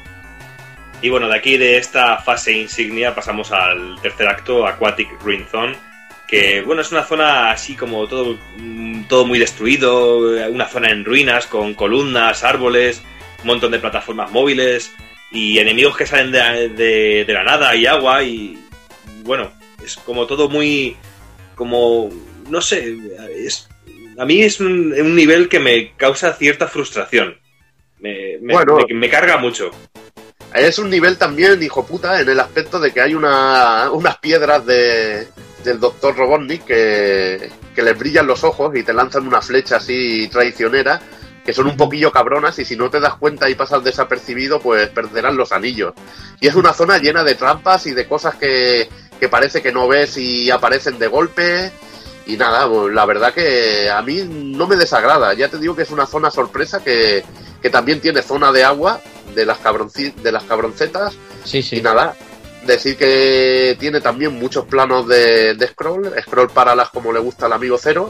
Y bueno, de aquí de esta fase insignia pasamos al tercer acto, Aquatic Ruin Zone, que bueno, es una zona así como todo, mm, todo muy destruido, una zona en ruinas con columnas, árboles, un montón de plataformas móviles y enemigos que salen de, de, de la nada y agua y bueno, es como todo muy, como, no sé, es, a mí es un, un nivel que me causa cierta frustración, me, me, Bueno. me, me carga mucho. Es un nivel también, hijo puta, en el aspecto de que hay una, unas piedras de, del doctor Robotnik que, que les brillan los ojos y te lanzan una flecha así traicionera, que son un poquillo cabronas y si no te das cuenta y pasas desapercibido, pues perderás los anillos. Y es una zona llena de trampas y de cosas que, que parece que no ves y aparecen de golpe. Y nada, pues la verdad que a mí no me desagrada. Ya te digo que es una zona sorpresa que, que también tiene zona de agua de las, cabronci- de las cabroncetas. Sí, sí. Y nada, decir que tiene también muchos planos de, de scroll, scroll para las como le gusta al amigo Cero,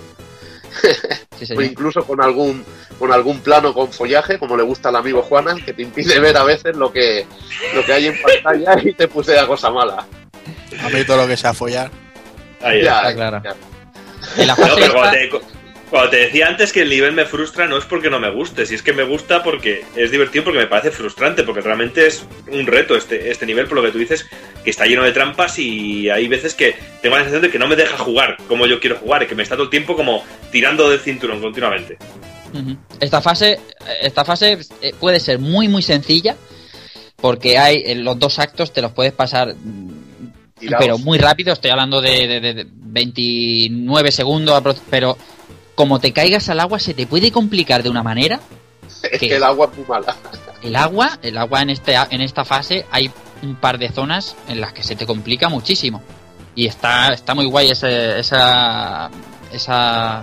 Sí, o señor. incluso con algún con algún plano con follaje, como le gusta al amigo Juanan, que te impide ver a veces lo que lo que hay en pantalla y te pusea cosa mala. A mí todo lo que sea follar. Ahí Ya, está claro. ya. En la No, fase pero esta- cuando te, cuando te decía antes que el nivel me frustra, no es porque no me guste, si es que me gusta porque es divertido, porque me parece frustrante, porque realmente es un reto este, este nivel, por lo que tú dices, que está lleno de trampas y hay veces que tengo la sensación de que no me deja jugar como yo quiero jugar y que me está todo el tiempo como tirando del cinturón continuamente. Ujú. Esta fase, esta fase eh, puede ser muy muy sencilla porque hay en los dos actos te los puedes pasar mm, Tiraos. pero muy rápido. Estoy hablando de, de- de- de veintinueve segundos, apro- pero como te caigas al agua se te puede complicar de una manera. Es ¿Qué? que el agua es muy mala. El agua, el agua en este en esta fase hay un par de zonas en las que se te complica muchísimo y está está muy guay ese- esa esa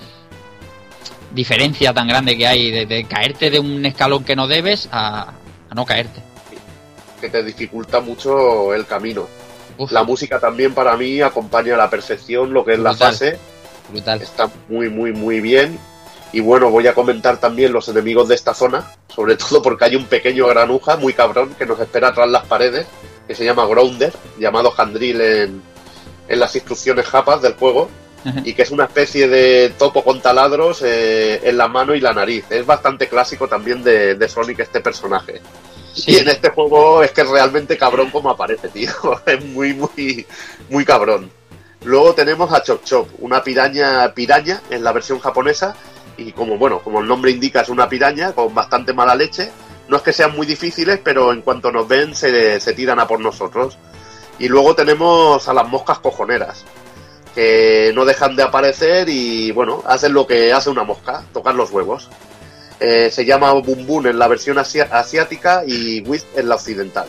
diferencia tan grande que hay de, de caerte de un escalón que no debes a, a no caerte. Que te dificulta mucho el camino. Uf, La música también para mí acompaña a la perfección lo que es la Brutal. fase. brutal. Está muy, muy, muy bien. Y bueno, voy a comentar también los enemigos de esta zona, sobre todo porque hay un pequeño granuja muy cabrón que nos espera tras las paredes, que se llama Grounder, llamado Jandril en, en las instrucciones japas del juego, y que es una especie de topo con taladros eh, en la mano y la nariz. Es bastante clásico también de, de Sonic este personaje. Sí. Y en este juego es que es realmente cabrón como aparece, tío. Es muy, muy, muy cabrón. Luego tenemos a Chop Chop, una piraña piraña en la versión japonesa. Y como bueno, como el nombre indica, es una piraña con bastante mala leche. No es que sean muy difíciles, pero en cuanto nos ven se, se tiran a por nosotros. Y luego tenemos a las moscas cojoneras, que no dejan de aparecer y bueno, hacen lo que hace una mosca, tocar los huevos. Eh, se llama Boom Boom en la versión asia- asiática y Whisk en la occidental.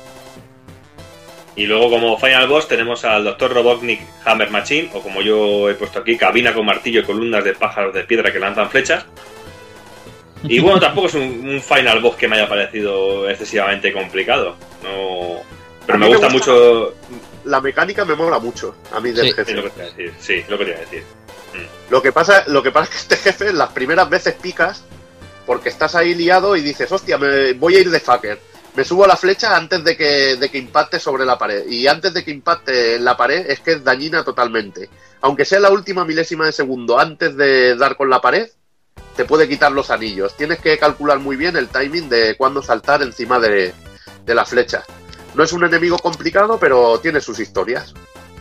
Y luego como Final Boss tenemos al doctor Robotnik Hammer Machine, o como yo he puesto aquí, cabina con martillo y columnas de pájaros de piedra que lanzan flechas. Y bueno, tampoco es un, un final boss que me haya parecido excesivamente complicado. No, pero me, me gusta, gusta mucho. La mecánica me mola mucho a mí del sí, jefe. Sí, lo que te iba a decir. Sí, lo que te iba a decir. Mm. Lo que pasa, lo que pasa es que este jefe, las primeras veces picas porque estás ahí liado y dices, hostia, me voy a ir de fucker. Me subo a la flecha antes de que, de que impacte sobre la pared. Y antes de que impacte en la pared es que es dañina totalmente. Aunque sea la última milésima de segundo antes de dar con la pared, te puede quitar los anillos. Tienes que calcular muy bien el timing de cuándo saltar encima de, de la flecha. No es un enemigo complicado, pero tiene sus historias.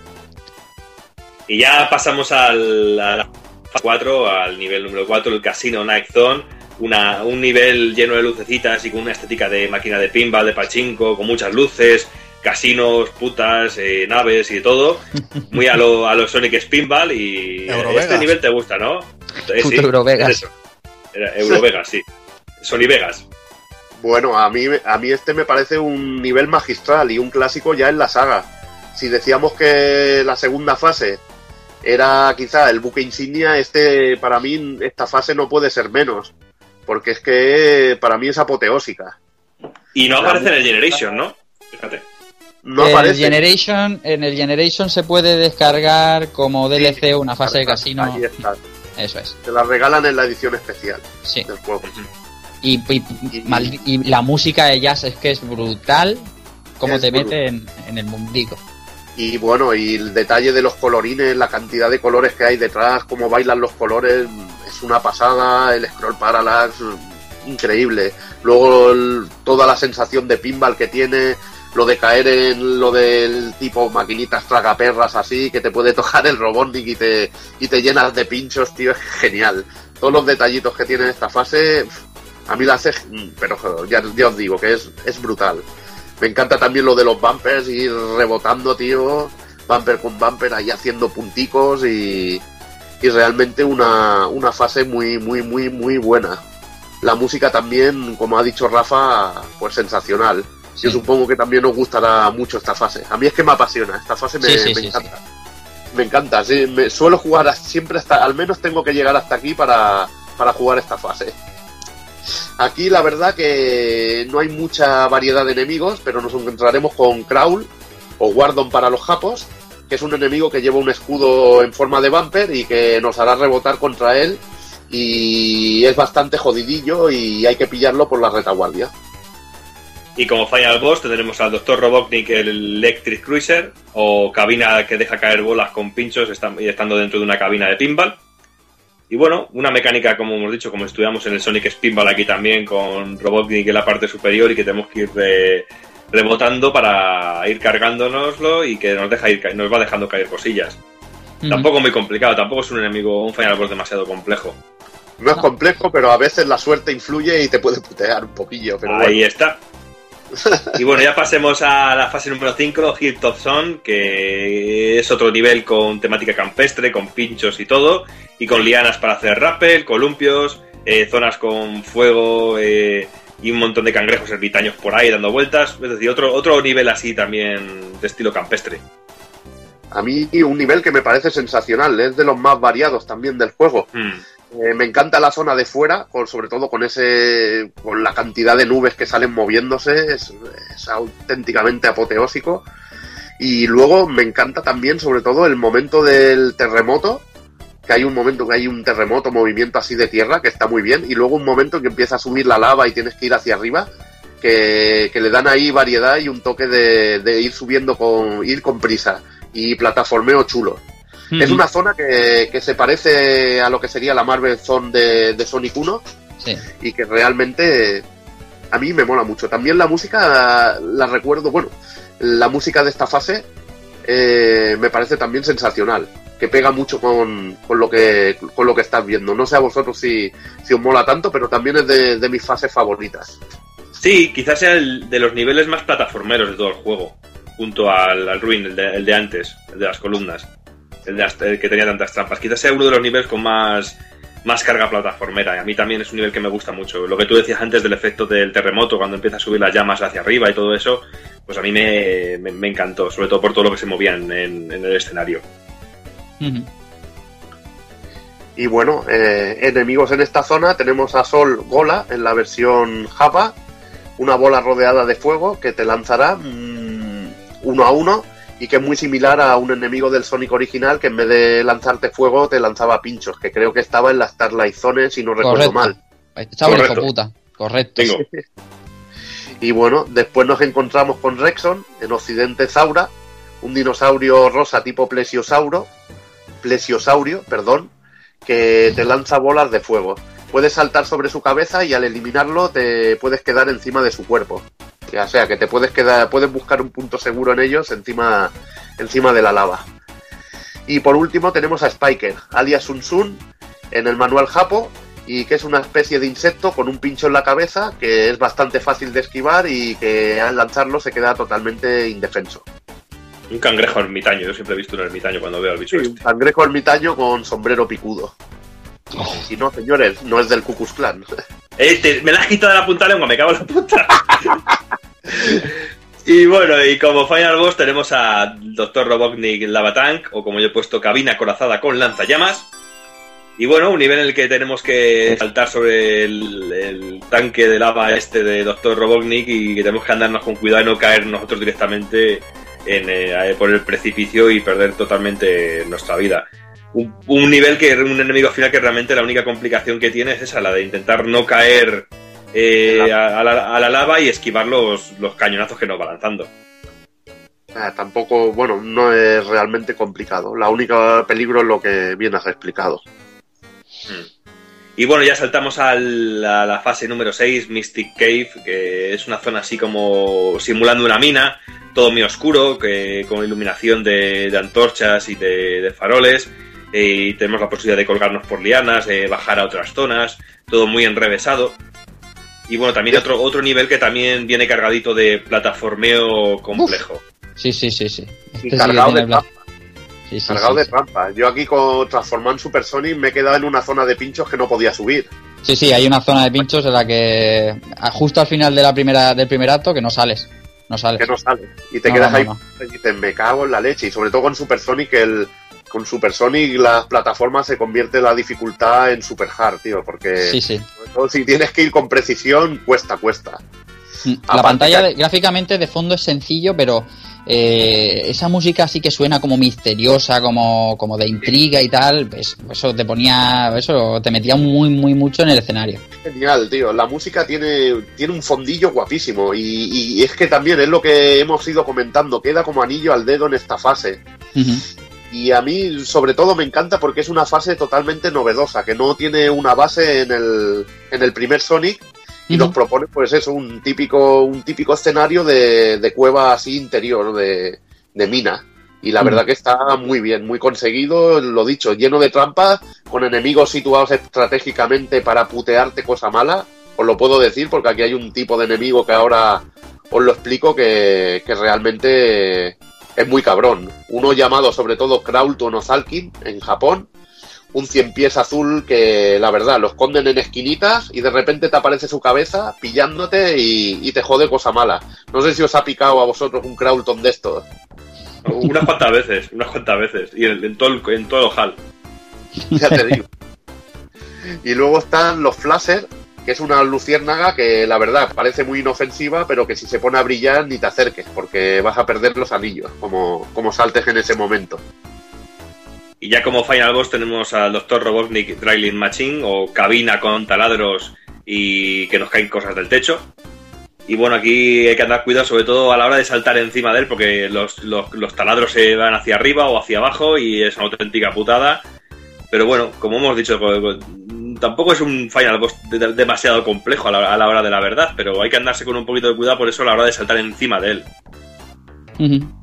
Y ya pasamos al, a la fase cuatro, al nivel número cuatro, el Casino Night Zone. Una, un nivel lleno de lucecitas y con una estética de máquina de pinball, de pachinko, con muchas luces, casinos, putas, eh, naves y de todo. Muy a lo, a los Sonic Spinball y Eurovegas. Este nivel te gusta, ¿no? Eh, sí, Eurovegas. Es eso. Era Eurovegas, sí. Sony Vegas. Bueno, a mí, a mí este me parece un nivel magistral y un clásico ya en la saga. Si decíamos que la segunda fase era quizá el buque insignia, este para mí esta fase no puede ser menos. Porque es que para mí es apoteósica. Y no aparece en el Generation, ¿no? Fíjate. No el aparece. Generation, en el Generation se puede descargar como D L C una fase de casino. Ahí está. Eso es. Te la regalan en la edición especial sí. del juego. Y, y, y, mal, y la música de jazz es que es brutal como es te brutal. mete en, en el mundico. Y bueno, y el detalle de los colorines, la cantidad de colores que hay detrás, cómo bailan los colores, es una pasada, el scroll parallax, increíble. Luego el, toda la sensación de pinball que tiene, lo de caer en lo del tipo maquinitas tragaperras así, que te puede tocar el Robotnik y te, y te llenas de pinchos, tío, es genial. Todos los detallitos que tiene esta fase, a mí la hace, pero ya, ya os digo que es, es brutal. Me encanta también lo de los bumpers, ir rebotando, tío, bumper con bumper, ahí haciendo punticos y, y realmente una, una fase muy, muy, muy, muy buena. La música también, como ha dicho Rafa, pues sensacional. Sí. Yo supongo que también os gustará mucho esta fase. A mí es que me apasiona, esta fase me, sí, sí, me sí, encanta. Sí. Me encanta, sí, me, suelo jugar siempre hasta, al menos tengo que llegar hasta aquí para, para jugar esta fase. Aquí la verdad que no hay mucha variedad de enemigos, pero nos encontraremos con Kraul o Wardon para los japos, que es un enemigo que lleva un escudo en forma de bumper y que nos hará rebotar contra él y es bastante jodidillo y hay que pillarlo por la retaguardia. Y como final boss tendremos al doctor Robotnik, el Electric Cruiser, o cabina que deja caer bolas con pinchos estando dentro de una cabina de pinball. Y bueno, una mecánica, como hemos dicho, como estudiamos en el Sonic Spinball aquí también, con Robotnik en la parte superior y que tenemos que ir re, rebotando para ir cargándonoslo y que nos deja ir, nos va dejando caer cosillas. Mm. Tampoco muy complicado, tampoco es un enemigo, un final boss demasiado complejo. No es complejo, pero a veces la suerte influye y te puede putear un poquillo. Pero ahí bueno. está. Y bueno, ya pasemos a la fase número cinco, Hilltop Zone, que es otro nivel con temática campestre, con pinchos y todo, y con lianas para hacer rappel, columpios, eh, zonas con fuego eh, y un montón de cangrejos ermitaños por ahí dando vueltas. Es decir, otro, otro nivel así también de estilo campestre. A mí un nivel que me parece sensacional, es de los más variados también del juego. Mm. Eh, me encanta la zona de fuera, con, sobre todo con ese, con la cantidad de nubes que salen moviéndose, es, es auténticamente apoteósico. Y luego me encanta también, sobre todo, el momento del terremoto, que hay un momento que hay un terremoto, movimiento así de tierra, que está muy bien, y luego un momento en que empieza a subir la lava y tienes que ir hacia arriba, que, que le dan ahí variedad y un toque de, de ir subiendo con, ir con prisa, y plataformeo chulo. Es una zona que, que se parece a lo que sería la Marvel Zone de, de Sonic uno, sí. Y que realmente a mí me mola mucho. También la música la recuerdo, bueno, la música de esta fase eh, me parece también sensacional, que pega mucho con, con, lo que, con lo que estás viendo. No sé a vosotros si, si os mola tanto, pero también es de, de mis fases favoritas. Sí, quizás sea el de los niveles más plataformeros de todo el juego, junto al, al Ruin, el de, el de antes, el de las columnas. El, de las, el que tenía tantas trampas. Quizás sea uno de los niveles con más, más carga plataformera. Y a mí también es un nivel que me gusta mucho. Lo que tú decías antes del efecto del terremoto, cuando empieza a subir las llamas hacia arriba y todo eso, pues a mí me, me, me encantó. Sobre todo por todo lo que se movía en, en, en el escenario. Uh-huh. Y bueno, eh, enemigos en esta zona tenemos a Sol Gola en la versión Japa, una bola rodeada de fuego que te lanzará mmm, uno a uno y que es muy similar a un enemigo del Sonic original que en vez de lanzarte fuego te lanzaba pinchos, que creo que estaba en la Starlight Zone si no recuerdo mal. Estaba el hijo puta, correcto. Tengo. Y bueno, después nos encontramos con Rexon, en Occidente Zaura, un dinosaurio rosa tipo plesiosauro, plesiosaurio, perdón, que te lanza bolas de fuego. Puedes saltar sobre su cabeza y al eliminarlo te puedes quedar encima de su cuerpo. O sea, que te puedes quedar, puedes buscar un punto seguro en ellos encima, encima de la lava. Y por último tenemos a Spiker, alias Sun Sun, en el manual Japo, y que es una especie de insecto con un pincho en la cabeza que es bastante fácil de esquivar y que al lanzarlo se queda totalmente indefenso. Un cangrejo ermitaño, yo siempre he visto un ermitaño cuando veo al bicho Sí, este. un cangrejo ermitaño con sombrero picudo. Oh. Y no, señores, no es del Ku Klux Klan. Este, me la has quitado de la punta lengua, me cago en la puta. Y bueno, y como final boss tenemos a doctor Robotnik Lava Tank, o como yo he puesto, cabina acorazada con lanzallamas. Y bueno, un nivel en el que tenemos que saltar sobre el, el tanque de lava este de doctor Robotnik y que tenemos que andarnos con cuidado y no caer nosotros directamente en, eh, por el precipicio y perder totalmente nuestra vida. Un, un nivel que un enemigo final que realmente la única complicación que tiene es esa, la de intentar no caer eh, a, a, la, a la lava y esquivar los, los cañonazos que nos va lanzando. Eh, tampoco, bueno, no es realmente complicado. La única peligro es lo que bien has explicado. Hmm. Y bueno, ya saltamos al, a la fase número seis, Mystic Cave, que es una zona así como simulando una mina, todo muy oscuro, que, con iluminación de, de antorchas y de, de faroles. Y tenemos la posibilidad de colgarnos por lianas, de bajar a otras zonas, todo muy enrevesado. Y bueno, también otro otro nivel que también viene cargadito de plataformeo complejo. Uf. Sí, sí, sí, sí. Este Y cargado de trampa. Sí, sí, cargado sí, de sí. trampa. Yo aquí con transformado en Super Sonic me he quedado en una zona de pinchos que no podía subir. Sí, sí, hay una zona de pinchos en la que justo al final de la primera del primer acto que no sales. No sales. Que no sales. Y te no, quedas no, ahí no. y dices, me cago en la leche. Y sobre todo con Super Sonic el... Con Super Sonic las plataformas se convierte la dificultad en super hard, tío, porque sí, sí. Todo, si tienes que ir con precisión, cuesta, cuesta. La Aparte pantalla que... de, gráficamente de fondo es sencillo, pero eh, esa música sí que suena como misteriosa, como, como de intriga y tal, pues, eso te ponía, eso te metía muy, muy mucho en el escenario. Genial, tío, la música tiene, tiene un fondillo guapísimo y, y es que también es lo que hemos ido comentando, queda como anillo al dedo en esta fase. Uh-huh. Y a mí, sobre todo, me encanta porque es una fase totalmente novedosa, que no tiene una base en el, en el primer Sonic y uh-huh. nos propone, pues eso, un típico un típico escenario de, de cueva así interior, de, de mina. Y la uh-huh. verdad que está muy bien, muy conseguido, lo dicho, lleno de trampas, con enemigos situados estratégicamente para putearte cosa mala. Os lo puedo decir porque aquí hay un tipo de enemigo que ahora os lo explico que, que realmente... es muy cabrón. Uno llamado sobre todo Kraulton o Zalkin en Japón. Un cien pies azul que la verdad lo esconden en esquinitas y de repente te aparece su cabeza pillándote y, y te jode cosa mala. No sé si os ha picado a vosotros un Kraulton de estos. Unas cuantas veces, unas cuantas veces. Y en, en todo el, en todo el HAL. Ya te digo. Y luego están los Flasher, que es una luciérnaga que la verdad parece muy inofensiva, pero que si se pone a brillar ni te acerques, porque vas a perder los anillos, como, como saltes en ese momento. Y ya como final boss tenemos al doctor Robotnik Drilling Machine, o cabina con taladros y que nos caen cosas del techo. Y bueno, aquí hay que andar cuidado, sobre todo a la hora de saltar encima de él, porque los, los, los taladros se van hacia arriba o hacia abajo y es una auténtica putada. Pero bueno, como hemos dicho, tampoco es un final boss demasiado complejo a la, a la hora de la verdad, pero hay que andarse con un poquito de cuidado por eso a la hora de saltar encima de él. Uh-huh.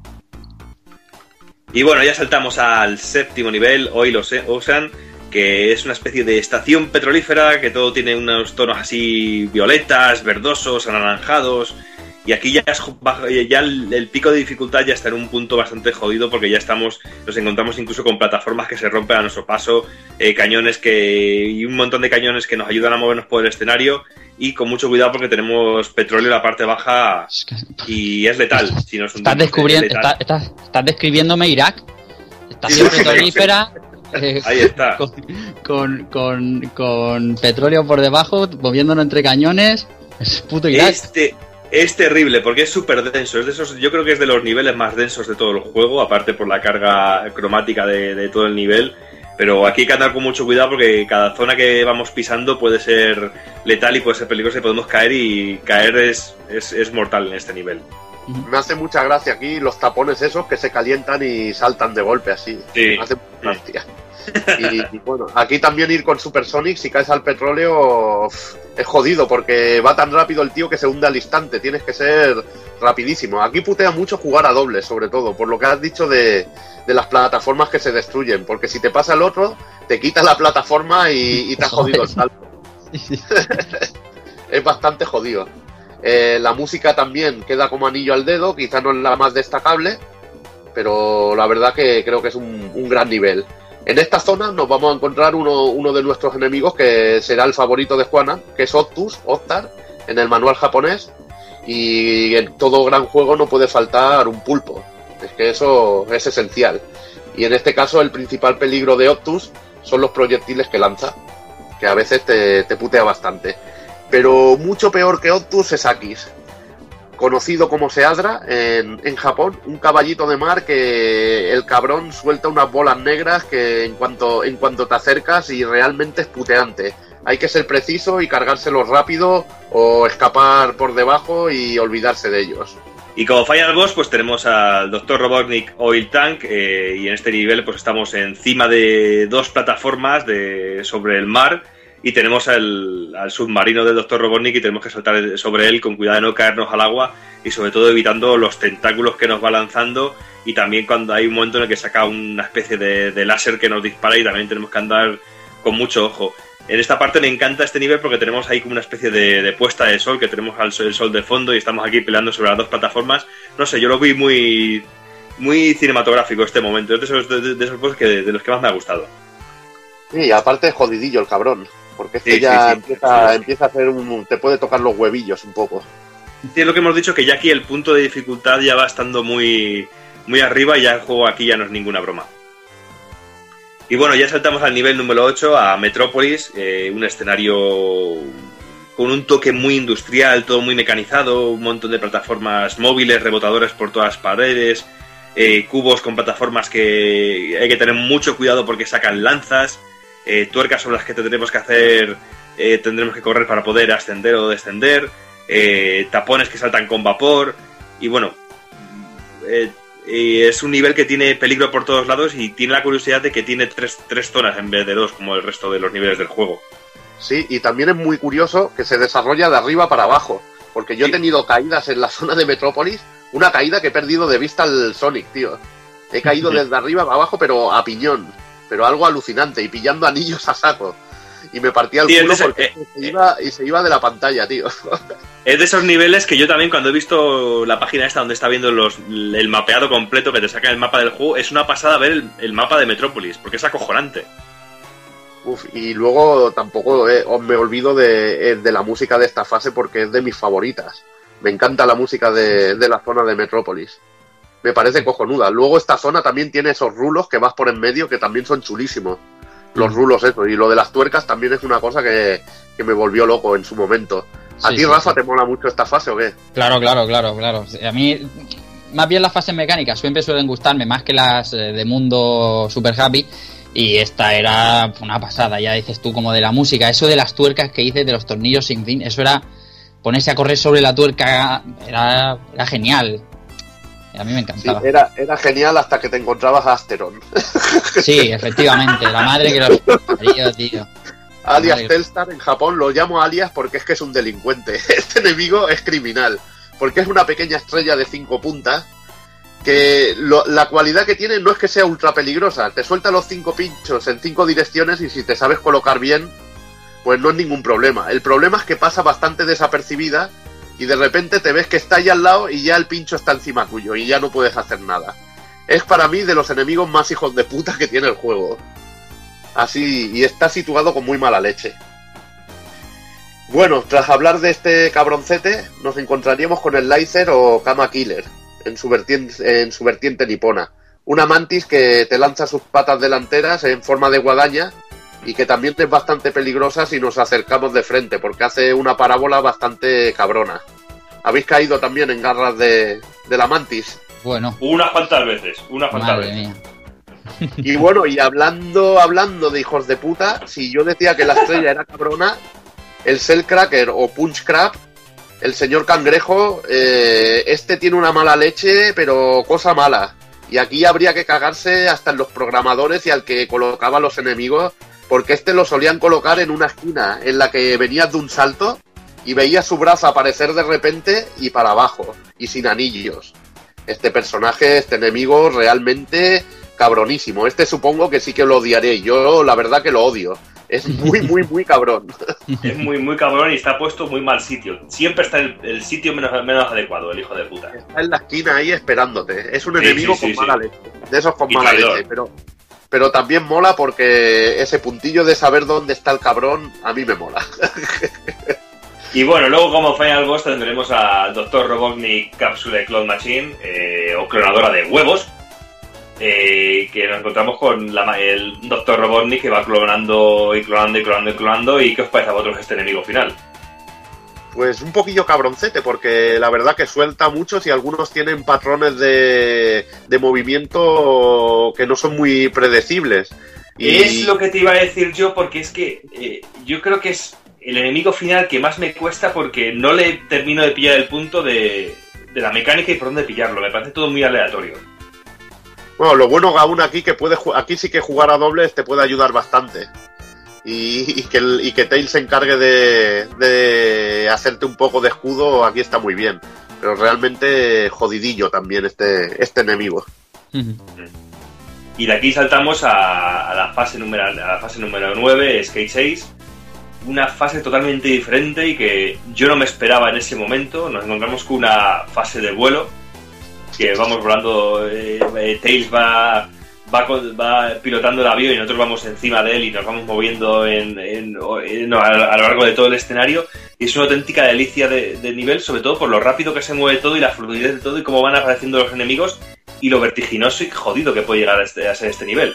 Y bueno, ya saltamos al séptimo nivel, Oil Ocean, que es una especie de estación petrolífera que todo tiene unos tonos así violetas, verdosos, anaranjados. Y aquí ya, es, ya el, el pico de dificultad ya está en un punto bastante jodido porque ya estamos, nos encontramos incluso con plataformas que se rompen a nuestro paso, eh, cañones que y un montón de cañones que nos ayudan a movernos por el escenario y con mucho cuidado porque tenemos petróleo en la parte baja y es letal. Si nos estás, descubriendo, está, estás, estás describiéndome Irak, estación petrolífera, eh, Ahí está. Con, con, con, con petróleo por debajo, moviéndonos entre cañones. Es puto Irak. Este es terrible porque es súper denso. Es de esos, yo creo que es de los niveles más densos de todo el juego, aparte por la carga cromática de, de todo el nivel. Pero aquí hay que andar con mucho cuidado porque cada zona que vamos pisando puede ser letal y puede ser peligrosa y podemos caer, y caer es, es, es mortal en este nivel. Me hace mucha gracia aquí los tapones esos que se calientan y saltan de golpe así. Sí. Me hace mucha gracia. Y, y bueno, aquí también ir con Supersonic, si caes al petróleo, uf, es jodido porque va tan rápido el tío que se hunde al instante. Tienes que ser rapidísimo. Aquí putea mucho jugar a dobles, sobre todo, por lo que has dicho de, de las plataformas que se destruyen. Porque si te pasa el otro, te quita la plataforma y, y te ha jodido el salto. Es bastante jodido. Eh, la música también queda como anillo al dedo, quizá no es la más destacable, pero la verdad que creo que es un, un gran nivel. En esta zona nos vamos a encontrar uno, uno de nuestros enemigos que será el favorito de Juana, que es Octus, Octar, en el manual japonés, y en todo gran juego no puede faltar un pulpo, es que eso es esencial. Y en este caso el principal peligro de Octus son los proyectiles que lanza, que a veces te, te putea bastante. Pero mucho peor que Octus es Akis, conocido como Seadra en, en Japón, un caballito de mar que el cabrón suelta unas bolas negras que en cuanto, en cuanto te acercas y realmente es puteante. Hay que ser preciso y cargárselos rápido o escapar por debajo y olvidarse de ellos. Y como Final Boss, pues tenemos al doctor Robotnik Oil Tank, eh, y en este nivel pues estamos encima de dos plataformas de, sobre el mar. Y tenemos al, al submarino del doctor Robotnik y tenemos que saltar sobre él con cuidado de no caernos al agua y sobre todo evitando los tentáculos que nos va lanzando, y también cuando hay un momento en el que saca una especie de, de láser que nos dispara y también tenemos que andar con mucho ojo. En esta parte me encanta este nivel porque tenemos ahí como una especie de, de puesta de sol, que tenemos al sol, el sol de fondo y estamos aquí peleando sobre las dos plataformas. No sé, yo lo vi muy, muy cinematográfico este momento. Es de esos, de, de esos juegos que, de los que más me ha gustado. Sí, aparte es jodidillo el cabrón. Porque este sí, ya sí, sí, empieza, sí. empieza a hacer un... te puede tocar los huevillos un poco. Sí, es lo que hemos dicho, que ya aquí el punto de dificultad ya va estando muy, muy arriba y ya el juego aquí ya no es ninguna broma. Y bueno, ya saltamos al nivel número ocho, a Metrópolis, eh, un escenario con un toque muy industrial, todo muy mecanizado, un montón de plataformas móviles, rebotadores por todas las paredes, eh, cubos con plataformas que hay que tener mucho cuidado porque sacan lanzas. Eh, tuercas sobre las que tendremos que hacer, eh, tendremos que correr para poder ascender o descender, eh, tapones que saltan con vapor, y bueno, eh, eh, es un nivel que tiene peligro por todos lados y tiene la curiosidad de que tiene tres, tres zonas en vez de dos, como el resto de los niveles del juego. Sí, y también es muy curioso que se desarrolla de arriba para abajo, porque yo sí. he tenido caídas en la zona de Metrópolis, una caída que he perdido de vista al Sonic, tío. He caído desde arriba para abajo, pero a piñón. Pero algo alucinante, y pillando anillos a saco. Y me partía el sí, culo porque eh, se iba, y se iba de la pantalla, tío. Es de esos niveles que yo también, cuando he visto la página esta donde está viendo los, el mapeado completo, que te saca el mapa del juego, es una pasada ver el, el mapa de Metrópolis, porque es acojonante. Uf, y luego tampoco eh, me olvido de, de la música de esta fase porque es de mis favoritas. Me encanta la música de, de la zona de Metrópolis. Me parece cojonuda. Luego esta zona también tiene esos rulos que vas por en medio que también son chulísimos. Los rulos esos. Y lo de las tuercas también es una cosa que, que me volvió loco en su momento. ¿A sí, ti, sí, Rafa, sí. te mola mucho esta fase o qué? Claro, claro, claro, claro. A mí, más bien las fases mecánicas siempre suelen gustarme más que las de mundo super happy. Y esta era una pasada, ya dices tú, como de la música. Eso de las tuercas que hice, de los tornillos sin fin, eso era ponerse a correr sobre la tuerca, era, era genial. A mí me encantaba. Sí, era, era genial hasta que te encontrabas a Asteron. Sí, efectivamente, la madre que los parió, tío. La alias Telstar en Japón lo llamo alias porque es que es un delincuente. Este enemigo es criminal, porque es una pequeña estrella de cinco puntas que lo, la cualidad que tiene no es que sea ultra peligrosa. Te suelta los cinco pinchos en cinco direcciones y si te sabes colocar bien, pues no es ningún problema. El problema es que pasa bastante desapercibida y de repente te ves que está ahí al lado y ya el pincho está encima tuyo y ya no puedes hacer nada. Es para mí de los enemigos más hijos de puta que tiene el juego. Así, y está situado con muy mala leche. Bueno, tras hablar de este cabroncete, nos encontraríamos con el Laser o Kama Killer, en su vertiente, en su vertiente nipona. una mantis que te lanza sus patas delanteras en forma de guadaña y que también es bastante peligrosa si nos acercamos de frente, porque hace una parábola bastante cabrona. ¿Habéis caído también en garras de, de la mantis? Bueno. Unas cuantas veces, unas cuantas Madre veces. Mía. Y bueno, y hablando hablando de hijos de puta, si yo decía que la estrella era cabrona, el Shellcracker o Punch Crab, el señor cangrejo, eh, este tiene una mala leche, pero cosa mala. Y aquí habría que cagarse hasta en los programadores y al que colocaba los enemigos, porque este lo solían colocar en una esquina en la que venías de un salto y veías su brazo aparecer de repente y para abajo, y sin anillos. Este personaje, este enemigo, realmente cabronísimo. Este supongo que sí que lo odiaré. Yo la verdad que lo odio. Es muy, muy, muy cabrón. Es muy, muy cabrón y está puesto muy mal sitio. Siempre está en el, el sitio menos, menos adecuado, el hijo de puta. Está en la esquina ahí esperándote. Es un Sí, enemigo sí, sí, con sí. mala leche. De esos con Y mala traidor. leche. Pero, pero también mola porque ese puntillo de saber dónde está el cabrón, a mí me mola. Y bueno, luego como Final Boss tendremos al doctor Robotnik Capsule Clone Machine, eh, o clonadora de huevos, eh, que nos encontramos con la, el doctor Robotnik que va clonando y clonando y clonando y clonando. ¿Y qué os parece a vosotros este enemigo final? Pues un poquillo cabroncete, porque la verdad que suelta muchos y algunos tienen patrones de, de movimiento que no son muy predecibles. Y Es lo que te iba a decir yo, porque es que eh, yo creo que es el enemigo final que más me cuesta porque no le termino de pillar el punto de, de la mecánica y por dónde pillarlo. Me parece todo muy aleatorio. bueno, lo bueno Gaun aquí que puede ju- aquí sí que jugar a dobles te puede ayudar bastante. Y, y que el, y que Tails se encargue de, de hacerte un poco de escudo, aquí está muy bien. Pero realmente jodidillo también este, este enemigo. Y de aquí saltamos a, a la fase número a la fase número nueve, Skate seis. Una fase totalmente diferente y que yo no me esperaba en ese momento. Nos encontramos con una fase de vuelo, que vamos volando, eh, eh, Tails va, va, con- va pilotando el avión y nosotros vamos encima de él y nos vamos moviendo en, en- en- a, a lo largo de todo el escenario. Y es una auténtica delicia de, de nivel, sobre todo por lo rápido que se mueve todo y la fluidez de todo y cómo van apareciendo los enemigos y lo vertiginoso y jodido que puede llegar a, este, a ser este nivel.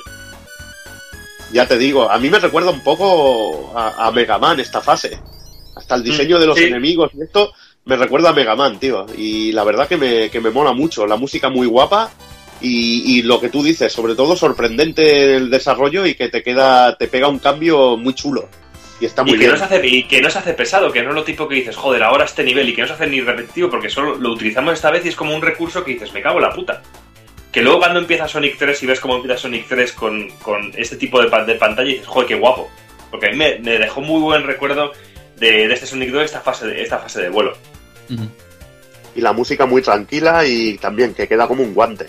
Ya te digo, a mí me recuerda un poco a, a Mega Man esta fase. Hasta el diseño de los Sí. enemigos y esto me recuerda a Mega Man, tío. Y la verdad que me, que me mola mucho. La música muy guapa y, y lo que tú dices, sobre todo sorprendente el desarrollo y que te queda, te pega un cambio muy chulo. Y está muy Y que, bien. no se hace, y que no se hace pesado, que no es lo tipo que dices, joder, ahora este nivel, y que no se hace ni repetitivo, porque solo lo utilizamos esta vez y es como un recurso que dices, me cago en la puta. Que luego cuando empieza Sonic tres y ves cómo empieza Sonic tres con, con este tipo de, pa- de pantalla y dices, joder, qué guapo. Porque a mí me, me dejó muy buen recuerdo de, de este Sonic dos esta fase de, esta fase de vuelo. Y la música muy tranquila y también que queda como un guante.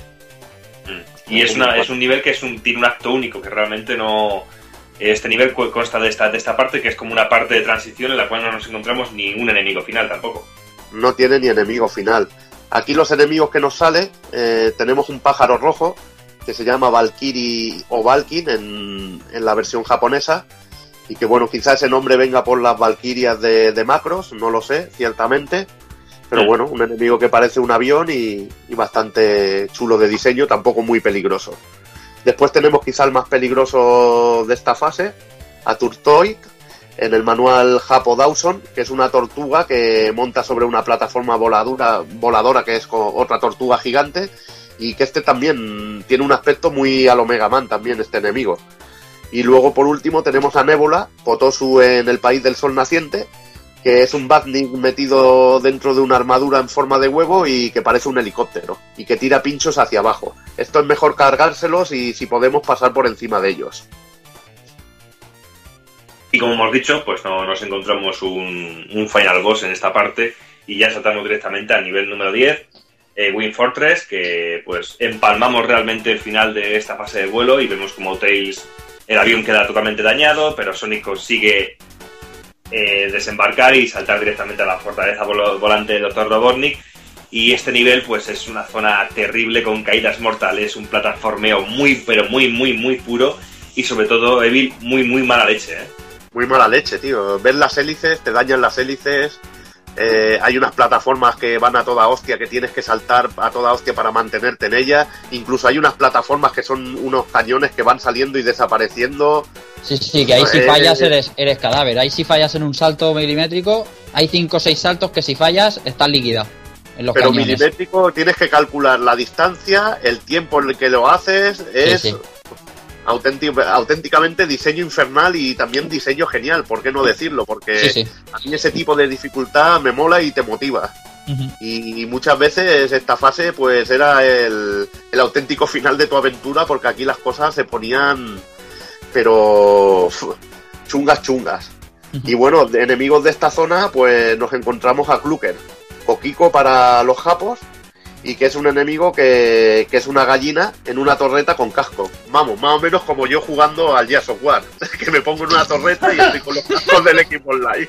Y es, una, es un nivel que es un, tiene un acto único, que realmente no... Este nivel cu- consta de esta, de esta parte, que es como una parte de transición en la cual no nos encontramos ni un enemigo final tampoco. No tiene ni enemigo final. Aquí los enemigos que nos sale, eh, tenemos un pájaro rojo que se llama Valkyrie o Valkin en, en la versión japonesa y que bueno, quizá ese nombre venga por las Valkyrias de, de Macros, no lo sé, ciertamente, pero Mm. bueno, un enemigo que parece un avión y, y bastante chulo de diseño, tampoco muy peligroso. Después tenemos quizá el más peligroso de esta fase, a Turtoid, en el manual Japo Dawson, que es una tortuga que monta sobre una plataforma voladura, voladora que es co- otra tortuga gigante y que este también tiene un aspecto muy a lo Mega Man también, este enemigo. Y luego por último tenemos a Nebula, Potosu en el país del sol naciente, que es un Batnik metido dentro de una armadura en forma de huevo y que parece un helicóptero y que tira pinchos hacia abajo. Esto es mejor cargárselos y si podemos pasar por encima de ellos. Y como hemos dicho, pues no nos encontramos un, un final boss en esta parte y ya saltamos directamente al nivel número diez, eh, Wing Fortress, que pues empalmamos realmente el final de esta fase de vuelo y vemos como Tails, el avión queda totalmente dañado, pero Sonic consigue eh, desembarcar y saltar directamente a la fortaleza vol- volante del doctor Robotnik. Y este nivel pues es una zona terrible con caídas mortales, un plataformeo muy pero muy muy muy puro y sobre todo Evil muy muy mala leche, ¿eh? Muy mala leche, tío. Ves las hélices, te dañan las hélices. Eh, hay unas plataformas que van a toda hostia, que tienes que saltar a toda hostia para mantenerte en ellas. Incluso hay unas plataformas que son unos cañones que van saliendo y desapareciendo. Sí, sí, que ahí si fallas eres, eres cadáver. Ahí si fallas en un salto milimétrico, hay cinco o seis saltos que si fallas estás liquidado. En los Pero cañones. milimétrico tienes que calcular la distancia, el tiempo en el que lo haces, es Sí, sí. auténtic- auténticamente diseño infernal y también diseño genial, ¿por qué no decirlo? Porque Sí, sí. a mí ese tipo de dificultad me mola y te motiva. Ujú. Y muchas veces esta fase pues era el, el auténtico final de tu aventura, porque aquí las cosas se ponían, pero uf, chungas chungas. Y bueno, de enemigos de esta zona pues nos encontramos a Clucker, Kokiko para los japos, y que es un enemigo que, que es una gallina en una torreta con casco. Vamos, más o menos como yo jugando al Gears of War, que me pongo en una torreta y estoy con los cascos del equipo online.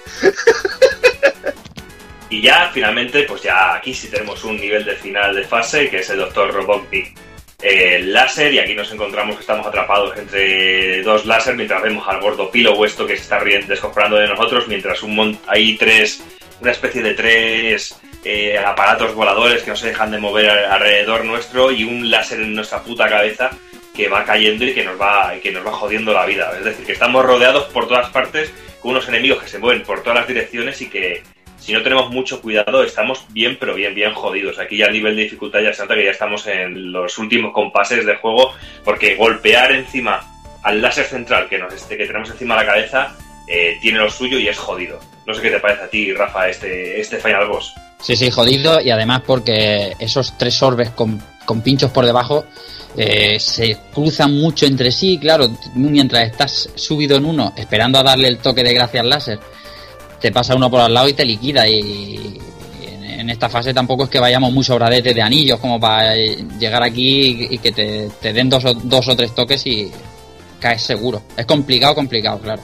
Y ya, finalmente, pues ya aquí sí tenemos un nivel de final de fase, que es el doctor Robotnik eh, láser, y aquí nos encontramos que estamos atrapados entre dos láser, mientras vemos al gordo Pilo esto que se está riendo, descoscorando de nosotros, mientras un mon- hay tres, una especie de tres eh, aparatos voladores que no se dejan de mover a- alrededor nuestro, y un láser en nuestra puta cabeza que va cayendo y que nos va, y que nos va jodiendo la vida. Es decir, que estamos rodeados por todas partes con unos enemigos que se mueven por todas las direcciones y que, si no tenemos mucho cuidado, estamos bien, pero bien, bien jodidos. Aquí ya el nivel de dificultad ya se nota que ya estamos en los últimos compases del juego, porque golpear encima al láser central que nos este, que tenemos encima de la cabeza eh, tiene lo suyo y es jodido. No sé qué te parece a ti, Rafa, este, este Final Boss. Sí, sí, jodido, y además porque esos tres orbes con, con pinchos por debajo eh, se cruzan mucho entre sí. Claro, mientras estás subido en uno esperando a darle el toque de gracia al láser, te pasa uno por al lado y te liquida. Y en esta fase tampoco es que vayamos muy sobradetes de anillos como para llegar aquí y que te, te den dos o, dos o tres toques y caes seguro. Es complicado, complicado, claro.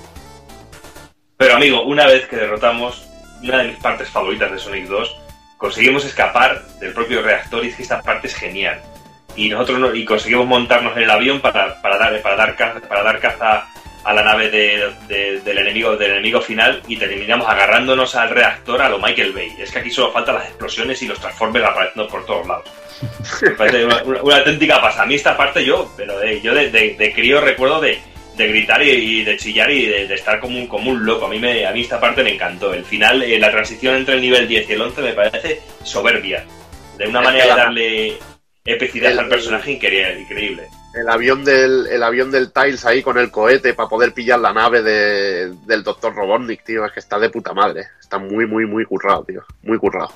Pero amigo, una vez que derrotamos una de mis partes favoritas de Sonic dos, conseguimos escapar del propio reactor, y es que esta parte es genial. Y nosotros no, y conseguimos montarnos en el avión para, para, dar, para, dar, caza, para dar caza a la nave de, de, del enemigo del enemigo final, y terminamos agarrándonos al reactor a lo Michael Bay. Es que aquí solo faltan las explosiones y los Transformers apareciendo por todos lados. Me parece una, una, una auténtica pasada. A mí esta parte yo, pero eh, yo de, de, de crío recuerdo de, de gritar y, y de chillar y de, de estar como un, como un loco. A mí, me, a mí esta parte me encantó. El final, eh, la transición entre el nivel diez y el once me parece soberbia. De una manera de darle epicidad el, al personaje increíble. increíble. El avión del el avión del Tails ahí con el cohete para poder pillar la nave de, del doctor Robotnik, tío, es que está de puta madre. Está muy, muy, muy currado, tío. Muy currado.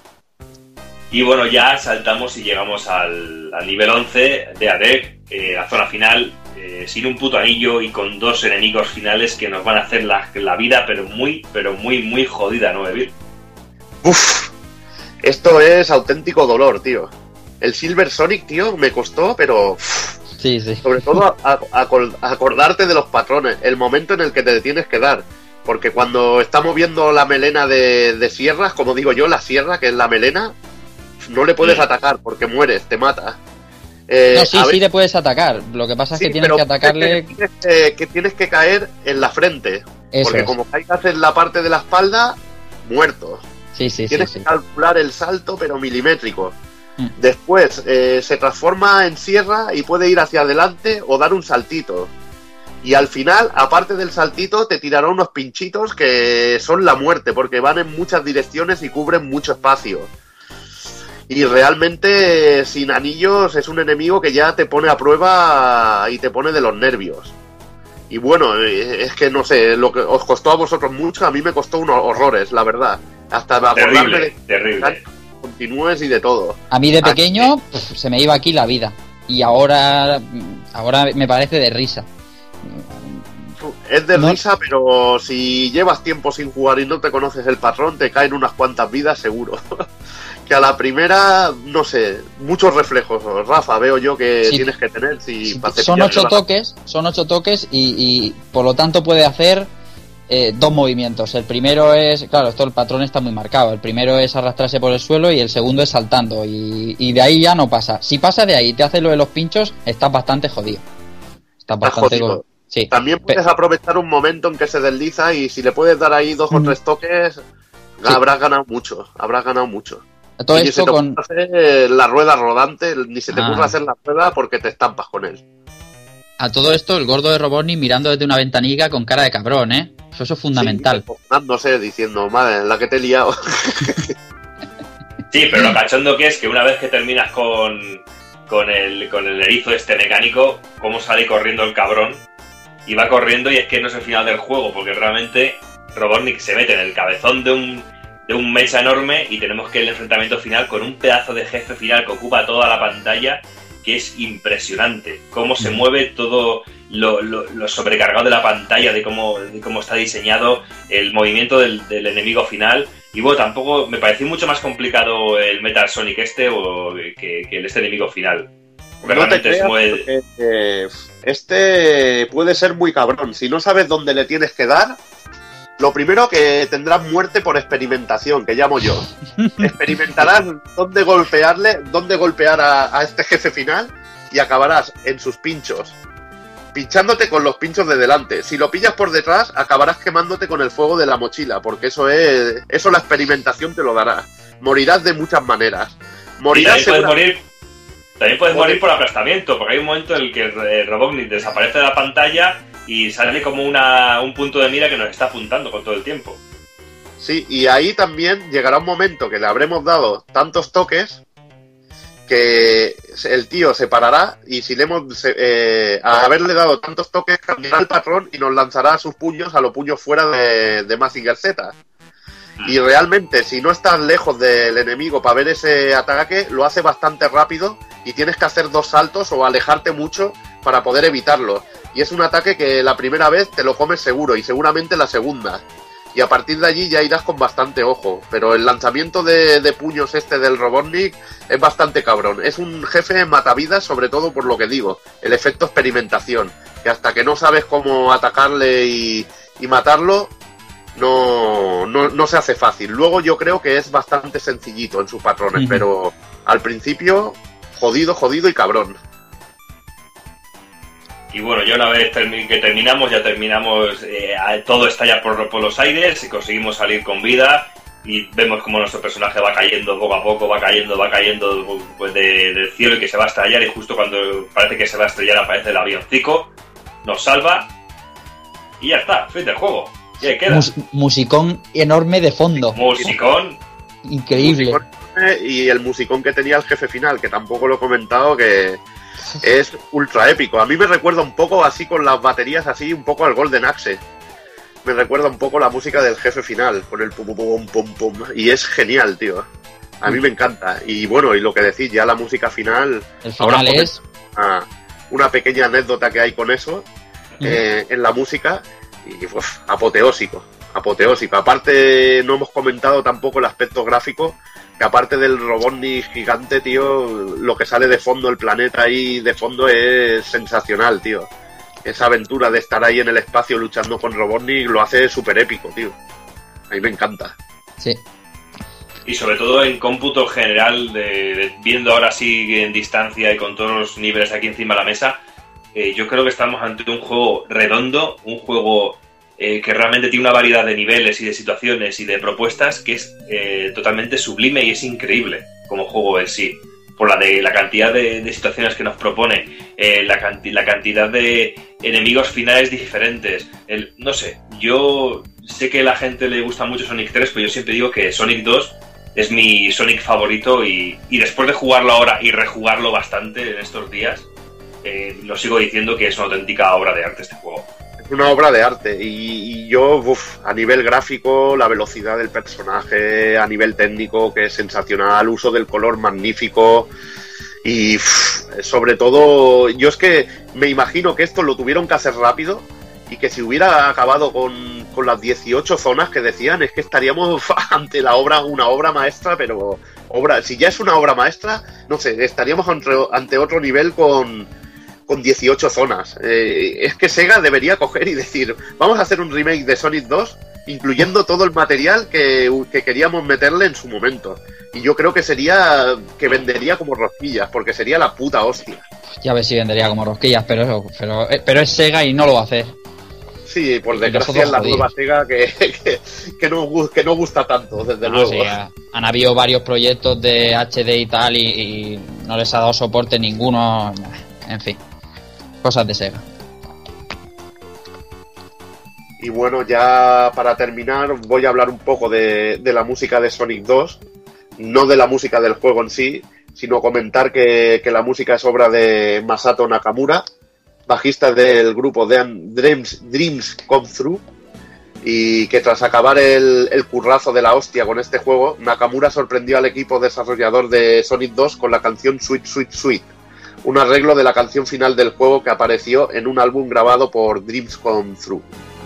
Y bueno, ya saltamos y llegamos al, al nivel once de A D E C, eh, la zona final, eh, sin un puto anillo y con dos enemigos finales que nos van a hacer la, la vida, pero muy, pero muy, muy jodida, ¿no, Evil? Uff, esto es auténtico dolor, tío. El Silver Sonic, tío, me costó, pero... Uff, sí, sí. Sobre todo a, a, a acordarte de los patrones, el momento en el que te tienes que dar. Porque cuando estamos viendo la melena de, de sierras, como digo yo, la sierra, que es la melena, no le puedes sí. atacar porque mueres, te mata. Eh, no, sí, sí le puedes atacar. Lo que pasa es sí, que tienes que atacarle... Que tienes que, que tienes que caer en la frente. Eso porque es. Como caigas en la parte de la espalda, muerto. Sí, sí, tienes sí, que sí. calcular el salto, pero milimétrico. Mm. Después eh, se transforma en sierra y puede ir hacia adelante o dar un saltito. Y al final, aparte del saltito, te tirará unos pinchitos que son la muerte, porque van en muchas direcciones y cubren mucho espacio. Y realmente, sin anillos, es un enemigo que ya te pone a prueba y te pone de los nervios. Y bueno, es que no sé, lo que os costó a vosotros mucho, a mí me costó unos horrores, la verdad. Hasta terrible, acordarme de terrible. Continúes y de todo. A mí de pequeño pues, se me iba aquí la vida. Y ahora, ahora me parece de risa. Es de no. risa, pero si llevas tiempo sin jugar y no te conoces el patrón, te caen unas cuantas vidas seguro. Que a la primera, no sé, muchos reflejos, Rafa, veo yo que sí. tienes que tener. Si sí, son ocho la... toques, son ocho toques y, y por lo tanto puede hacer eh, dos movimientos. El primero es, claro, esto el patrón está muy marcado. El primero es arrastrarse por el suelo y el segundo es saltando. Y, y de ahí ya no pasa. Si pasa de ahí y te hace lo de los pinchos, estás bastante jodido. Estás bastante jodido. Sí. También puedes Pe- aprovechar un momento en que se desliza y si le puedes dar ahí dos mm. o tres toques, Sí. Habrás ganado mucho, habrás ganado mucho. Todo y esto se te con... hacer la rueda rodante, ni se te Ah. ocurre hacer la rueda porque te estampas con él. A todo esto, el gordo de Robotnik mirando desde una ventanica con cara de cabrón, ¿eh? Eso, eso es fundamental. Sí, no sé, diciendo, madre, la que te he liado. Sí, pero lo cachondo que es que una vez que terminas con, con, el, con el erizo este mecánico, cómo sale corriendo el cabrón, y va corriendo y es que no es el final del juego, porque realmente Robotnik se mete en el cabezón de un, de un mecha enorme y tenemos que el enfrentamiento final con un pedazo de jefe final que ocupa toda la pantalla, que es impresionante. Cómo se mueve todo lo, lo, lo sobrecargado de la pantalla, de cómo, de cómo está diseñado el movimiento del, del enemigo final. Y bueno, tampoco me pareció mucho más complicado el Metal Sonic este o que, que el este enemigo final. Porque no te realmente creas, se mueve... porque, eh, este puede ser muy cabrón. Si no sabes dónde le tienes que dar, lo primero que tendrás muerte por experimentación, que llamo yo. Experimentarás dónde golpearle, dónde golpear a, a este jefe final y acabarás en sus pinchos, pinchándote con los pinchos de delante. Si lo pillas por detrás, acabarás quemándote con el fuego de la mochila, porque eso es, eso la experimentación te lo dará. Morirás de muchas maneras. Morirás y también puedes segura... morir, también puedes morir por aplastamiento, porque hay un momento en el que eh, Robotnik desaparece de la pantalla y sale como una, un punto de mira que nos está apuntando con todo el tiempo. Sí, y ahí también llegará un momento que le habremos dado tantos toques que el tío se parará y si le hemos eh, a haberle dado tantos toques cambiará el patrón y nos lanzará sus puños a los puños fuera de, de Mazinger Z. Y realmente si no estás lejos del enemigo para ver ese ataque, lo hace bastante rápido y tienes que hacer dos saltos o alejarte mucho para poder evitarlo. Y es un ataque que la primera vez te lo comes seguro y seguramente la segunda. Y a partir de allí ya irás con bastante ojo. Pero el lanzamiento de, de puños este del Robotnik es bastante cabrón. Es un jefe matavidas, sobre todo por lo que digo, el efecto experimentación. Que hasta que no sabes cómo atacarle y, y matarlo, no, no, no se hace fácil. Luego yo creo que es bastante sencillito en sus patrones, uh-huh. Pero al principio, jodido, jodido y cabrón. Y bueno, ya una vez termi- que terminamos, ya terminamos, eh, todo está ya por, por los aires y conseguimos salir con vida y vemos como nuestro personaje va cayendo poco a poco, va cayendo, va cayendo pues, de, del cielo y que se va a estrellar y justo cuando parece que se va a estrellar aparece el avioncico, nos salva y ya está, fin del juego. Y ahí queda. Mus- musicón enorme de fondo. Musicón. Increíble. Musicón y el musicón que tenía el jefe final, que tampoco lo he comentado, que... es ultra épico. A mí me recuerda un poco así con las baterías así, un poco al Golden Axe. Me recuerda un poco la música del jefe final, con el pum pum pum pum pum. Y es genial, tío. A mí me encanta. Y bueno, y lo que decís, ya la música final... El final ahora es... Una, una pequeña anécdota que hay con eso, mm. eh, en la música, y uf, apoteósico. Apoteósico. Aparte, no hemos comentado tampoco el aspecto gráfico, que aparte del Robotnik gigante, tío, lo que sale de fondo, el planeta ahí de fondo es sensacional, tío. Esa aventura de estar ahí en el espacio luchando con Robotnik lo hace súper épico, tío. A mí me encanta. Sí. Y sobre todo en cómputo general, de, de, viendo ahora sí en distancia y con todos los niveles aquí encima de la mesa, eh, yo creo que estamos ante un juego redondo, un juego... Eh, que realmente tiene una variedad de niveles y de situaciones y de propuestas que es eh, totalmente sublime y es increíble como juego en sí, por la de la cantidad de, de situaciones que nos propone, eh, la, canti- la cantidad de enemigos finales diferentes, el, no sé, yo sé que a la gente le gusta mucho Sonic tres, pero yo siempre digo que Sonic dos es mi Sonic favorito y, y después de jugarlo ahora y rejugarlo bastante en estos días, eh, lo sigo diciendo que es una auténtica obra de arte este juego. Una obra de arte y, y yo, uf, a nivel gráfico, la velocidad del personaje, a nivel técnico, que es sensacional, uso del color magnífico y uf, sobre todo, yo es que me imagino que esto lo tuvieron que hacer rápido y que si hubiera acabado con, con las dieciocho zonas que decían, es que estaríamos uf, ante la obra, una obra maestra, pero obra, si ya es una obra maestra, no sé, estaríamos ante, ante otro nivel con... con dieciocho zonas. Eh, es que Sega debería coger y decir, vamos a hacer un remake de Sonic dos, incluyendo todo el material que, que queríamos meterle en su momento. Y yo creo que sería, que vendería como rosquillas, porque sería la puta hostia. Ya ves si vendería como rosquillas, pero, pero, pero es Sega y no lo va a hacer. Sí, por desgracia es la nueva Sega que, que, que, no, que no gusta tanto, desde no, luego. Sí, han habido varios proyectos de H D y tal y, y no les ha dado soporte ninguno. En fin, cosas de Sega. Y bueno, ya para terminar voy a hablar un poco de, de la música de Sonic dos, no de la música del juego en sí, sino comentar que, que la música es obra de Masato Nakamura, bajista del grupo Dreams, Dreams Come True, y que tras acabar el, el currazo de la hostia con este juego, Nakamura sorprendió al equipo desarrollador de Sonic dos con la canción Sweet Sweet Sweet, un arreglo de la canción final del juego que apareció en un álbum grabado por Dreams Come True.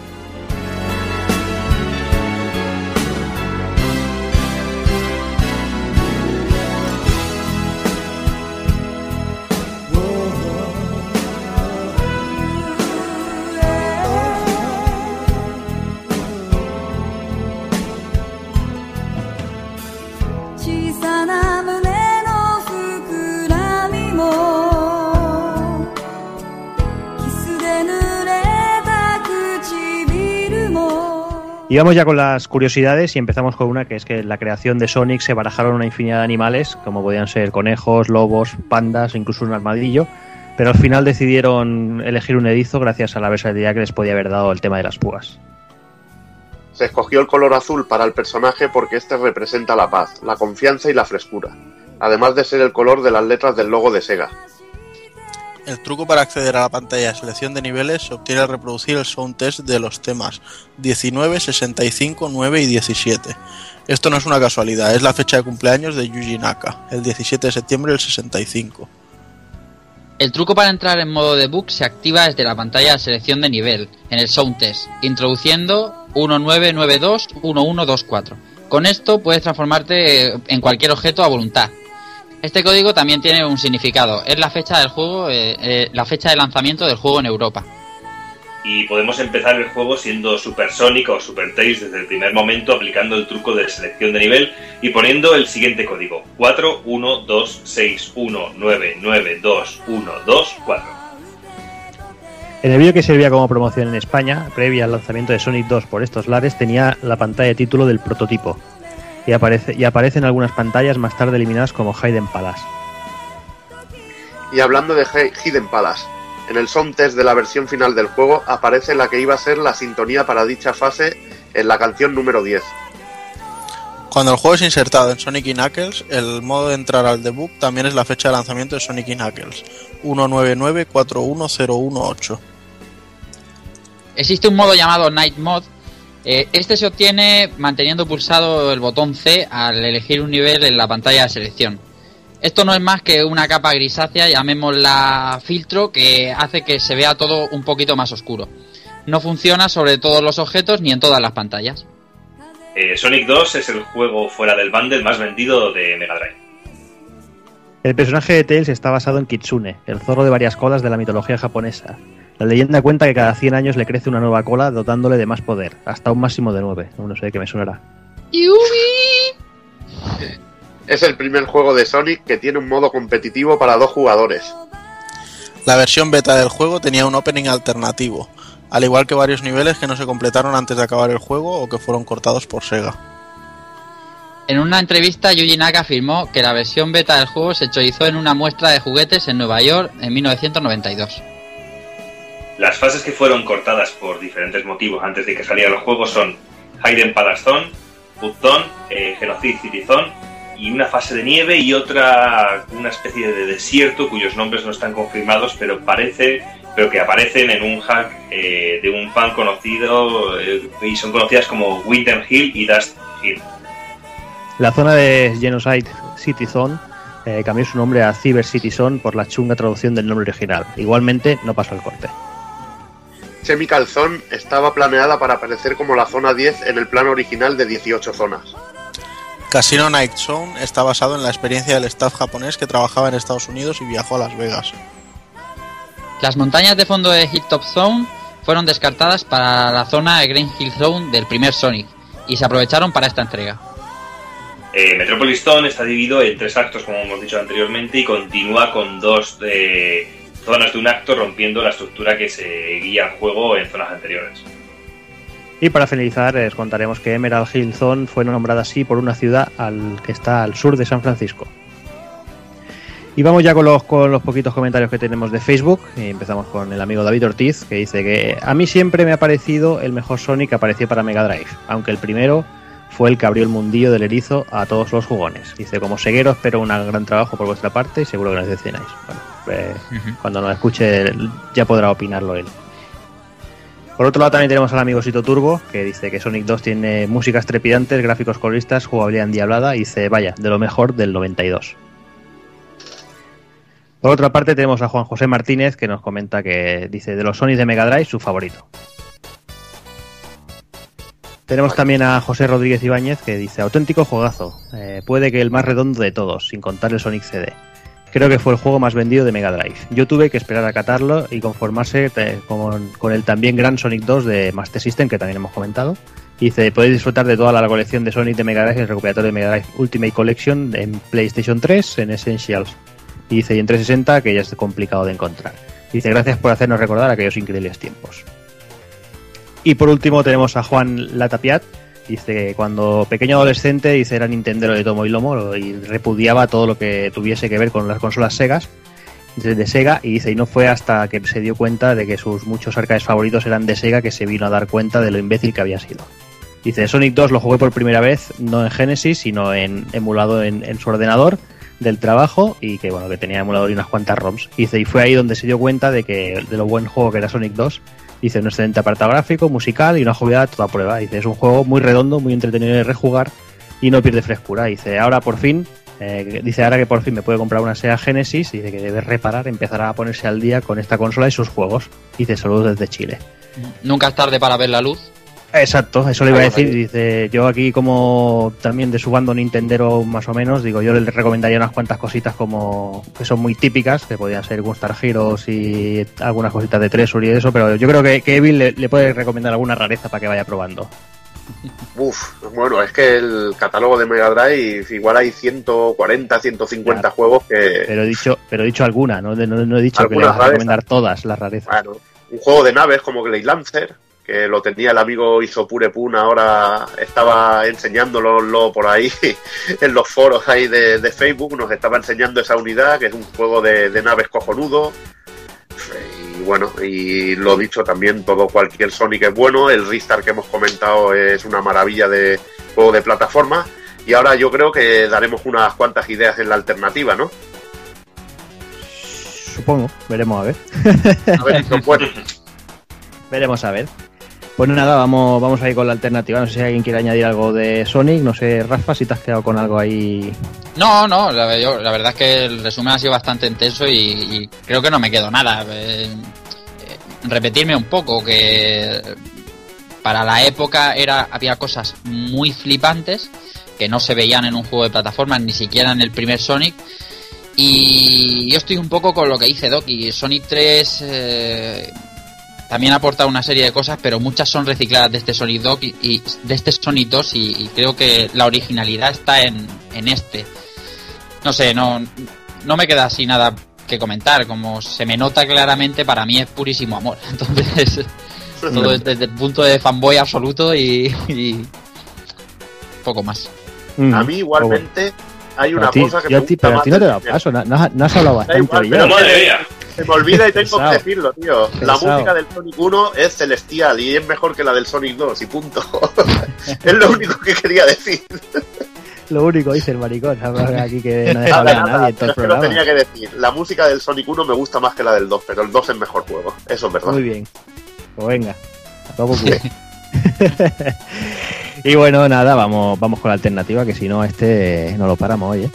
Y vamos ya con las curiosidades y empezamos con una que es que en la creación de Sonic se barajaron una infinidad de animales, como podían ser conejos, lobos, pandas, incluso un armadillo, pero al final decidieron elegir un erizo gracias a la versatilidad que les podía haber dado el tema de las púas. Se escogió el color azul para el personaje porque este representa la paz, la confianza y la frescura, además de ser el color de las letras del logo de Sega. El truco para acceder a la pantalla de selección de niveles se obtiene al reproducir el sound test de los temas diecinueve, sesenta y cinco, nueve y diecisiete. Esto no es una casualidad, es la fecha de cumpleaños de Yuji Naka, el diecisiete de septiembre del sesenta y cinco. El truco para entrar en modo debug se activa desde la pantalla de selección de nivel, en el sound test, introduciendo uno nueve nueve dos uno uno dos cuatro. Con esto puedes transformarte en cualquier objeto a voluntad. Este código también tiene un significado, es la fecha del juego, eh, eh, la fecha de lanzamiento del juego en Europa. Y podemos empezar el juego siendo Super Sonic o Super Tails desde el primer momento, aplicando el truco de selección de nivel y poniendo el siguiente código: cuatro uno dos seis uno nueve nueve dos uno dos cuatro. En el vídeo que servía como promoción en España, previa al lanzamiento de Sonic dos por estos lares, tenía la pantalla de título del prototipo. Y aparece, y aparece en algunas pantallas más tarde eliminadas como Hidden Palace. Y hablando de Hidden Palace, en el sound test de la versión final del juego aparece la que iba a ser la sintonía para dicha fase en la canción número diez. Cuando el juego es insertado en Sonic y Knuckles, el modo de entrar al debug también es la fecha de lanzamiento de Sonic y Knuckles, uno nueve nueve cuatro uno cero uno ocho. Existe un modo llamado Night Mode. Este se obtiene manteniendo pulsado el botón C al elegir un nivel en la pantalla de selección. Esto no es más que una capa grisácea, llamémosla filtro, que hace que se vea todo un poquito más oscuro. No funciona sobre todos los objetos ni en todas las pantallas. Eh, Sonic dos es el juego fuera del bundle más vendido de Mega Drive. El personaje de Tails está basado en Kitsune, el zorro de varias colas de la mitología japonesa. La leyenda cuenta que cada cien años le crece una nueva cola dotándole de más poder, hasta un máximo de nueve. No sé de qué me sonará. ¡Yubi! Es el primer juego de Sonic que tiene un modo competitivo para dos jugadores. La versión beta del juego tenía un opening alternativo, al igual que varios niveles que no se completaron antes de acabar el juego o que fueron cortados por Sega. En una entrevista, Yuji Naka afirmó que la versión beta del juego se hecho en una muestra de juguetes en Nueva York en mil novecientos noventa y dos. Las fases que fueron cortadas por diferentes motivos antes de que saliera el juego son Hidden Palace Zone, Bug Zone, eh, Genocide City Zone y una fase de nieve y otra, una especie de desierto cuyos nombres no están confirmados, pero parece, pero que aparecen en un hack eh, de un fan conocido eh, y son conocidas como Winter Hill y Dust Hill. La zona de Genocide City Zone eh, cambió su nombre a Cyber City Zone por la chunga traducción del nombre original. Igualmente no pasó el corte. Chemical Zone estaba planeada para aparecer como la zona diez en el plan original de dieciocho zonas. Casino Night Zone está basado en la experiencia del staff japonés que trabajaba en Estados Unidos y viajó a Las Vegas. Las montañas de fondo de Hilltop Zone fueron descartadas para la zona de Green Hill Zone del primer Sonic y se aprovecharon para esta entrega. Eh, Metropolis Zone está dividido en tres actos, como hemos dicho anteriormente, y continúa con dos eh, zonas de un acto, rompiendo la estructura que se guía al juego en zonas anteriores. Y para finalizar, les contaremos que Emerald Hill Zone fue nombrada así por una ciudad al que está al sur de San Francisco. Y vamos ya con los, con los poquitos comentarios que tenemos de Facebook. Y empezamos con el amigo David Ortiz, que dice que a mí siempre me ha parecido el mejor Sonic que apareció para Mega Drive, aunque el primero fue el que abrió el mundillo del erizo a todos los jugones. Dice, como seguero espero un gran trabajo por vuestra parte y seguro que nos decepcionáis. Bueno, eh, uh-huh. Cuando nos escuche ya podrá opinarlo él. Por otro lado también tenemos al amigo Sito Turbo, que dice que Sonic dos tiene músicas trepidantes, gráficos coloristas, jugabilidad endiablada y dice, vaya, de lo mejor del noventa y dos. Por otra parte tenemos a Juan José Martínez, que nos comenta que dice, de los Sonic de Mega Drive, su favorito. Tenemos también a José Rodríguez Ibáñez, que dice, auténtico juegazo, eh, puede que el más redondo de todos, sin contar el Sonic C D. Creo que fue el juego más vendido de Mega Drive. Yo tuve que esperar a catarlo y conformarse te, con, con el también gran Sonic dos de Master System, que también hemos comentado. Y dice, podéis disfrutar de toda la colección de Sonic de Mega Drive en el recuperatorio de Mega Drive Ultimate Collection en PlayStation tres, en Essentials. Y dice, y en trescientos sesenta, que ya es complicado de encontrar. Dice, gracias por hacernos recordar aquellos increíbles tiempos. Y por último tenemos a Juan Latapiat. Dice que cuando pequeño adolescente, dice, era nintendero de tomo y lomo y repudiaba todo lo que tuviese que ver con las consolas Segas, de Sega, y dice, y no fue hasta que se dio cuenta de que sus muchos arcades favoritos eran de Sega que se vino a dar cuenta de lo imbécil que había sido. Dice, Sonic dos lo jugué por primera vez, no en Genesis, sino en emulado en, en su ordenador del trabajo, y que bueno, que tenía emulador y unas cuantas ROMs. Dice, y fue ahí donde se dio cuenta de que de lo buen juego que era Sonic dos. Dice, un excelente apartado gráfico, musical y una jugabilidad a toda prueba. Dice, es un juego muy redondo, muy entretenido de rejugar y no pierde frescura. Dice, ahora por fin, eh, dice, ahora que por fin me puede comprar una Sega Genesis, dice que debe reparar, empezará a ponerse al día con esta consola y sus juegos. Dice, saludos desde Chile. Nunca es tarde para ver la luz. Exacto, eso le iba a decir. Dice, yo aquí como también de su bando nintendero más o menos, digo, yo le recomendaría unas cuantas cositas como que son muy típicas, que podrían ser Gunstar Heroes y algunas cositas de Treasure y eso, pero yo creo que, que Evil le, le puede recomendar alguna rareza para que vaya probando. Uf, bueno, es que el catálogo de Mega Drive igual hay ciento cuarenta, ciento cincuenta claro, juegos que... Pero he dicho, pero he dicho alguna, no, no, no he dicho que le vas a recomendar todas las rarezas. Bueno, un juego de naves como Glade Lancer, que lo tenía el amigo Isopure Pun, ahora estaba enseñándolo por ahí en los foros ahí de, de Facebook, nos estaba enseñando esa unidad, que es un juego de, de naves cojonudo. Y bueno, y lo dicho también, todo cualquier Sonic es bueno, el Ristar que hemos comentado es una maravilla de juego de plataforma, y ahora yo creo que daremos unas cuantas ideas en la alternativa, ¿no? Supongo, veremos a ver. A ver, son buenos. Veremos a ver. Pues nada, vamos, vamos a ir con la alternativa. No sé si alguien quiere añadir algo de Sonic. No sé, Rafa, si te has quedado con algo ahí. No, no, la, yo, la verdad es que el resumen ha sido bastante intenso y, y creo que no me quedo nada. Eh, eh, repetirme un poco, que para la época era había cosas muy flipantes que no se veían en un juego de plataformas, ni siquiera en el primer Sonic. Y yo estoy un poco con lo que dice Doki. Sonic tres... Eh, también ha aportado una serie de cosas, pero muchas son recicladas de este Sonic dos y, y de este Sonic dos y, y creo que la originalidad está en, en este. No sé, no, no me queda así nada que comentar. Como se me nota claramente, para mí es purísimo amor. Entonces, todo desde el punto de fanboy absoluto y, y poco más. A mí igualmente hay una ti, cosa que me gusta pero más a ti no te da paso, no, no has hablado bastante igual, bien. pero madre mía. Se me olvida y tengo que decirlo, tío. Pesado. La música del Sonic uno es celestial y es mejor que la del Sonic dos y punto. Es lo único que quería decir. Lo único, dice el maricón. Aquí que no deja hablar a nadie en todo el programa. Lo tenía que decir. La música del Sonic uno me gusta más que la del dos, pero el dos es mejor juego. Eso es verdad. Muy bien. Pues venga. Vamos bien. Y bueno, nada, vamos, vamos con la alternativa, que si no, este no lo paramos hoy, ¿eh?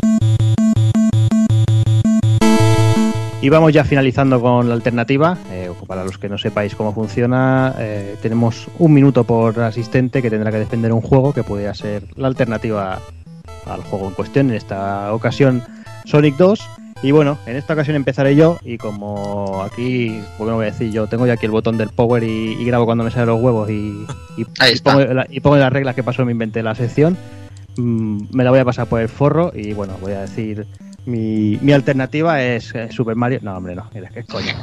Y vamos ya finalizando con la alternativa. Eh, para los que no sepáis cómo funciona, eh, tenemos un minuto por asistente que tendrá que defender un juego que podría ser la alternativa al juego en cuestión, en esta ocasión Sonic dos. Y bueno, en esta ocasión empezaré yo, y como aquí, ¿por qué no voy a decir yo? Tengo ya aquí el botón del power y, y grabo cuando me salen los huevos y, y, y, pongo, la, y pongo las reglas que pasó, me inventé la sección. Mm, me la voy a pasar por el forro y bueno, voy a decir... Mi, mi alternativa es eh, Super Mario... No, hombre, no, mira, que es coña.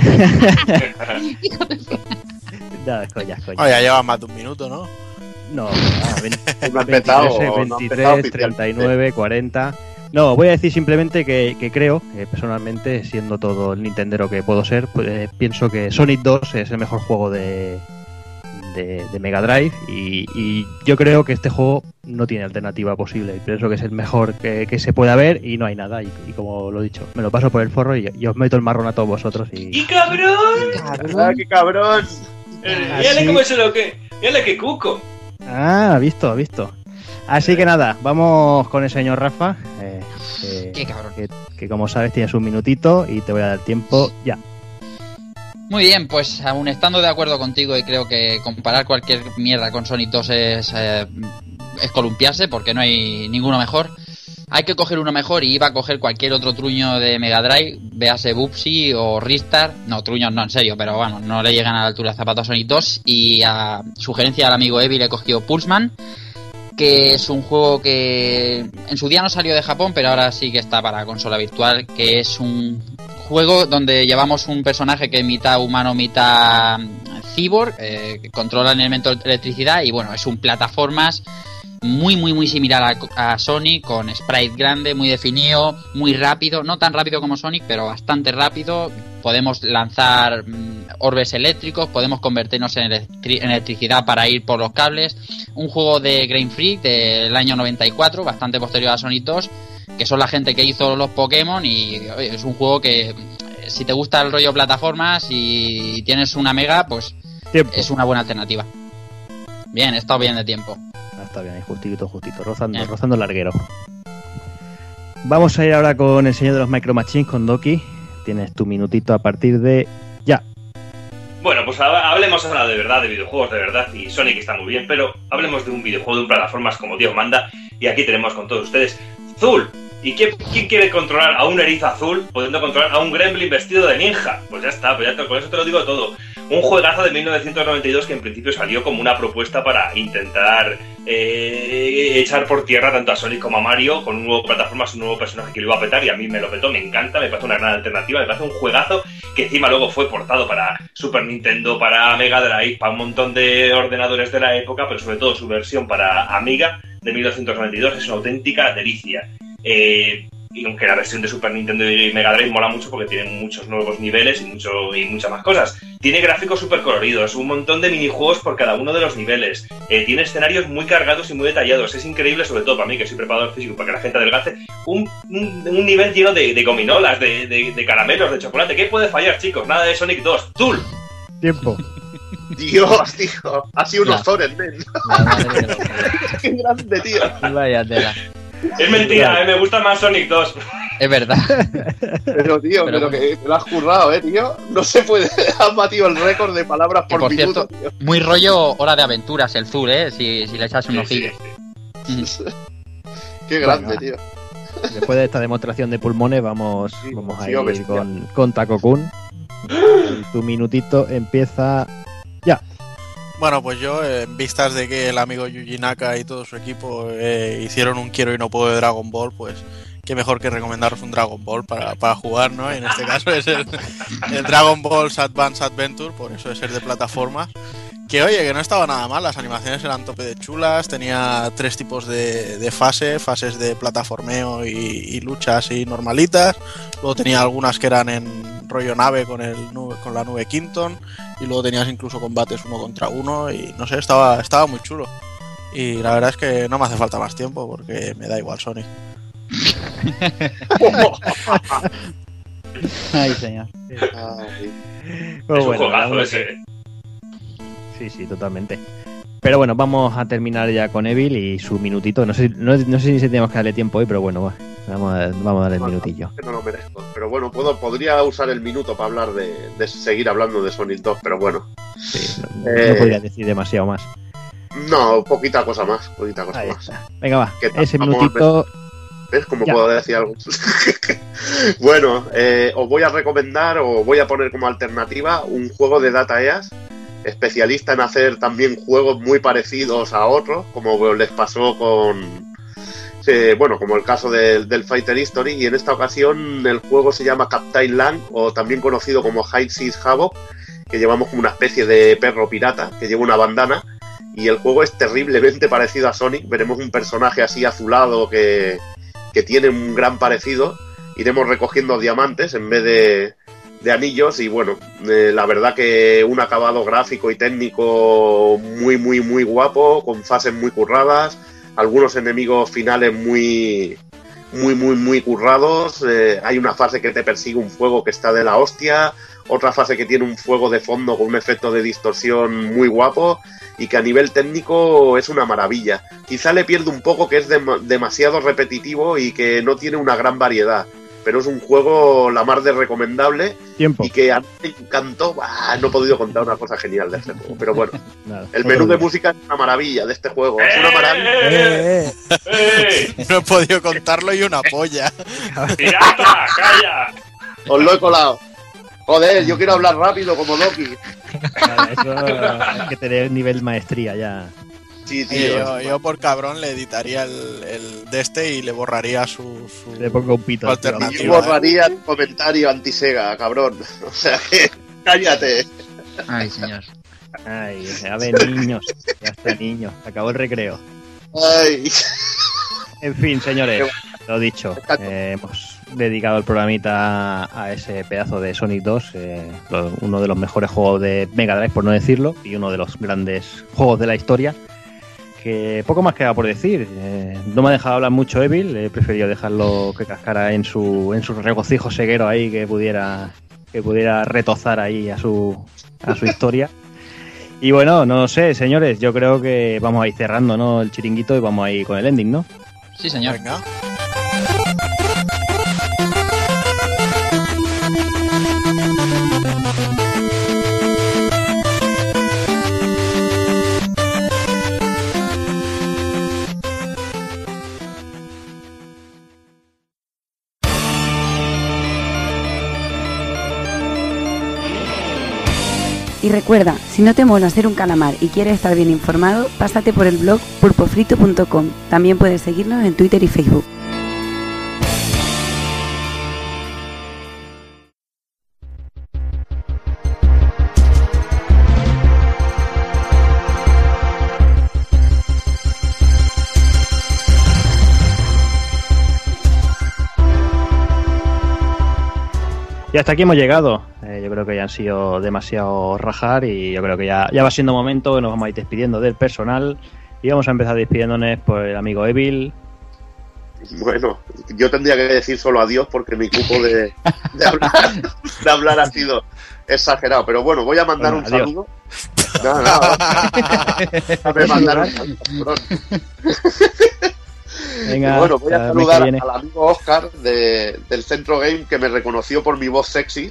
No, es coña, es coña. Oh, ya lleva más de un minuto, ¿no? No, no veintitrés, veintitrés, treinta y nueve, cuarenta... No, voy a decir simplemente que, que creo, que personalmente, siendo todo el Nintendero que puedo ser, pues, eh, pienso que Sonic dos es el mejor juego de, de, de Mega Drive y, y yo creo que este juego no tiene alternativa posible. Pienso que es el mejor que, que se puede haber y no hay nada. Y, y como lo he dicho, me lo paso por el forro y, y os meto el marrón a todos vosotros. ¡Y, ¡Y cabrón! ¡Ah, qué cabrón! Eh, ¡Yale cómo se lo que! ¡Yale que cuco! Ah, visto, visto. Así que nada, vamos con el señor Rafa. Eh, que, Qué cabrón. Que, que como sabes tienes un minutito y te voy a dar tiempo ya. Muy bien, pues aún estando de acuerdo contigo y creo que comparar cualquier mierda con Sonic dos es, eh, es columpiarse porque no hay ninguno mejor. Hay que coger uno mejor y iba a coger cualquier otro truño de Mega Drive, véase Bubsy o Ristar. No, truños no, en serio, pero bueno, no le llegan a la altura de zapatos a Sonic dos. Y a sugerencia del amigo Evi le he cogido Pulseman, que es un juego que en su día no salió de Japón, pero ahora sí que está para consola virtual, que es un juego donde llevamos un personaje que es mitad humano, mitad cyborg, eh, que controla el elemento de electricidad y bueno, es un plataformas muy muy muy similar a, a Sonic, con sprite grande, muy definido, muy rápido, no tan rápido como Sonic, pero bastante rápido. Podemos lanzar mm, orbes eléctricos, podemos convertirnos en, electri- en electricidad para ir por los cables. Un juego de Game Freak del año noventa y cuatro, bastante posterior a Sonic dos, que son la gente que hizo los Pokémon y oye, es un juego que si te gusta el rollo plataformas y tienes una Mega, pues tiempo. Es una buena alternativa. Bien, he estado bien de tiempo. Está bien, justito, justito, rozando, yeah. rozando el larguero. Vamos a ir ahora con el señor de los Micro Machines, con Doki. Tienes tu minutito a partir de ya. Bueno, pues hablemos ahora de verdad, de videojuegos de verdad, y Sonic está muy bien, pero hablemos de un videojuego de un plataformas como Dios manda, y aquí tenemos con todos ustedes Zool. ¿Y quién, quién quiere controlar a un erizo azul pudiendo controlar a un gremlin vestido de ninja? Pues ya está, pues ya te, con eso te lo digo todo. Un juegazo de mil novecientos noventa y dos que en principio salió como una propuesta para intentar eh, echar por tierra tanto a Sonic como a Mario, con un nuevo plataformas, un nuevo personaje que lo iba a petar, y a mí me lo petó, me encanta, me parece una gran alternativa, me parece un juegazo que encima luego fue portado para Super Nintendo, para Mega Drive, para un montón de ordenadores de la época, pero sobre todo su versión para Amiga de mil novecientos noventa y dos es una auténtica delicia. Eh, y aunque la versión de Super Nintendo y Mega Drive mola mucho porque tiene muchos nuevos niveles y, mucho, y muchas más cosas. Tiene gráficos súper coloridos, un montón de minijuegos por cada uno de los niveles. Eh, tiene escenarios muy cargados y muy detallados. Es increíble, sobre todo para mí, que soy preparador físico, para que la gente adelgace. Un, un, un nivel lleno de, de gominolas, de, de, de caramelos, de chocolate. ¿Qué puede fallar, chicos? Nada de Sonic dos. ¡Zul! Tiempo. Dios, tío. Ha sido unos Zoren, men. Qué grande, tío. Vaya tela. Es mentira, eh, me gusta más Sonic dos. Es verdad. Pero tío, pero, pero que te lo has currado, eh, tío. No se puede. Has batido el récord de palabras por, por minuto, cierto, tío. Muy rollo Hora de Aventuras el Zool, eh. Si, si le echas un sí, ojillo. Sí, sí. Qué grande, bueno, tío. Después de esta demostración de pulmones, vamos, sí, vamos a sí, ir con, con Taco-kun. Tu minutito empieza ya. Bueno, pues yo, en vistas de que el amigo Yuji Naka y todo su equipo eh, hicieron un quiero y no puedo de Dragon Ball, pues qué mejor que recomendaros un Dragon Ball para, para jugar, ¿no? Y en este caso es el, el Dragon Ball Advance Adventure, por eso de ser de plataforma. Que oye, que no estaba nada mal, las animaciones eran tope de chulas, tenía tres tipos de, de fase, fases de plataformeo y, y luchas y normalitas, luego tenía algunas que eran en rollo nave con el nube, con la nube Kimpton, y luego tenías incluso combates uno contra uno y no sé, estaba, estaba muy chulo. Y la verdad es que no me hace falta más tiempo porque me da igual Sonic. Ay, señor. Ay. Pero es bueno, un juegazo que... ese. Sí, sí, totalmente. Pero bueno, vamos a terminar ya con Evil y su minutito. No sé, no, no sé si tenemos que darle tiempo hoy, pero bueno, va. Vamos a, vamos a dar el No, minutillo. no, que no lo merezco. Pero bueno, puedo, podría usar el minuto para hablar de, de seguir hablando de Sonic dos, pero bueno. Sí, no, Eh, no podría decir demasiado más. No, poquita cosa más, poquita cosa Ahí más. está. Venga, va. ¿Qué tal? Ese Vamos a minutito. ¿Ves cómo Ya. puedo decir algo? Bueno, eh, os voy a recomendar o voy a poner como alternativa un juego de Data E A S, especialista en hacer también juegos muy parecidos a otros, como les pasó con... eh, bueno, como el caso del, del Fighter History, y en esta ocasión el juego se llama Captain Lang, o también conocido como High Seas Havoc, que llevamos como una especie de perro pirata que lleva una bandana, y el juego es terriblemente parecido a Sonic. Veremos un personaje así azulado que, que tiene un gran parecido. Iremos recogiendo diamantes en vez de, de anillos, y bueno, eh, la verdad que un acabado gráfico y técnico muy, muy, muy guapo, con fases muy curradas, algunos enemigos finales muy, muy, muy, muy currados. Eh, hay una fase que te persigue un fuego que está de la hostia, otra fase que tiene un fuego de fondo con un efecto de distorsión muy guapo, y que a nivel técnico es una maravilla. Quizá le pierdo un poco que es dem- demasiado repetitivo y que no tiene una gran variedad, pero es un juego la mar de recomendable. Tiempo. Y que a mí me encantó. Bah, no he podido contar una cosa genial de este juego, pero bueno, Nada, el todo menú de bien. música es una maravilla de este juego, es una maravilla. Eh, eh. ¡Eh! No he podido contarlo y una polla. ¡Pirata! ¡Calla! Os lo he colado. Joder, yo quiero hablar rápido como Doki. Nada, eso hay que tener nivel maestría ya. Sí, Y tío. yo, yo por cabrón le editaría el, el de este y le borraría su, su Le pongo un pito. su alternativa. Y borraría el comentario anti-Sega, cabrón. O sea que, cállate. Ay, señor. Ay, a ver, niños. Ya está, niños. Acabó el recreo. Ay. En fin, señores, lo dicho, eh, hemos dedicado el programita a ese pedazo de Sonic dos, eh, lo- uno de los mejores juegos de Mega Drive, por no decirlo, y uno de los grandes juegos de la historia. Que poco más queda por decir. Eh, no me ha dejado hablar mucho Evil, he preferido dejarlo que cascara en su en su regocijo ceguero ahí, que pudiera que pudiera retozar ahí a su a su historia. Y bueno, no sé, señores, yo creo que vamos a ir cerrando, ¿no?, el chiringuito, y vamos a ir con el ending, ¿no? Sí, señor. Venga. Y recuerda, si no te mola hacer un calamar y quieres estar bien informado, pásate por el blog pulpofrito punto com. También puedes seguirnos en Twitter y Facebook. Y hasta aquí hemos llegado. Eh, yo creo que ya han sido demasiado rajar, y yo creo que ya, ya va siendo momento que nos vamos a ir despidiendo del personal, y vamos a empezar despidiéndonos por el amigo Evil. Bueno, yo tendría que decir solo adiós porque mi cupo de, de, hablar, de hablar ha sido exagerado. Pero bueno, voy a mandar Bueno, un adiós. saludo. No, no, déjame mandar un saludo, cabrón. Venga, Y bueno, voy a hasta el mes que saludar viene. al amigo Oscar de, del Centro Game, que me reconoció por mi voz sexy.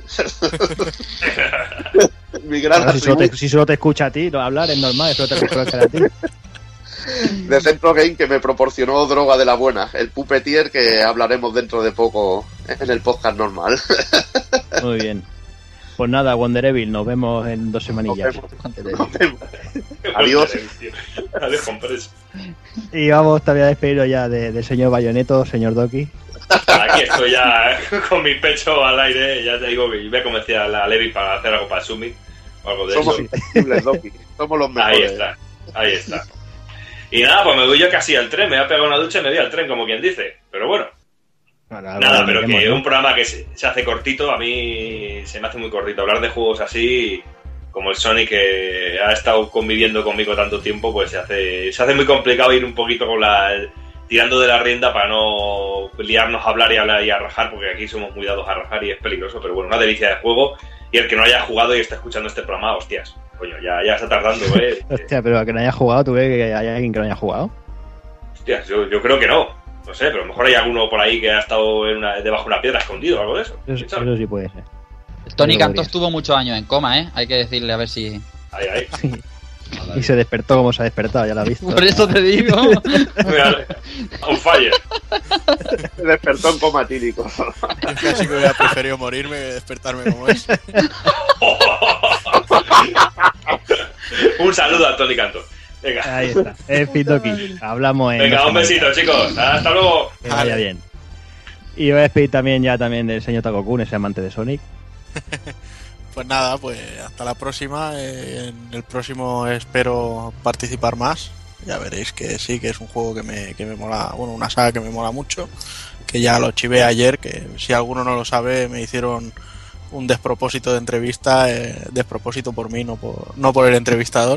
Mi gran Ahora, si, solo te, atributo si solo te escucha a ti no hablar, es normal, solo te escucha a ti. de Centro Game, que me proporcionó droga de la buena, el Puppeteer, que hablaremos dentro de poco en el podcast normal. Muy bien. Pues nada, Wonder Evil, nos vemos en dos semanillas. Nos vemos. Adiós. Adiós, compres. Y vamos también a despedirnos ya de- del señor Bayoneto, señor Doki. Aquí estoy ya con mi pecho al aire. Ya te digo que voy a convencer a la Levi para hacer algo para Sumi o algo de Somos eso. invencibles, Doki. Somos los mejores. Ahí está, ahí está. Y nada, pues me voy yo casi al tren. Me voy a pegar una ducha y me voy al tren, como quien dice. Pero bueno, Ahora, nada, ahora pero veremos, que ¿no? un programa que se, se hace cortito, a mí se me hace muy cortito. Hablar de juegos así, como el Sonic, que ha estado conviviendo conmigo tanto tiempo, pues se hace, se hace muy complicado ir un poquito con la tirando de la rienda para no liarnos a hablar y a, hablar y a rajar, porque aquí somos muy dados a rajar y es peligroso. Pero bueno, una delicia de juego. Y el que no haya jugado y está escuchando este programa, hostias, coño, ya, ya está tardando, ¿eh? Hostia, pero a que no haya jugado, ¿tú ves que hay alguien que no haya jugado? Hostias, yo, yo creo que no. No sé, pero a lo mejor hay alguno por ahí que ha estado en una, debajo de una piedra escondido o algo de eso. Eso, eso sí puede ser. Tony Eso Canto podría estuvo muchos años en coma, ¿eh? Hay que decirle a ver si... Ahí, ahí. Sí. Y se despertó como se ha despertado, ya lo has visto. Por eso te digo. Mira, on fire. Se despertó en coma tílico. Yo casi que hubiera preferido morirme que despertarme como es. Un saludo a Tony Canto. Venga. Ahí está. En fin, Doki. Hablamos en... Venga, dos un besito, semanitas. chicos. Hasta luego. Que vaya bien. Y voy a despedir también ya también del señor Takokun, ese amante de Sonic. Pues nada, pues hasta la próxima. Eh, en el próximo espero participar más. Ya veréis que sí, que es un juego que me, que me mola, bueno, una saga que me mola mucho. Que ya lo chivé ayer, que si alguno no lo sabe, me hicieron un despropósito de entrevista, eh, despropósito por mí, no por, no por el entrevistador,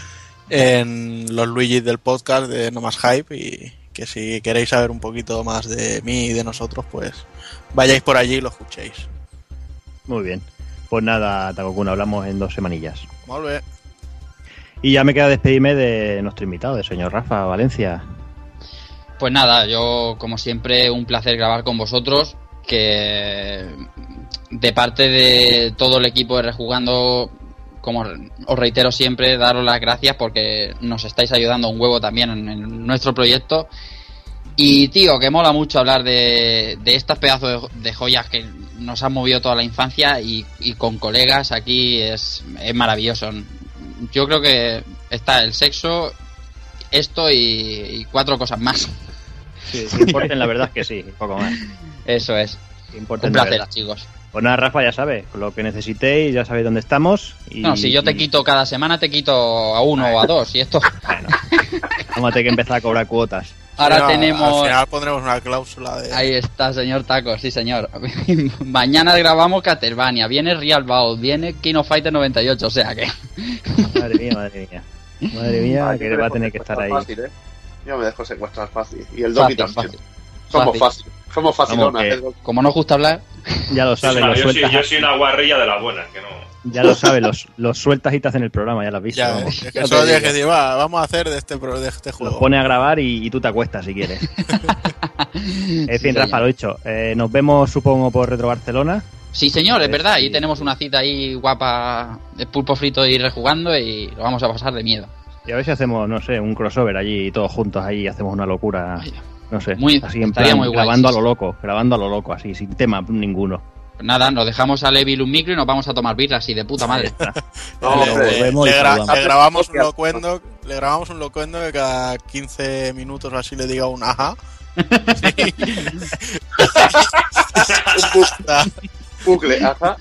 en los Luigis del podcast de No Más Hype, y que si queréis saber un poquito más de mí y de nosotros, pues vayáis por allí y lo escuchéis. Muy bien. Pues nada, Takokun, hablamos en dos semanillas. Muy bien. Y ya me queda despedirme de nuestro invitado, del señor Rafa Valencia. Pues nada, yo como siempre un placer grabar con vosotros, que de parte de todo el equipo de Rejugando, como os reitero siempre, daros las gracias porque nos estáis ayudando un huevo también en, en nuestro proyecto. Y tío, que mola mucho hablar de, de estas pedazos de, de joyas que nos han movido toda la infancia y, y con colegas aquí es, es maravilloso. Yo creo que está el sexo, esto y, y cuatro cosas más. Sí, que importen, la verdad es que sí, un poco más. Eso es. Que importen, un la placer, verdad. chicos. Pues nada, Rafa, ya sabes, con lo que necesitéis, ya sabéis dónde estamos. Y, no, si yo te y... quito cada semana, te quito a uno o a dos. Y esto. Bueno, vamos a tener que empezar a cobrar cuotas. Ahora No, tenemos. Al final pondremos una cláusula de. Ahí está, señor Tacos, sí, señor. Mañana grabamos Castlevania, viene Real Bout, viene King of Fighter noventa y ocho, o sea que. Madre mía, madre mía. Madre mía, Ay, que yo me va a dejo tener que estar secuestrar ahí. Fácil, ¿eh? Yo me dejo secuestrar fácil. Y el Doki Fácil, también. fácil. Somos Fácil. fácil. Somos facilonas. Vamos, que- ¿eh, Doki? Como nos gusta hablar. Ya lo Sí, sabes, lo yo, soy, sueltas. yo soy una guarrilla de las buenas, que no. Ya lo sabes, los, los sueltas y te hacen el programa, ya lo has visto. Ya, vamos. es que solo tienes que decir, va, vamos a hacer de este, pro- de este Los juego. pone a grabar y, y tú te acuestas si quieres. En fin, Sí, Rafa, señor. lo dicho. Eh, nos vemos, supongo, por Retro Barcelona. Sí, señor, es verdad. Ahí Sí. tenemos una cita ahí guapa de pulpo frito y rejugando y lo vamos a pasar de miedo. Y a ver si hacemos, no sé, un crossover allí todos juntos ahí y hacemos una locura. Vaya. No sé, Muy- así en estaría plan, muy guay, grabando sí, a lo sí. loco, grabando a lo loco, así, sin tema ninguno. Pues nada, nos dejamos a Evil un micro y nos vamos a tomar birras y de puta madre. No, le, hombre, le- volvemos le y gra- saludamos. le grabamos un Hostia. locuendo, le grabamos un locuendo que cada quince minutos o así le diga un ajá. Sí. Está- bucle, ajá.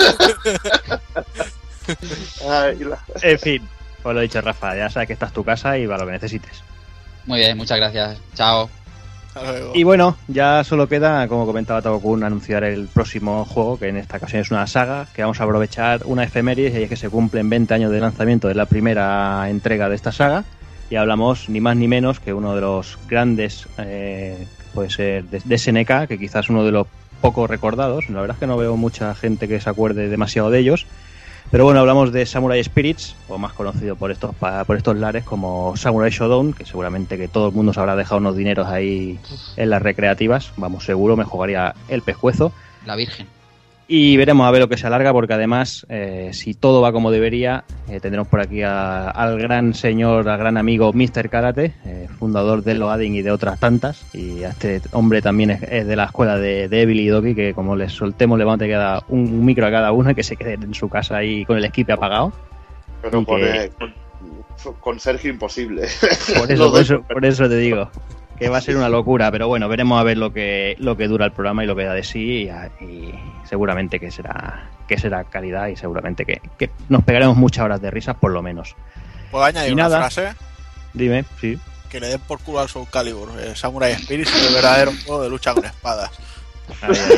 Ay, la- En fin, pues lo dicho, Rafa, ya sabes que esta es tu casa y va lo que necesites. Muy bien, muchas gracias. Chao. Hasta luego. Y bueno, ya solo queda, como comentaba Takokun, anunciar el próximo juego, que en esta ocasión es una saga, que vamos a aprovechar una efeméride, y es que se cumplen veinte años de lanzamiento de la primera entrega de esta saga, y hablamos ni más ni menos que uno de los grandes, eh, puede ser de, de S N K, que quizás uno de los poco recordados, la verdad es que no veo mucha gente que se acuerde demasiado de ellos. Pero bueno, hablamos de Samurai Spirits, o más conocido por estos pa- por estos lares como Samurai Shodown, que seguramente que todo el mundo se habrá dejado unos dineros ahí en las recreativas. Vamos, seguro me jugaría el pescuezo. La Virgen. Y veremos a ver lo que se alarga, porque además, eh, si todo va como debería, eh, tendremos por aquí a- al gran señor, al gran amigo míster Karate, eh, fundador de Loading y de otras tantas. Y a este hombre también es, es de la escuela de, de Evil y Doki, que como les soltemos, le vamos a tener que dar un, un micro a cada uno y que se quede en su casa ahí con el esquipe apagado. Pero Y con, que- eh, con, con Sergio imposible. Por eso, por eso, por eso te digo que va a ser una locura, pero bueno, veremos a ver lo que lo que dura el programa y lo que da de sí, y, y seguramente que será que será calidad, y seguramente que, que nos pegaremos muchas horas de risas por lo menos. ¿Puedo añadir y una nada. frase? Dime, sí. Que le den por culo al Soul Calibur. Eh, Samurai Spirit es el verdadero juego de lucha con espadas. Ahí, ahí.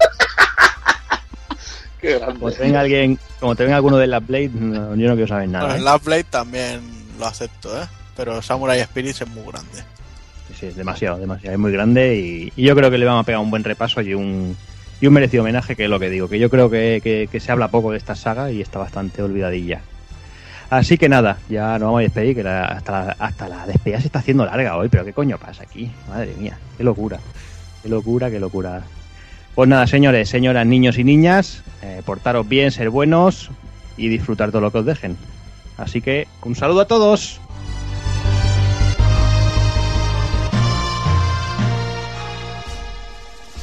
Qué grande. Como te venga alguien, como te venga alguno de las Blade, no, yo no quiero saber nada. Bueno, ¿eh? el Last Blade también lo acepto, ¿eh? Pero Samurai Spirit es muy grande. Sí, sí, es demasiado, demasiado, es muy grande, y, y yo creo que le vamos a pegar un buen repaso y un y un merecido homenaje, que es lo que digo, que yo creo que, que, que se habla poco de esta saga y está bastante olvidadilla. Así que nada, ya nos vamos a despedir, que la, hasta, la, hasta la despedida se está haciendo larga hoy, pero ¿qué coño pasa aquí? Madre mía, qué locura, qué locura, qué locura. Pues nada, señores, señoras, niños y niñas, eh, portaros bien, ser buenos y disfrutar todo lo que os dejen. Así que un saludo a todos.